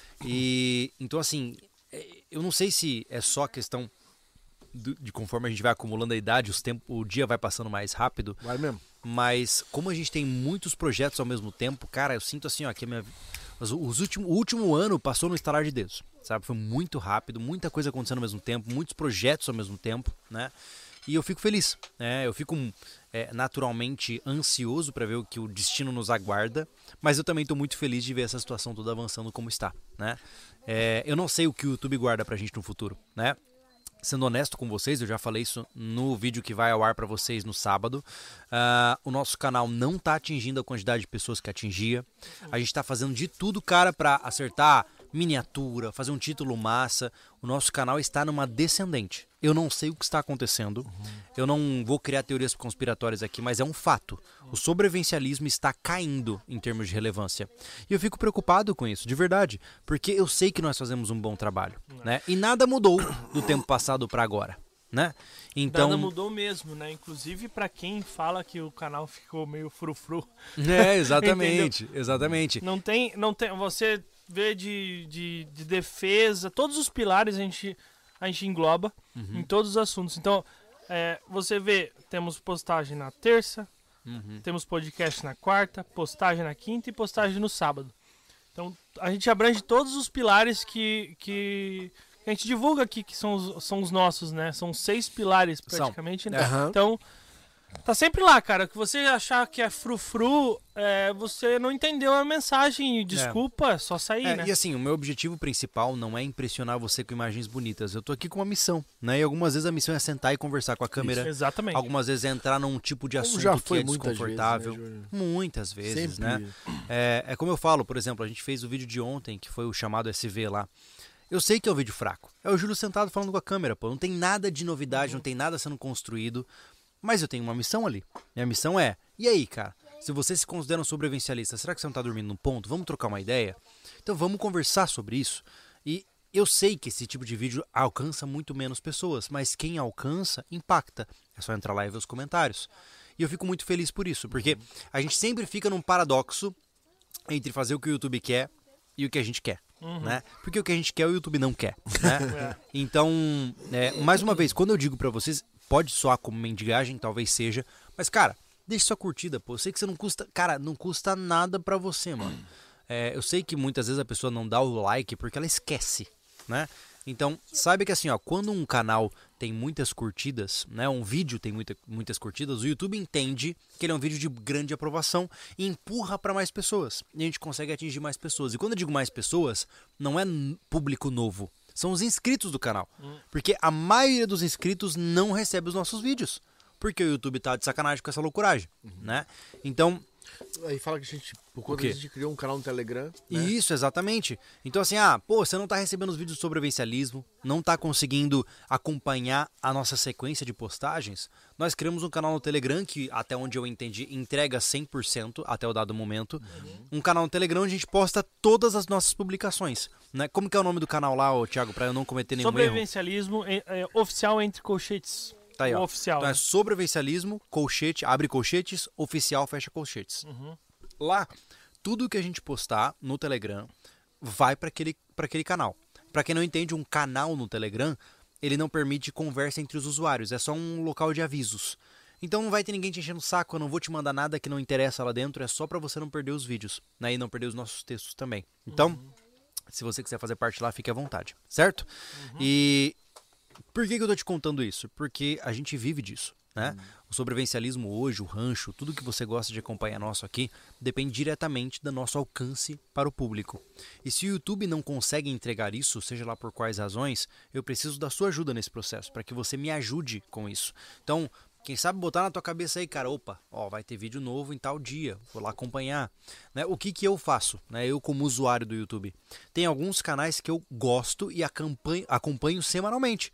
E então assim, eu não sei se é só questão de, de conforme a gente vai acumulando a idade, os tempos, o dia vai passando mais rápido. Vai mesmo. Mas como a gente tem muitos projetos ao mesmo tempo, cara, eu sinto assim, ó, que a minha, os, os último, o último ano passou no estalar de dedos, sabe? Foi muito rápido, muita coisa acontecendo ao mesmo tempo, muitos projetos ao mesmo tempo, né? E eu fico feliz, né? Eu fico é, naturalmente ansioso para ver o que o destino nos aguarda, mas eu também estou muito feliz de ver essa situação toda avançando como está, né? É, eu não sei o que o YouTube guarda pra gente no futuro, né? Sendo honesto com vocês, eu já falei isso no vídeo que vai ao ar para vocês no sábado. Uh, o nosso canal não está atingindo a quantidade de pessoas que atingia. A gente está fazendo de tudo, cara, para acertar miniatura, fazer um título massa. O nosso canal está numa descendente. Eu não sei o que está acontecendo. Uhum. Eu não vou criar teorias conspiratórias aqui, mas é um fato. O sobrevivencialismo está caindo em termos de relevância. E eu fico preocupado com isso, de verdade. Porque eu sei que nós fazemos um bom trabalho, né? E nada mudou do tempo passado para agora, né? Então... Nada mudou mesmo, né? Inclusive para quem fala que o canal ficou meio frufru. É, exatamente. exatamente. Não tem, não tem... Você vê de, de, de defesa, todos os pilares a gente... a gente engloba uhum. em todos os assuntos. Então, é, você vê, temos postagem na terça, uhum. temos podcast na quarta, postagem na quinta e postagem no sábado. Então, a gente abrange todos os pilares que, que, que a gente divulga aqui, que são os, são os nossos, né? São seis pilares, praticamente. Né? Uhum. Então, tá sempre lá, cara. Que você achar que é frufru, é, você não entendeu a mensagem. Desculpa, é só sair, é, né? E assim, o meu objetivo principal não é impressionar você com imagens bonitas. Eu tô aqui com uma missão, né? E algumas vezes a missão é sentar e conversar com a câmera. Isso, exatamente. Algumas vezes é entrar num tipo de assunto já foi que é desconfortável. Vezes, né, muitas vezes, Sempre. né? É, é como eu falo, por exemplo, a gente fez o vídeo de ontem, que foi o chamado S V lá. Eu sei que é um vídeo fraco. É o Júlio sentado falando com a câmera, pô. Não tem nada de novidade, uhum. não tem nada sendo construído. Mas eu tenho uma missão ali. Minha missão é, e aí, cara? Se você se considera um sobrevivencialista, será que você não tá dormindo no ponto? Vamos trocar uma ideia? Então vamos conversar sobre isso. E eu sei que esse tipo de vídeo alcança muito menos pessoas, mas quem alcança, impacta. É só entrar lá e ver os comentários. E eu fico muito feliz por isso, porque a gente sempre fica num paradoxo entre fazer o que o YouTube quer e o que a gente quer. Uhum. Né? Porque o que a gente quer, o YouTube não quer. Né? é. Então, é, mais uma vez, quando eu digo pra vocês... Pode soar como mendigagem, talvez seja. Mas, cara, deixa sua curtida, pô. Eu sei que você não custa... Cara, não custa nada pra você, mano. É, eu sei que muitas vezes a pessoa não dá o like porque ela esquece, né? Então, saiba que assim, ó, quando um canal tem muitas curtidas, né? Um vídeo tem muita, muitas curtidas, o YouTube entende que ele é um vídeo de grande aprovação e empurra pra mais pessoas. E a gente consegue atingir mais pessoas. E quando eu digo mais pessoas, não é público novo. São os inscritos do canal. Hum. Porque a maioria dos inscritos não recebe os nossos vídeos. Porque o YouTube tá de sacanagem com essa loucuragem, uhum. né? Então... Aí fala que a gente, por conta disso, a gente criou um canal no Telegram. Né? Isso, exatamente. Então assim, ah, pô, você não tá recebendo os vídeos de sobrevivencialismo, não tá conseguindo acompanhar a nossa sequência de postagens. Nós criamos um canal no Telegram que, até onde eu entendi, entrega cem por cento até o dado momento. Uhum. Um canal no Telegram onde a gente posta todas as nossas publicações. Né? Como que é o nome do canal lá, ô, Thiago, pra eu não cometer nenhum erro? Sobrevivencialismo é, é, oficial entre colchetes. Tá aí, ó. Oficial. Então né? é sobrevivencialismo, colchete, abre colchetes, oficial, fecha colchetes. Uhum. Lá, tudo que a gente postar no Telegram vai para aquele, para aquele canal. Para quem não entende, um canal no Telegram, ele não permite conversa entre os usuários, é só um local de avisos. Então não vai ter ninguém te enchendo o saco, eu não vou te mandar nada que não interessa lá dentro, é só para você não perder os vídeos, né? E não perder os nossos textos também. Então, uhum. se você quiser fazer parte lá, fique à vontade, certo? Uhum. E... Por que, que eu tô te contando isso? Porque a gente vive disso, né? Hum. O sobrevivencialismo hoje, o rancho, tudo que você gosta de acompanhar nosso aqui, depende diretamente do nosso alcance para o público. E se o YouTube não consegue entregar isso, seja lá por quais razões, eu preciso da sua ajuda nesse processo, para que você me ajude com isso. Então, quem sabe botar na tua cabeça aí, cara, opa, ó, vai ter vídeo novo em tal dia, vou lá acompanhar. Né? O que que eu faço, né? Eu como usuário do YouTube? Tem alguns canais que eu gosto e acompanho, acompanho semanalmente.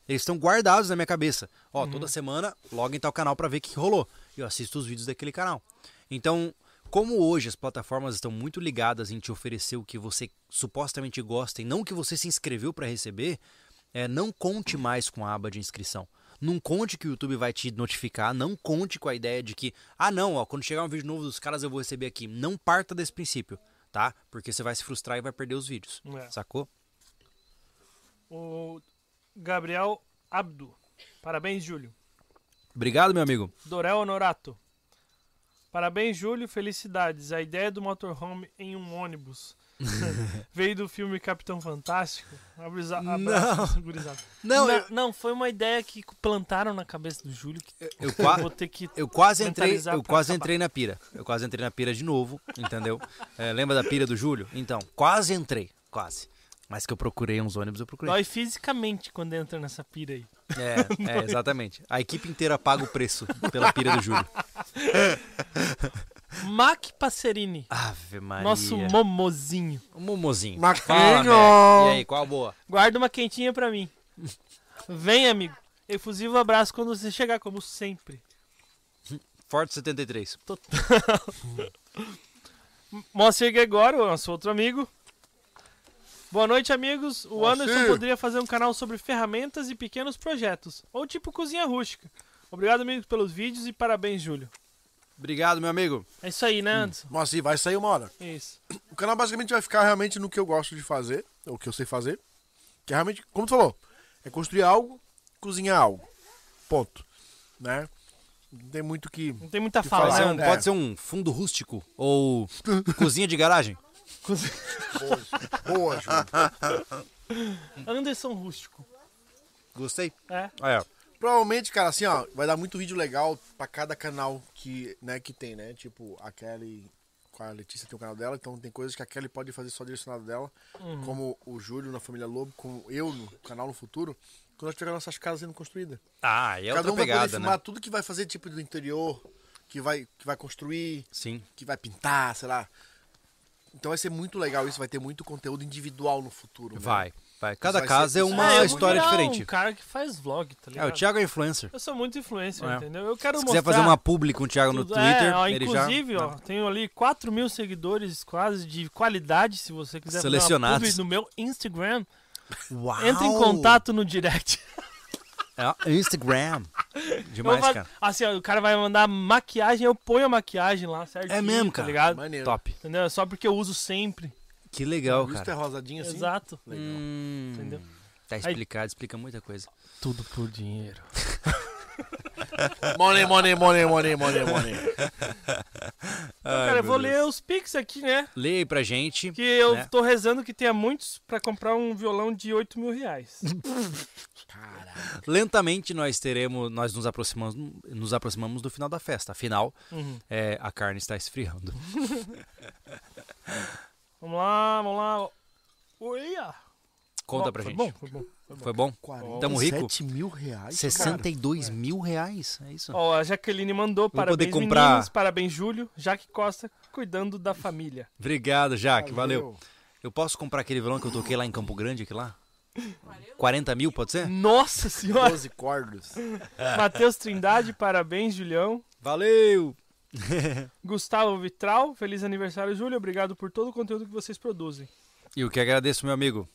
Eles estão guardados na minha cabeça. Ó, uhum. toda semana, logo em tal canal pra ver o que rolou. E eu assisto os vídeos daquele canal. Então, como hoje as plataformas estão muito ligadas em te oferecer o que você supostamente gosta e não o que você se inscreveu pra receber, é, não conte mais com a aba de inscrição. Não conte que o YouTube vai te notificar, não conte com a ideia de que, ah não, ó, quando chegar um vídeo novo dos caras eu vou receber aqui. Não parta desse princípio, tá? Porque você vai se frustrar e vai perder os vídeos, é. Sacou? O Gabriel Abdo. Parabéns, Júlio. Obrigado, meu amigo. Dorel Honorato. Parabéns, Júlio. Felicidades. A ideia do motorhome em um ônibus veio do filme Capitão Fantástico. Abraço, abraço, gurizada. Não, não, eu... não, foi uma ideia que plantaram na cabeça do Júlio. Que eu, eu, qua... vou ter que eu quase entrei, eu quase entrei na pira. Eu quase entrei na pira de novo, entendeu? É, lembra da pira do Júlio? Então, quase entrei, quase. Mas que eu procurei uns ônibus, eu procurei. Dói fisicamente quando entra nessa pira aí. É, é, exatamente. A equipe inteira paga o preço pela pira do Júlio. Mac Passerini. Ave Maria. Nosso momozinho. O momozinho. Maquinho. E aí, qual a boa? Guarda uma quentinha pra mim. Vem, amigo. Efusivo abraço quando você chegar, como sempre. Forte setenta e três. Total. Moacir Gregório, nosso outro amigo. Boa noite, amigos. O Moacir. Anderson poderia fazer um canal sobre ferramentas e pequenos projetos. Ou tipo cozinha rústica. Obrigado, amigos, pelos vídeos e parabéns, Júlio. Obrigado, meu amigo. É isso aí, né, Anderson? Mas assim, vai sair uma hora. Isso. O canal basicamente vai ficar realmente no que eu gosto de fazer, ou o que eu sei fazer. Que é realmente, como tu falou, é construir algo, cozinhar algo. Ponto. Né? Não tem muito que. Não tem muita que fala, Pode, né, ser um, Anderson? pode ser um fundo rústico ou cozinha de garagem. Boa, Júlio. Anderson Rústico. Gostei. É. Olha, Provavelmente, cara, assim, ó, vai dar muito vídeo legal pra cada canal que, né, que tem, né? Tipo, a Kelly com a Letícia tem o canal dela, então tem coisas que a Kelly pode fazer só direcionado dela, Uhum. como o Júlio na Família Lobo, como eu no canal no futuro, quando nós tiver nossas casas sendo construídas. ah, e é Cada outra um vai poder pegada, filmar né? tudo que vai fazer, tipo, do interior, que vai, que vai construir, Sim. que vai pintar, sei lá. Então vai ser muito legal isso, vai ter muito conteúdo individual no futuro. né? Vai, vai. Cada vai casa ser- é isso uma É, eu vou história virar diferente. um cara que faz vlog, tá É, ligado? o Thiago é influencer. Eu sou muito influencer, É. entendeu? Eu quero Se mostrar... quiser fazer uma publi com o Thiago no tudo. Twitter, É, ó, ele já... inclusive, ó, tenho ali quatro mil seguidores quase de qualidade, se você quiser fazer uma Selecionados. publi no meu Instagram. Uau! Entre em contato no direct. É, Instagram. Eu Demais, vou- cara. Assim, ó, o cara vai mandar maquiagem, eu ponho a maquiagem lá, certinho, É mesmo, tá cara? ligado? Maneiro. Top. Entendeu? É só porque eu uso sempre. Que legal, Isso é cara. rosadinho assim? Exato. Legal. Hum, Entendeu? Tá explicado, explica muita coisa. Tudo por dinheiro. Money, money, money, money, money, money. Cara, eu vou ler os pics aqui, né? Leia aí pra gente. Que eu né? tô rezando que tenha muitos pra comprar um violão de oito mil reais. Lentamente nós teremos, nós nos aproximamos, nos aproximamos do final da festa. Afinal, Uhum. é, a carne está esfriando. Vamos lá, vamos lá. Oia! Conta Bom, pra foi gente. Bom, foi bom, foi bom. Foi bom? quarenta e Tamo rico? sete mil reais, sessenta e dois mil reais, é isso? Ó, a Jaqueline mandou Vou poder parabéns, comprar- meninos, parabéns, Júlio. Jaque Costa, cuidando da família. Obrigado, Jaque, cara. valeu. Eu posso comprar aquele violão que eu toquei lá em Campo Grande, aquele lá? quarenta mil, pode ser? Nossa senhora! doze cordas. Matheus Trindade, parabéns, Julião. Valeu! Gustavo Vitral, feliz aniversário, Júlio. Obrigado por todo o conteúdo que vocês produzem. E eu que agradeço, meu amigo.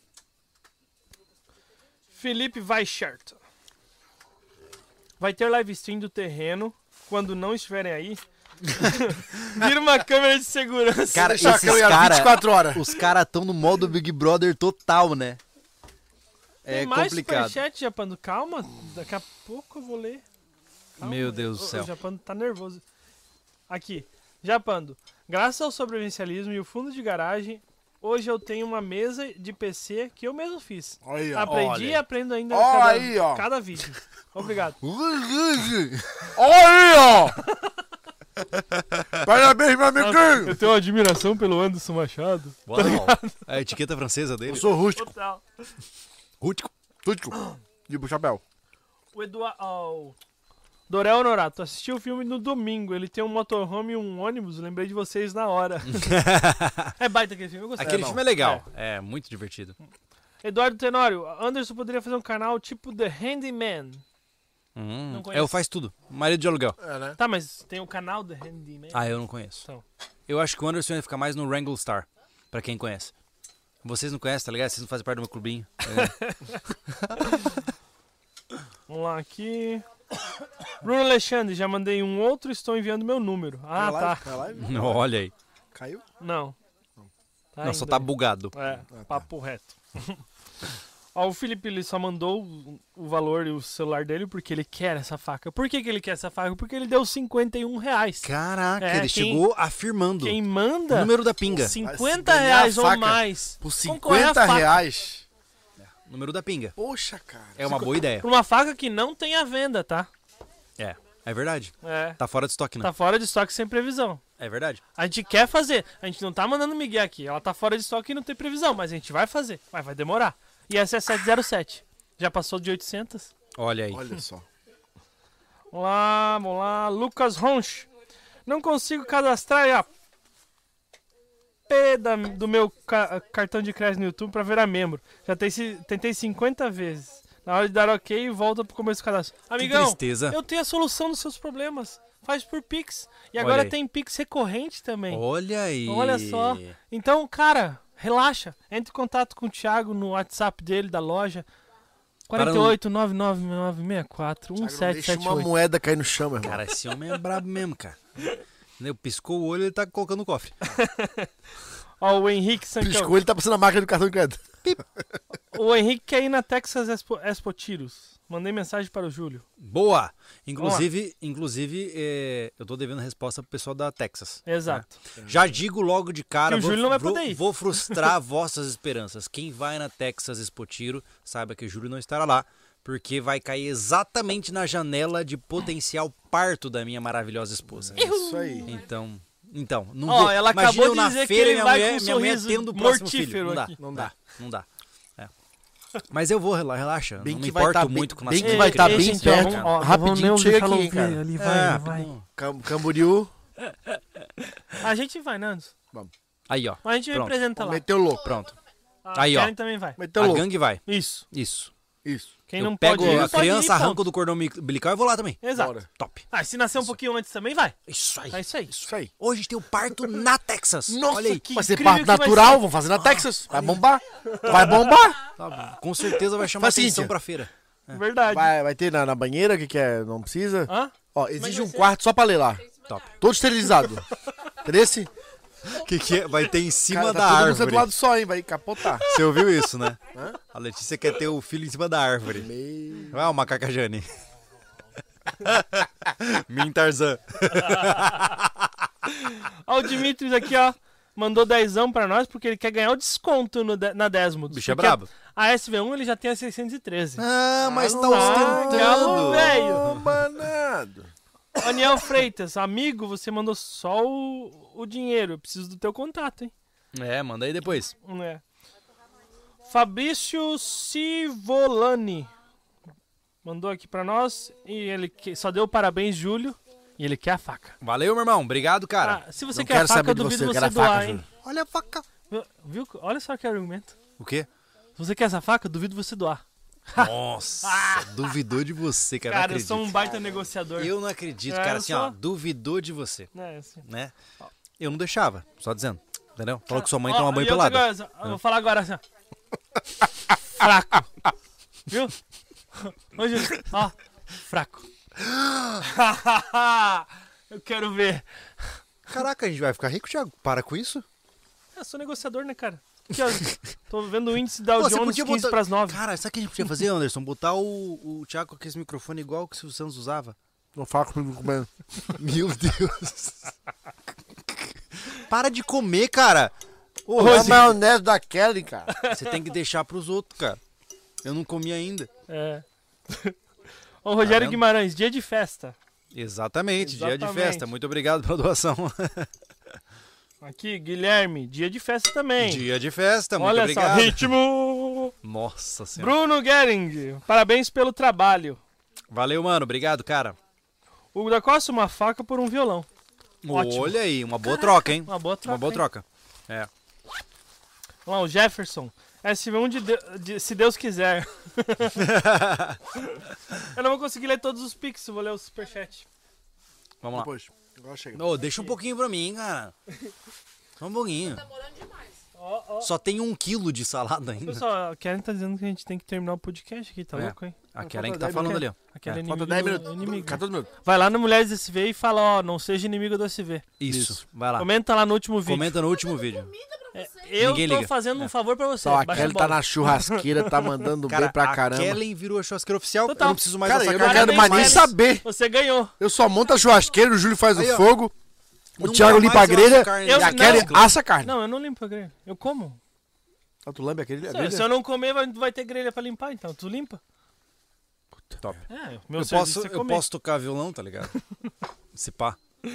Felipe Weichert. Vai ter live stream do terreno quando não estiverem aí. Vira uma câmera de segurança. Cara, Deixar a esses câmera cara, vinte e quatro horas. os caras estão no modo Big Brother total, né? É Tem mais complicado. superchat, Japando. Calma, daqui a pouco eu vou ler. Calma. Meu Deus do O- céu. O Japando tá nervoso. Aqui. Japando. Graças ao sobrevivencialismo e o fundo de garagem, hoje eu tenho uma mesa de P C que eu mesmo fiz. Olha aí, ó. Aprendi olha e aí. aprendo ainda Olha cada, aí, ó. cada vídeo. Obrigado. Olha aí, ó. Parabéns, meu amiguinho. Eu tenho uma admiração pelo Anderson Machado. Uau! A etiqueta francesa dele. Eu sou rústico. Total. Rústico. Rústico. De chapéu. O Eduardo. Oh, Dorel Honorato, assisti o filme no domingo. Ele tem um motorhome e um ônibus. Lembrei de vocês na hora. É baita aquele filme, eu gostei. Aquele não. filme é legal. É. muito divertido. Eduardo Tenório, Anderson poderia fazer um canal tipo The Handyman. Hum, Não é conheço. o Faz Tudo. Marido de aluguel. É, né? Tá, mas tem o canal The Handyman. Ah, eu não conheço. Então. Eu acho que o Anderson ia ficar mais no Wrangle Star, pra quem conhece. Vocês não conhecem, tá ligado? Vocês não fazem parte do meu clubinho. Tá ligado? Vamos lá aqui. Bruno Alexandre, já mandei um outro, estou enviando meu número. Ah, Caiu a tá. live? Caiu a live? Olha aí. Caiu? Não. Tá não, só indo tá aí. bugado. É, tá. papo reto. Ó, o Felipe ele só mandou o, o valor e o celular dele porque ele quer essa faca. Por que, que ele quer essa faca? Porque ele deu cinquenta e um reais. Caraca, É, ele quem- chegou afirmando. Quem o manda número da pinga. cinquenta Se ganhar reais a ou faca mais. Por concorre à cinquenta faca. reais? Número da pinga. Poxa, cara. É uma boa ideia. Pra uma faca que não tem à venda, tá? É, é verdade. É. Tá fora de estoque, né? Tá fora de estoque sem previsão. É verdade. A gente quer fazer. A gente não tá mandando migué aqui. Ela tá fora de estoque e não tem previsão, mas a gente vai fazer. Mas vai demorar. E essa é sete zero sete. Já passou de oitocentos. Olha aí. Olha só. Vamos lá, vamos lá. Lucas Ronch. Não consigo cadastrar a P da- do meu ca- cartão de crédito no YouTube pra virar membro. Já tei- tentei cinquenta vezes. Na hora de dar ok, volta pro começo do cadastro. Amigão, tristeza. eu tenho a solução dos seus problemas. Faz por Pix. E Olha agora aí. tem Pix recorrente também. Olha aí. Olha só. Então, cara, relaxa. Entre em contato com o Thiago no WhatsApp dele, da loja. quatro oito nove nove nove seis quatro um Thiago, não sete deixa sete uma oito. moeda cair no chão, meu irmão. Cara, esse homem é brabo mesmo, cara. Entendeu? Piscou o olho, ele tá colocando no cofre. Ó, o Henrique Sancão. Piscou, ele tá passando a máquina do cartão de crédito. O Henrique quer ir na Texas Expo, Expo Tiros. Mandei mensagem para o Júlio. Boa! Inclusive, inclusive é, eu tô devendo resposta pro pessoal da Texas. Exato. Já digo logo de cara, Que o vou, Júlio não vai vou- poder ir. vou frustrar vossas esperanças. Quem vai na Texas Expo Tiro, saiba que o Júlio não estará lá, porque vai cair exatamente na janela de potencial parto da minha maravilhosa esposa. Isso aí. Então, então, não Ó, vou. ela Imagina acabou eu de na dizer que feira ele e minha vai mulher, com um minha mulher sorriso tendo o próximo filho. mortífero Não dá, aqui. não dá, não dá. É. Mas eu vou, rela- relaxa. Bem não que me vai importo tá bem- muito com o bem nascimento que vai de tá criança. bem Esse, ó, perto. vamos- ó, Rapidinho vamos chega deixar aqui, ela hein, cara. ouvir, ele vai, É, ele vai. rapidinho. Cam- Camboriú, A gente vai, Nando. Aí, ó. A gente Pronto. representa lá. meteu louco. Pronto. A Aí, ó. Karen também vai. Meteu A louco. gangue vai. Isso. Isso. Isso. Quem eu não pego pode ir, a pode criança, ir, arranco ponto. do cordão umbilical e vou lá também. Exato. Bora. Top. Ah, se nascer um pouquinho antes também, vai. Isso aí. É isso aí. Isso aí. Hoje tem o parto na Texas. Nossa, Olha aí. que Vai ser incrível parto que vai natural, ser. vamos fazer na Texas. Vai bombar. Vai bombar. Tá bom. Com certeza vai chamar Faz o atenção seguinte, pra feira. Verdade. Vai, vai ter na, na banheira, o que, que é? Não precisa. Hã? Ó, Mas exige vai um ser- quarto só pra ler lá. Top. Todo esterilizado. Esse? O que, que é? Vai ter em cima Cara, da tá todo mundo árvore. do lado só, hein? Vai capotar. Você ouviu isso, né? Hã? A Letícia quer ter o filho em cima da árvore. Meio... Ah, o Macacajane. Min Tarzan. Ó, o Dimitris aqui, ó. Mandou dezão pra nós porque ele quer ganhar o desconto no de- na Desmond. O bicho é Porque brabo. A S V um ele já tem a seiscentos e treze. Ah, mas tá Ah, galo, ostentando. velho. Bombanado. Daniel Freitas, amigo, você mandou só o, o dinheiro. Eu preciso do teu contato, hein? É, manda aí depois. É. Fabrício Civolani mandou aqui pra nós e ele que- só deu parabéns, Júlio, e ele quer a faca. Valeu, meu irmão. Obrigado, cara. Ah, se você Não quer a quero faca, saber eu de duvido você, eu você, quero a doar, faca, hein? Júlio. Olha a faca. Viu? Olha só que argumento. O quê? Se você quer essa faca, eu duvido você doar. Nossa, duvidou de você, cara. Cara, não eu sou um acredito. baita negociador. Eu não acredito, É, cara. eu Assim, sou. ó, duvidou de você, É, assim. né? Eu não deixava, só dizendo. Entendeu? Falou que sua mãe Ó, toma banho e outra pelada. coisa, eu vou falar agora assim, ó. Fraco. Viu? Ô, Júlio, ó. Fraco. Eu quero ver. Caraca, a gente vai ficar rico, Thiago? Para com isso. Eu sou negociador, né, cara? Aqui, ó, tô vendo o índice da Pô, você Jones podia quinze botar- pras nove. Cara, sabe o que a gente podia fazer, Anderson? Botar o, o Thiago com esse microfone igual que o Silvio Santos usava. Não fala comigo comendo. Meu Deus. Para de comer, cara. Ô, Olha a você, maionese da Kelly, cara. você tem que deixar pros outros, cara. Eu não comi ainda. É. Ô, Rogério vendo? Guimarães, dia de festa. Exatamente, dia de Exatamente. festa. Muito obrigado pela doação. Aqui, Guilherme, dia de festa também. Dia de festa, muito Olha obrigado. só, ritmo! Nossa senhora. Bruno Gering, parabéns pelo trabalho. Valeu, mano. Obrigado, cara. Hugo da Costa, uma faca por um violão. Ótimo. Olha aí, uma boa troca, hein? Uma boa troca. Uma boa hein? troca. É. Vamos lá, o Jefferson. S V um de, de, de se Deus quiser. Eu não vou conseguir ler todos os pics, eu vou ler o superchat. Vamos lá. Depois. Agora chega. Ô, deixa um pouquinho pra mim, cara. Só um pouquinho. Tá demorando demais. Ó, ó. Só tem um quilo de salada ainda. Pessoal, a Karen tá dizendo que a gente tem que terminar o podcast aqui, tá É. louco, hein? A Falta Karen que tá dez falando ali, ó. A Karen é Falta inimigo dez do- minutos. inimigo. quatorze minutos. Vai lá no Mulheres S V e fala, ó, não seja inimigo do S V. Isso, Isso. vai lá. Comenta lá no último vídeo. Comenta no último vídeo. Comida pra É, vocês. eu Ninguém tô liga. fazendo um favor pra você. Só a Baixa Kelly a tá bola. na churrasqueira, tá mandando Cara, bem pra a caramba. Kellen virou a churrasqueira oficial. Total. Eu não preciso mais Cara, dessa eu não carne. quero mais nem Kelly. saber. Você ganhou. Eu só monto a churrasqueira, o Júlio faz Aí, o ó. fogo, o Nunca Thiago mais limpa a eu acho grelha carne. e a Eu- Kelly não. assa a carne. Não, eu não limpo a grelha. Eu como. Ah, tu lambe a grelha? a Se, grelha? se eu não comer, vai, vai ter grelha pra limpar, então. Tu limpa. Top. É, meu Eu serviço posso, é eu comer. posso tocar violão, tá ligado? Se pá.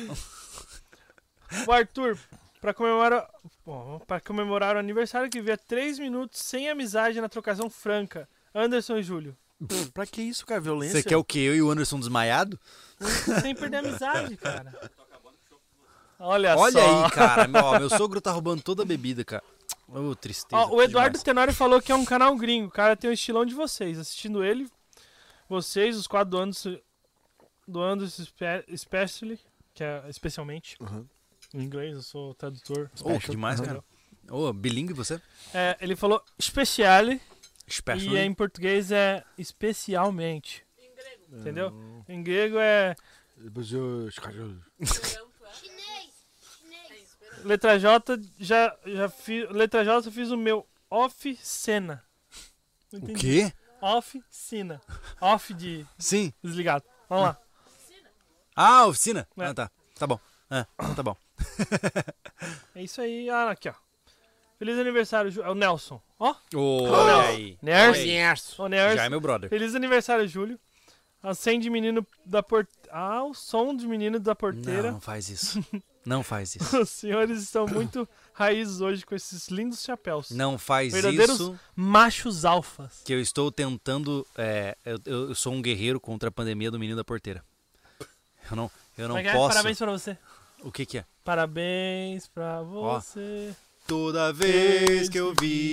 O Arthur, pra comemorar, bom, pra comemorar o aniversário que via três minutos sem amizade na trocação franca. Anderson e Júlio. Pra que isso, cara? Violência? Você quer o quê? Eu e o Anderson desmaiado? Sem perder a amizade, cara. Olha, Olha só. aí, cara. Meu, ó, meu sogro tá roubando toda a bebida, cara. Ô, tristeza. Ó, o Eduardo demais. Tenório falou que é um canal gringo. O cara tem o estilão de vocês. Assistindo ele, vocês, os quatro do Anderson, do Anderson Spe- Especially, que é especialmente, Uhum. em inglês, eu sou tradutor. Ô, que demais, cara. Ô, bilíngue você? É, ele falou speciale Special. e em português é especialmente. Em grego. Entendeu? Em grego é Depois eu- Esperanto é. Chinês. Chinês. letra J, já, já fiz. Letra J eu fiz o meu off-cena. Não O entendi. quê? Off-cena. Off de Sim. desligado. Vamos lá. Ah, oficina? É. Ah, tá. Tá bom. É, então tá bom. É isso aí. Ah, aqui, ó. Feliz aniversário, Ju... é o Nelson. Ó, Ô, Nelson. olha aí. Ners. Olha aí. Ô, Ners. Já é meu brother. Feliz aniversário, Júlio. Acende menino da porteira. Ah, o som de menino da porteira. Não, faz isso. Não faz isso. Os senhores estão muito raízes hoje com esses lindos chapéus. Não faz Verdadeiros isso. machos alfas. Que eu estou tentando. É, eu, eu eu sou um guerreiro contra a pandemia do menino da porteira. Eu não, eu não Como é que é? posso. Parabéns pra você. O que que é? Parabéns pra você. Toda vez que eu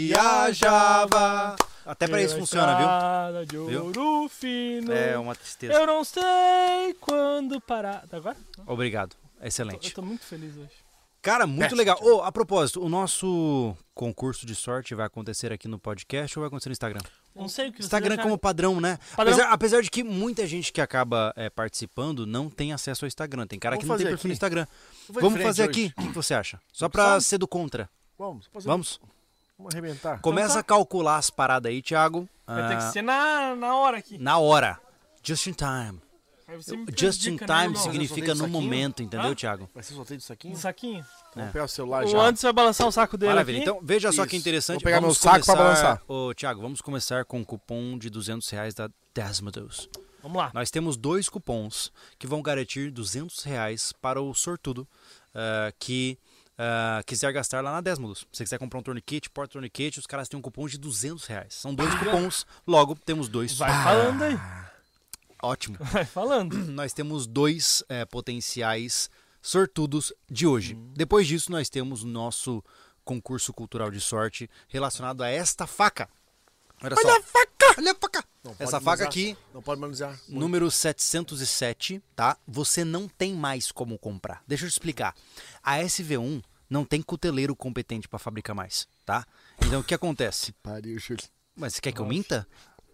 viajava. Até pra isso pela funciona, viu? estrada de Viu? ouro fino. É uma tristeza. Eu não sei quando parar. Tá agora? Obrigado. Eu Excelente. tô muito feliz hoje. Cara, muito Péssimo, legal. Ô, a propósito, o nosso concurso de sorte vai acontecer aqui no podcast ou vai acontecer no Instagram? Não sei o que vocês Instagram acharam. como padrão, né? Padrão. Apesar, apesar de que muita gente que acaba é, participando não tem acesso ao Instagram. Tem cara Vamos que não tem fazer perfil no aqui. Instagram. Vou em Vamos frente fazer hoje. aqui. O que você acha? Só Não pra precisa. ser do contra. Vamos, vamos. Vamos? Vamos arrebentar. Começa tá. a calcular as paradas aí, Thiago. Vai ter Ah, que ser na, na hora aqui. na hora. Just in time. Aí você me Just in prejudica, né, time irmão? significa Fazer no saquinho? momento, entendeu, Hã? Thiago? Vai ser sorteio de saquinho? Um saquinho. Vamos É. pegar o celular O já. Anderson vai balançar o saco dele Maravilha. aqui. Então, veja só que Isso. interessante. Vou pegar vamos meu saco pra começar- balançar. Ô, Thiago, vamos começar com um cupom de duzentos reais da Desmodos. Vamos lá. Nós temos dois cupons que vão garantir duzentos reais para o sortudo ah, que ah, quiser gastar lá na Desmodos. Se você quiser comprar um torniquete, porta-torniquete, os caras têm um cupom de duzentos reais. São dois cupons, logo temos dois. Vai falando aí. Ótimo. Vai falando. Nós temos dois eh, potenciais sortudos de hoje. Depois disso, nós temos o nosso concurso cultural de sorte relacionado a esta faca. Olha, só. Olha a faca! Olha a faca! Não Essa pode faca manusear. aqui, Não pode manusear. número setecentos e sete, tá? Você não tem mais como comprar. Deixa eu te explicar. A S V um não tem cuteleiro competente para fabricar mais, tá? Então o que acontece? Pariu, Júlio. Mas você quer que eu minta?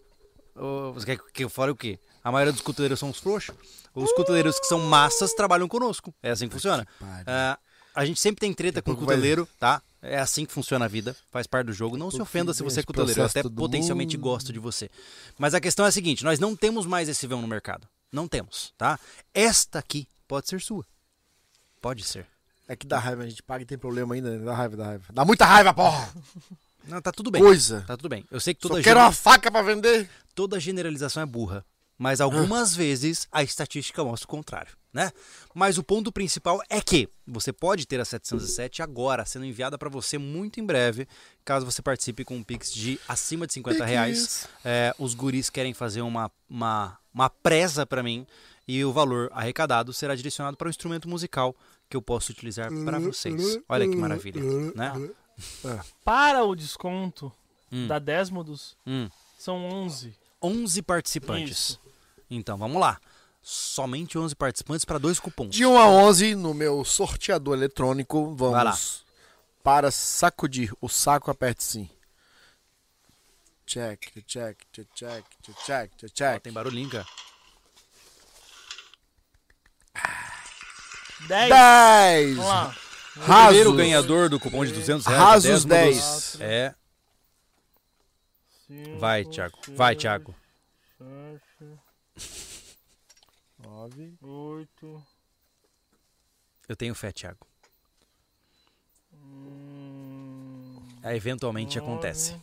Ou você quer que eu fale o quê? A maioria dos cuteleiros são os frouxos. Os cuteleiros que são massas trabalham conosco. É assim que funciona. pariu. Ah, a gente sempre tem treta com o pouco vai- cuteleiro, tá? É assim que funciona a vida. Faz parte do jogo. Não se ofenda se você é esse cuteleiro. Eu processo até todo potencialmente mundo. gosto de você. Mas a questão é a seguinte. Nós não temos mais esse vão no mercado. Não temos, tá? Esta aqui pode ser sua. Pode ser. É que dá raiva, a gente paga e tem problema ainda, né? Dá raiva, dá raiva. Dá muita raiva, porra! Não, tá tudo bem. Coisa. Tá tudo bem. Eu sei que Só toda, quero gene- uma faca pra vender. toda generalização é burra. Mas algumas vezes a estatística mostra o contrário, né? Mas o ponto principal é que você pode ter a setecentos e sete agora, sendo enviada para você muito em breve, caso você participe com um Pix de acima de cinquenta reais. É, os guris querem fazer uma, uma, uma presa para mim e o valor arrecadado será direcionado para um instrumento musical que eu posso utilizar para vocês. Olha que maravilha, né? Para o desconto Hum. da Desmodus, Hum. são onze. onze participantes. Isso. Então, vamos lá. Somente onze participantes para dois cupons. De um a onze, no meu sorteador eletrônico, Vai lá. vamos para sacudir. O saco aperte sim. Check, check, check, check, check, Ó, check. tem barulhinho, cara. dez. dez! Vamos lá. O primeiro Rasos. ganhador do cupom de duzentos reais. da Rasos Desmodus dez. É. Cinco, Vai, Thiago. Vai, seis, Thiago. sete, nove. oito. Eu tenho fé, Thiago. Hum, É, eventualmente nove. acontece.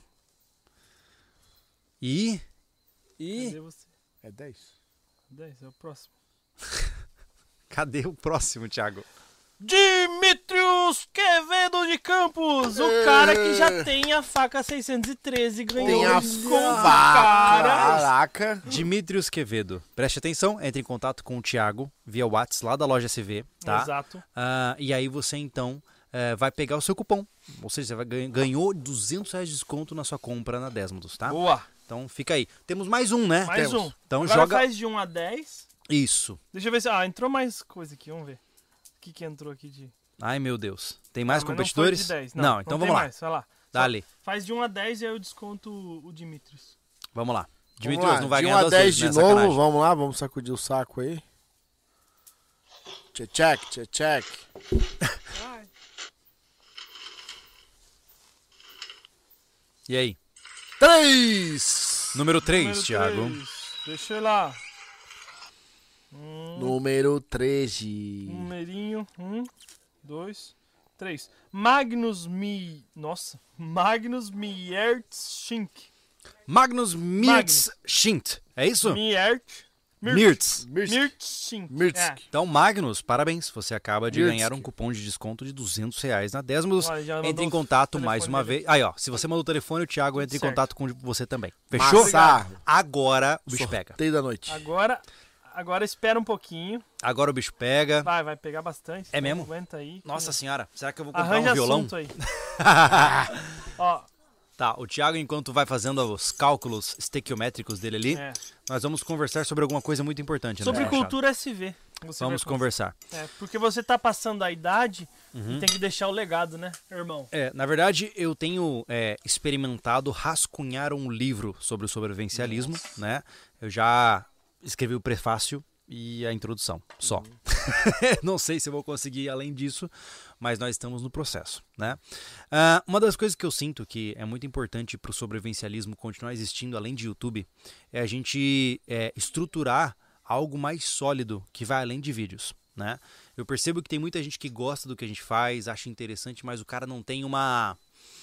E. E. Cadê você? É dez. dez, é o próximo. Cadê o próximo, Thiago? Dimitrios Quevedo de Campos, o cara que já tem a faca seiscentos e treze ganhou Tem a desconto, faca. cara. Caraca. Dimitrios Quevedo. Preste atenção, entre em contato com o Thiago via WhatsApp lá da loja S V, tá? Exato. Ah, e aí você então eh, vai pegar o seu cupom. Ou seja, você vai ganha- ganhou duzentos reais de desconto na sua compra na Desmodus, tá? Boa. Então fica aí. Temos mais um, né? Mais Temos. um. Então Agora joga faz de um a dez. isso. Deixa eu ver se... Ah, entrou mais coisa aqui, vamos ver. O que que entrou aqui de... Ai, meu Deus. Tem mais Ah, mas competidores? Não, foi de dez. Não, Não, então tem vamos lá. mais, vai lá. Dá-lhe. Faz de um a dez e aí eu desconto o Dimitrios. Vamos lá. Vamos Dimitrios lá, não vai de ganhar um a duas dez vezes, de né? novo, Sacanagem. vamos lá, vamos sacudir o saco aí. Check, check, check, check. Ai. E aí? três! Número três, Número Thiago. três. Deixa eu ir lá. Um, Número treze. numerinho. Um, dois, três. Magnus Mi... Nossa. Magnus Miertschink. Magnus Mirtz Schint. É isso? Miert. Mirtz. Mirtschink. Mirtz. É. Então, Magnus, parabéns. Você acaba de Mirtz. ganhar um cupom de desconto de duzentos reais na Desmodus. Olha, já Entre mandou em o contato telefone mais uma dele. vez. Aí, ó. Se você mandou o telefone, o Thiago entra em Certo. contato com você também. Fechou? Massa. Agora o bicho pega. Sorteio da noite. Agora, agora espera um pouquinho. Agora o bicho pega. Vai, vai pegar bastante. É então mesmo? Aguenta aí. que- Nossa senhora, será que eu vou comprar Arranja um violão? assunto aí. Ó, Tá, o Thiago, enquanto vai fazendo os cálculos estequiométricos dele ali, é. nós vamos conversar sobre alguma coisa muito importante. Sobre né, Machado? cultura S V. Você Vamos vai conversar. É, porque você tá passando a idade Uhum. e tem que deixar o legado, né, irmão? É, na verdade, eu tenho é, experimentado rascunhar um livro sobre o sobrevivencialismo, né? Eu já escrevi o prefácio e a introdução, só. Não sei se eu vou conseguir ir além disso, mas nós estamos no processo, né? Ah, uma das coisas que eu sinto que é muito importante para o sobrevivencialismo continuar existindo além de YouTube é a gente é, estruturar algo mais sólido que vai além de vídeos, né? Eu percebo que tem muita gente que gosta do que a gente faz, acha interessante, mas o cara não tem uma...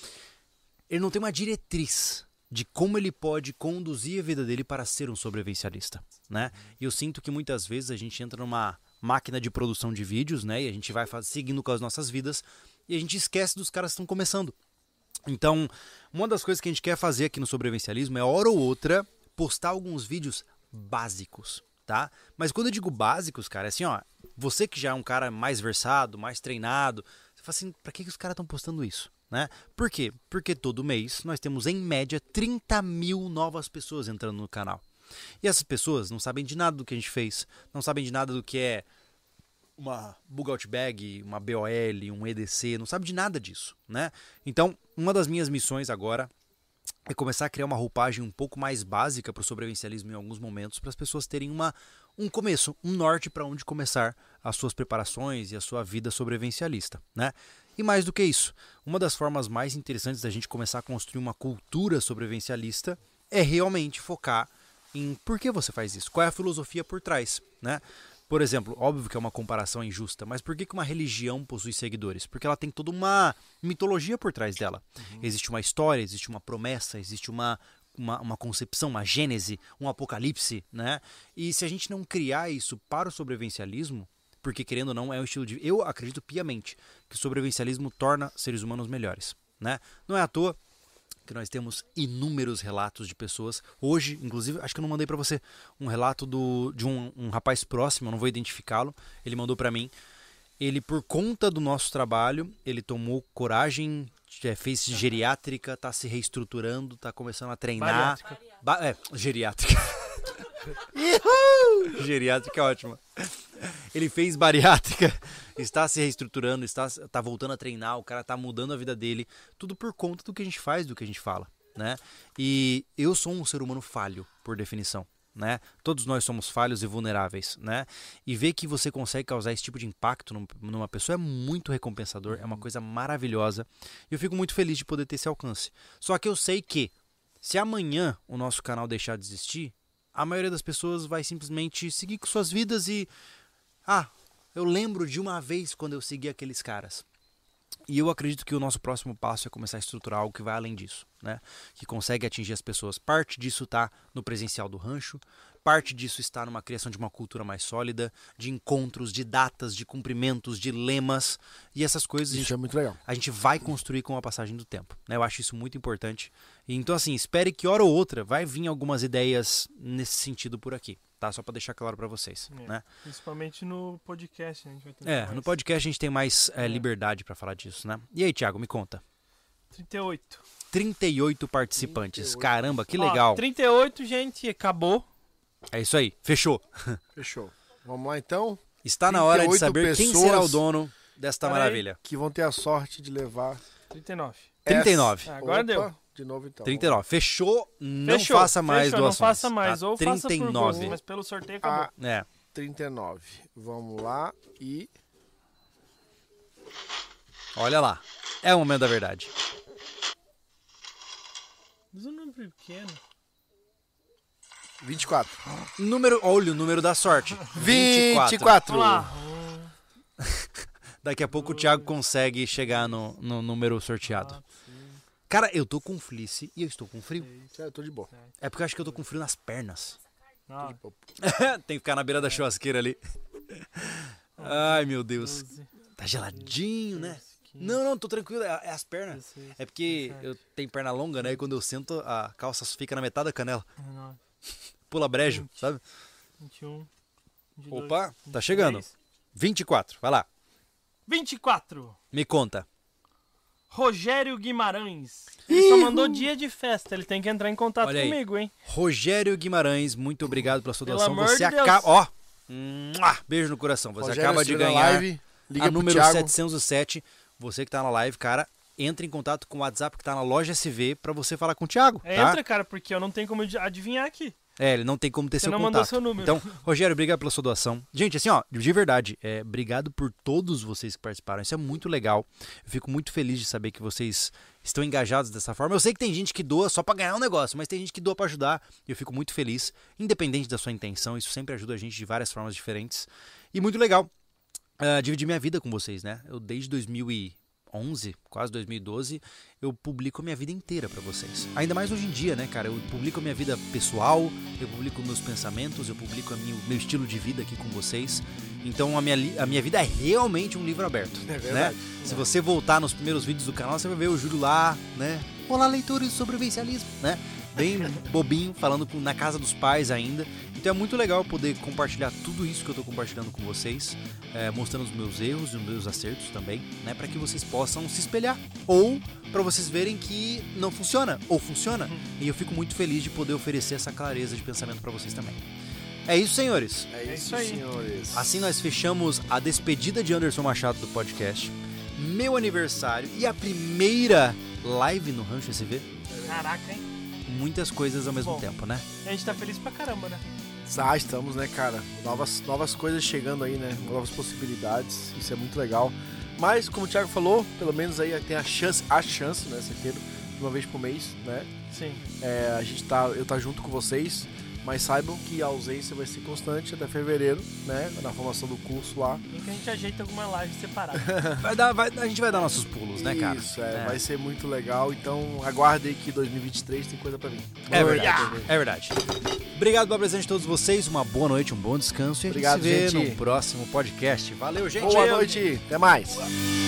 Ele não tem uma diretriz de como ele pode conduzir a vida dele para ser um sobrevivencialista, né? E eu sinto que muitas vezes a gente entra numa máquina de produção de vídeos, né? E a gente vai faz, seguindo com as nossas vidas e a gente esquece dos caras que estão começando. Então, uma das coisas que a gente quer fazer aqui no sobrevivencialismo é, hora ou outra, postar alguns vídeos básicos, tá? Mas quando eu digo básicos, cara, é assim, ó, você que já é um cara mais versado, mais treinado, você fala assim, pra que, que os caras estão postando isso? Né? Por quê? Porque todo mês nós temos em média trinta mil novas pessoas entrando no canal. E essas pessoas não sabem de nada do que a gente fez, não sabem de nada do que é uma bug out bag, uma B O L, um E D C, não sabe de nada disso, né? Então, uma das minhas missões agora é começar a criar uma roupagem um pouco mais básica para o sobrevivencialismo em alguns momentos, para as pessoas terem uma, um começo, um norte para onde começar as suas preparações e a sua vida sobrevivencialista, né? E mais do que isso, uma das formas mais interessantes da gente começar a construir uma cultura sobrevivencialista é realmente focar em por que você faz isso, qual é a filosofia por trás, né? Por exemplo, óbvio que é uma comparação injusta, mas por que que uma religião possui seguidores? Porque ela tem toda uma mitologia por trás dela. Uhum. Existe uma história, existe uma promessa, existe uma, uma, uma concepção, uma gênese, um apocalipse, né? E se a gente não criar isso para o sobrevivencialismo, porque querendo ou não é um estilo de... Eu acredito piamente que o sobrevivencialismo torna seres humanos melhores, né? Não é à toa que nós temos inúmeros relatos de pessoas. Hoje, inclusive, acho que eu não mandei pra você um relato do, de um, um rapaz próximo, eu não vou identificá-lo, ele mandou pra mim. ele, por conta do nosso trabalho, ele tomou coragem, é, fez geriátrica, tá se reestruturando, tá começando a treinar. Bariátrica. Ba- é, geriátrica. Geriátrica é ótima. Ele fez bariátrica, está se reestruturando, está tá voltando a treinar, o cara tá mudando a vida dele, tudo por conta do que a gente faz, do que a gente fala, né? E eu sou um ser humano falho, por definição, né? Todos nós somos falhos e vulneráveis, né? E ver que você consegue causar esse tipo de impacto num- numa pessoa é muito recompensador, é uma coisa maravilhosa. E eu fico muito feliz de poder ter esse alcance. Só que eu sei que, se amanhã o nosso canal deixar de existir, a maioria das pessoas vai simplesmente seguir com suas vidas e... Ah, eu lembro de uma vez quando eu segui aqueles caras. E eu acredito que o nosso próximo passo é começar a estruturar algo que vai além disso, né? Que consegue atingir as pessoas. Parte disso está no presencial do rancho, parte disso está numa criação de uma cultura mais sólida, de encontros, de datas, de cumprimentos, de lemas. E essas coisas a Isso gente, é muito legal. a gente vai construir com a passagem do tempo, né? Eu acho isso muito importante. E então, assim, espere que hora ou outra vai vir algumas ideias nesse sentido por aqui, tá? Só para deixar claro para vocês, É, né? Principalmente no podcast, né? A gente vai ter É, mais. no podcast a gente tem mais é, É. liberdade para falar disso, né? E aí, Thiago, me conta. trinta e oito. trinta e oito participantes. trinta e oito. Caramba, que Ó, legal. trinta e oito, gente, acabou. É isso aí, fechou. Fechou. Vamos lá então. Está na hora de trinta e oito saber quem pessoas. será o dono desta Pera aí. maravilha. Que vão ter a sorte de levar. trinta e nove. trinta e nove. Ah, agora Opa, deu. De novo então. trinta e nove. Fechou, não Fechou, faça mais fechou, doações. Não faça mais, tá? ou faça por trinta e nove. gosto, mas pelo sorteio acabou. Ah, É. trinta e nove. Vamos lá e. Olha lá. É o momento da verdade. Diz um número pequeno. vinte e quatro. Número, olha o número da sorte. vinte e quatro. Vamos lá. Daqui a pouco o Thiago consegue chegar no, no número sorteado. Cara, eu tô com fleece e eu estou com frio. Eu tô de boa. É porque eu acho que eu tô com frio nas pernas. Ah, Tem que ficar na beira da churrasqueira ali. Ai, meu Deus. doze, Tá geladinho, né? quinze, Não, não, tô tranquilo. É é as pernas. dezesseis, É porque dezessete, eu tenho perna longa, né? E quando eu sento, a calça fica na metade da canela. dezenove, Pula brejo, vinte. sabe? vinte e um, vinte e dois, Opa, tá vinte e três, chegando. vinte e quatro, vai lá. vinte e quatro. Me conta. Rogério Guimarães. Ele só mandou dia de festa. Ele tem que entrar em contato Olha aí. comigo, hein? Rogério Guimarães, muito obrigado pela sua Pelo doação. amor Você de Deus. acaba. Ó! Mua, beijo no coração. Você Rogério, acaba de se vê na ganhar live, liga a pro número Thiago. setecentos e sete. Você que tá na live, cara, entre em contato com o WhatsApp que tá na loja S V pra você falar com o Thiago. É, Tá? Entra, cara, porque eu não tenho como adivinhar aqui. É, ele não tem como ter Você seu não contato. mandou seu número. Então, Rogério, obrigado pela sua doação. Gente, assim, ó, de verdade, é, obrigado por todos vocês que participaram. Isso é muito legal. Eu fico muito feliz de saber que vocês estão engajados dessa forma. Eu sei que tem gente que doa só pra ganhar um negócio, mas tem gente que doa pra ajudar. E eu fico muito feliz, independente da sua intenção. Isso sempre ajuda a gente de várias formas diferentes. E muito legal uh, dividir minha vida com vocês, né? Eu desde dois mil e onze, quase dois mil e doze, eu publico a minha vida inteira pra vocês. Ainda mais hoje em dia, né, cara? Eu publico a minha vida pessoal, eu publico meus pensamentos, eu publico a minha, o meu estilo de vida aqui com vocês. Então a minha, li- a minha vida é realmente um livro aberto. É verdade. Né? Se você voltar nos primeiros vídeos do canal, você vai ver o Júlio lá, né? Olá, leitores de sobrevivencialismo, né? Bem bobinho, falando com- na casa dos pais ainda. Então é muito legal poder compartilhar tudo isso que eu tô compartilhando com vocês, é, mostrando os meus erros e os meus acertos também, né? Para que vocês possam se espelhar. Ou para vocês verem que não funciona, ou funciona. E eu fico muito feliz de poder oferecer essa clareza de pensamento para vocês também. É isso, senhores. É isso, isso aí. senhores. Assim nós fechamos a despedida de Anderson Machado do podcast, meu aniversário e a primeira live no Rancho S V. Caraca, hein? Muitas coisas ao mesmo Bom. tempo, né? A gente tá feliz pra caramba, né? Ah, estamos, né, cara? Novas, novas coisas chegando aí, né? Novas possibilidades. Isso é muito legal. Mas, como o Thiago falou, pelo menos aí tem a chance, a chance, né, certeiro, de uma vez por mês, né? Sim. É, a gente tá, eu tá junto com vocês, mas saibam que a ausência vai ser constante até fevereiro, né? Na formação do curso lá. Nem que a gente ajeita alguma live separada. Vai dar, vai- a gente vai dar nossos pulos, né, cara? Isso, é, É. vai ser muito legal. Então, aguarde aí que dois mil e vinte e três tem coisa pra vir. É Oi, verdade, T V. é verdade. Obrigado pela presença de todos vocês, uma boa noite, um bom descanso e Obrigado, a gente se vê gente. no próximo podcast. Valeu, gente! Boa noite, até mais.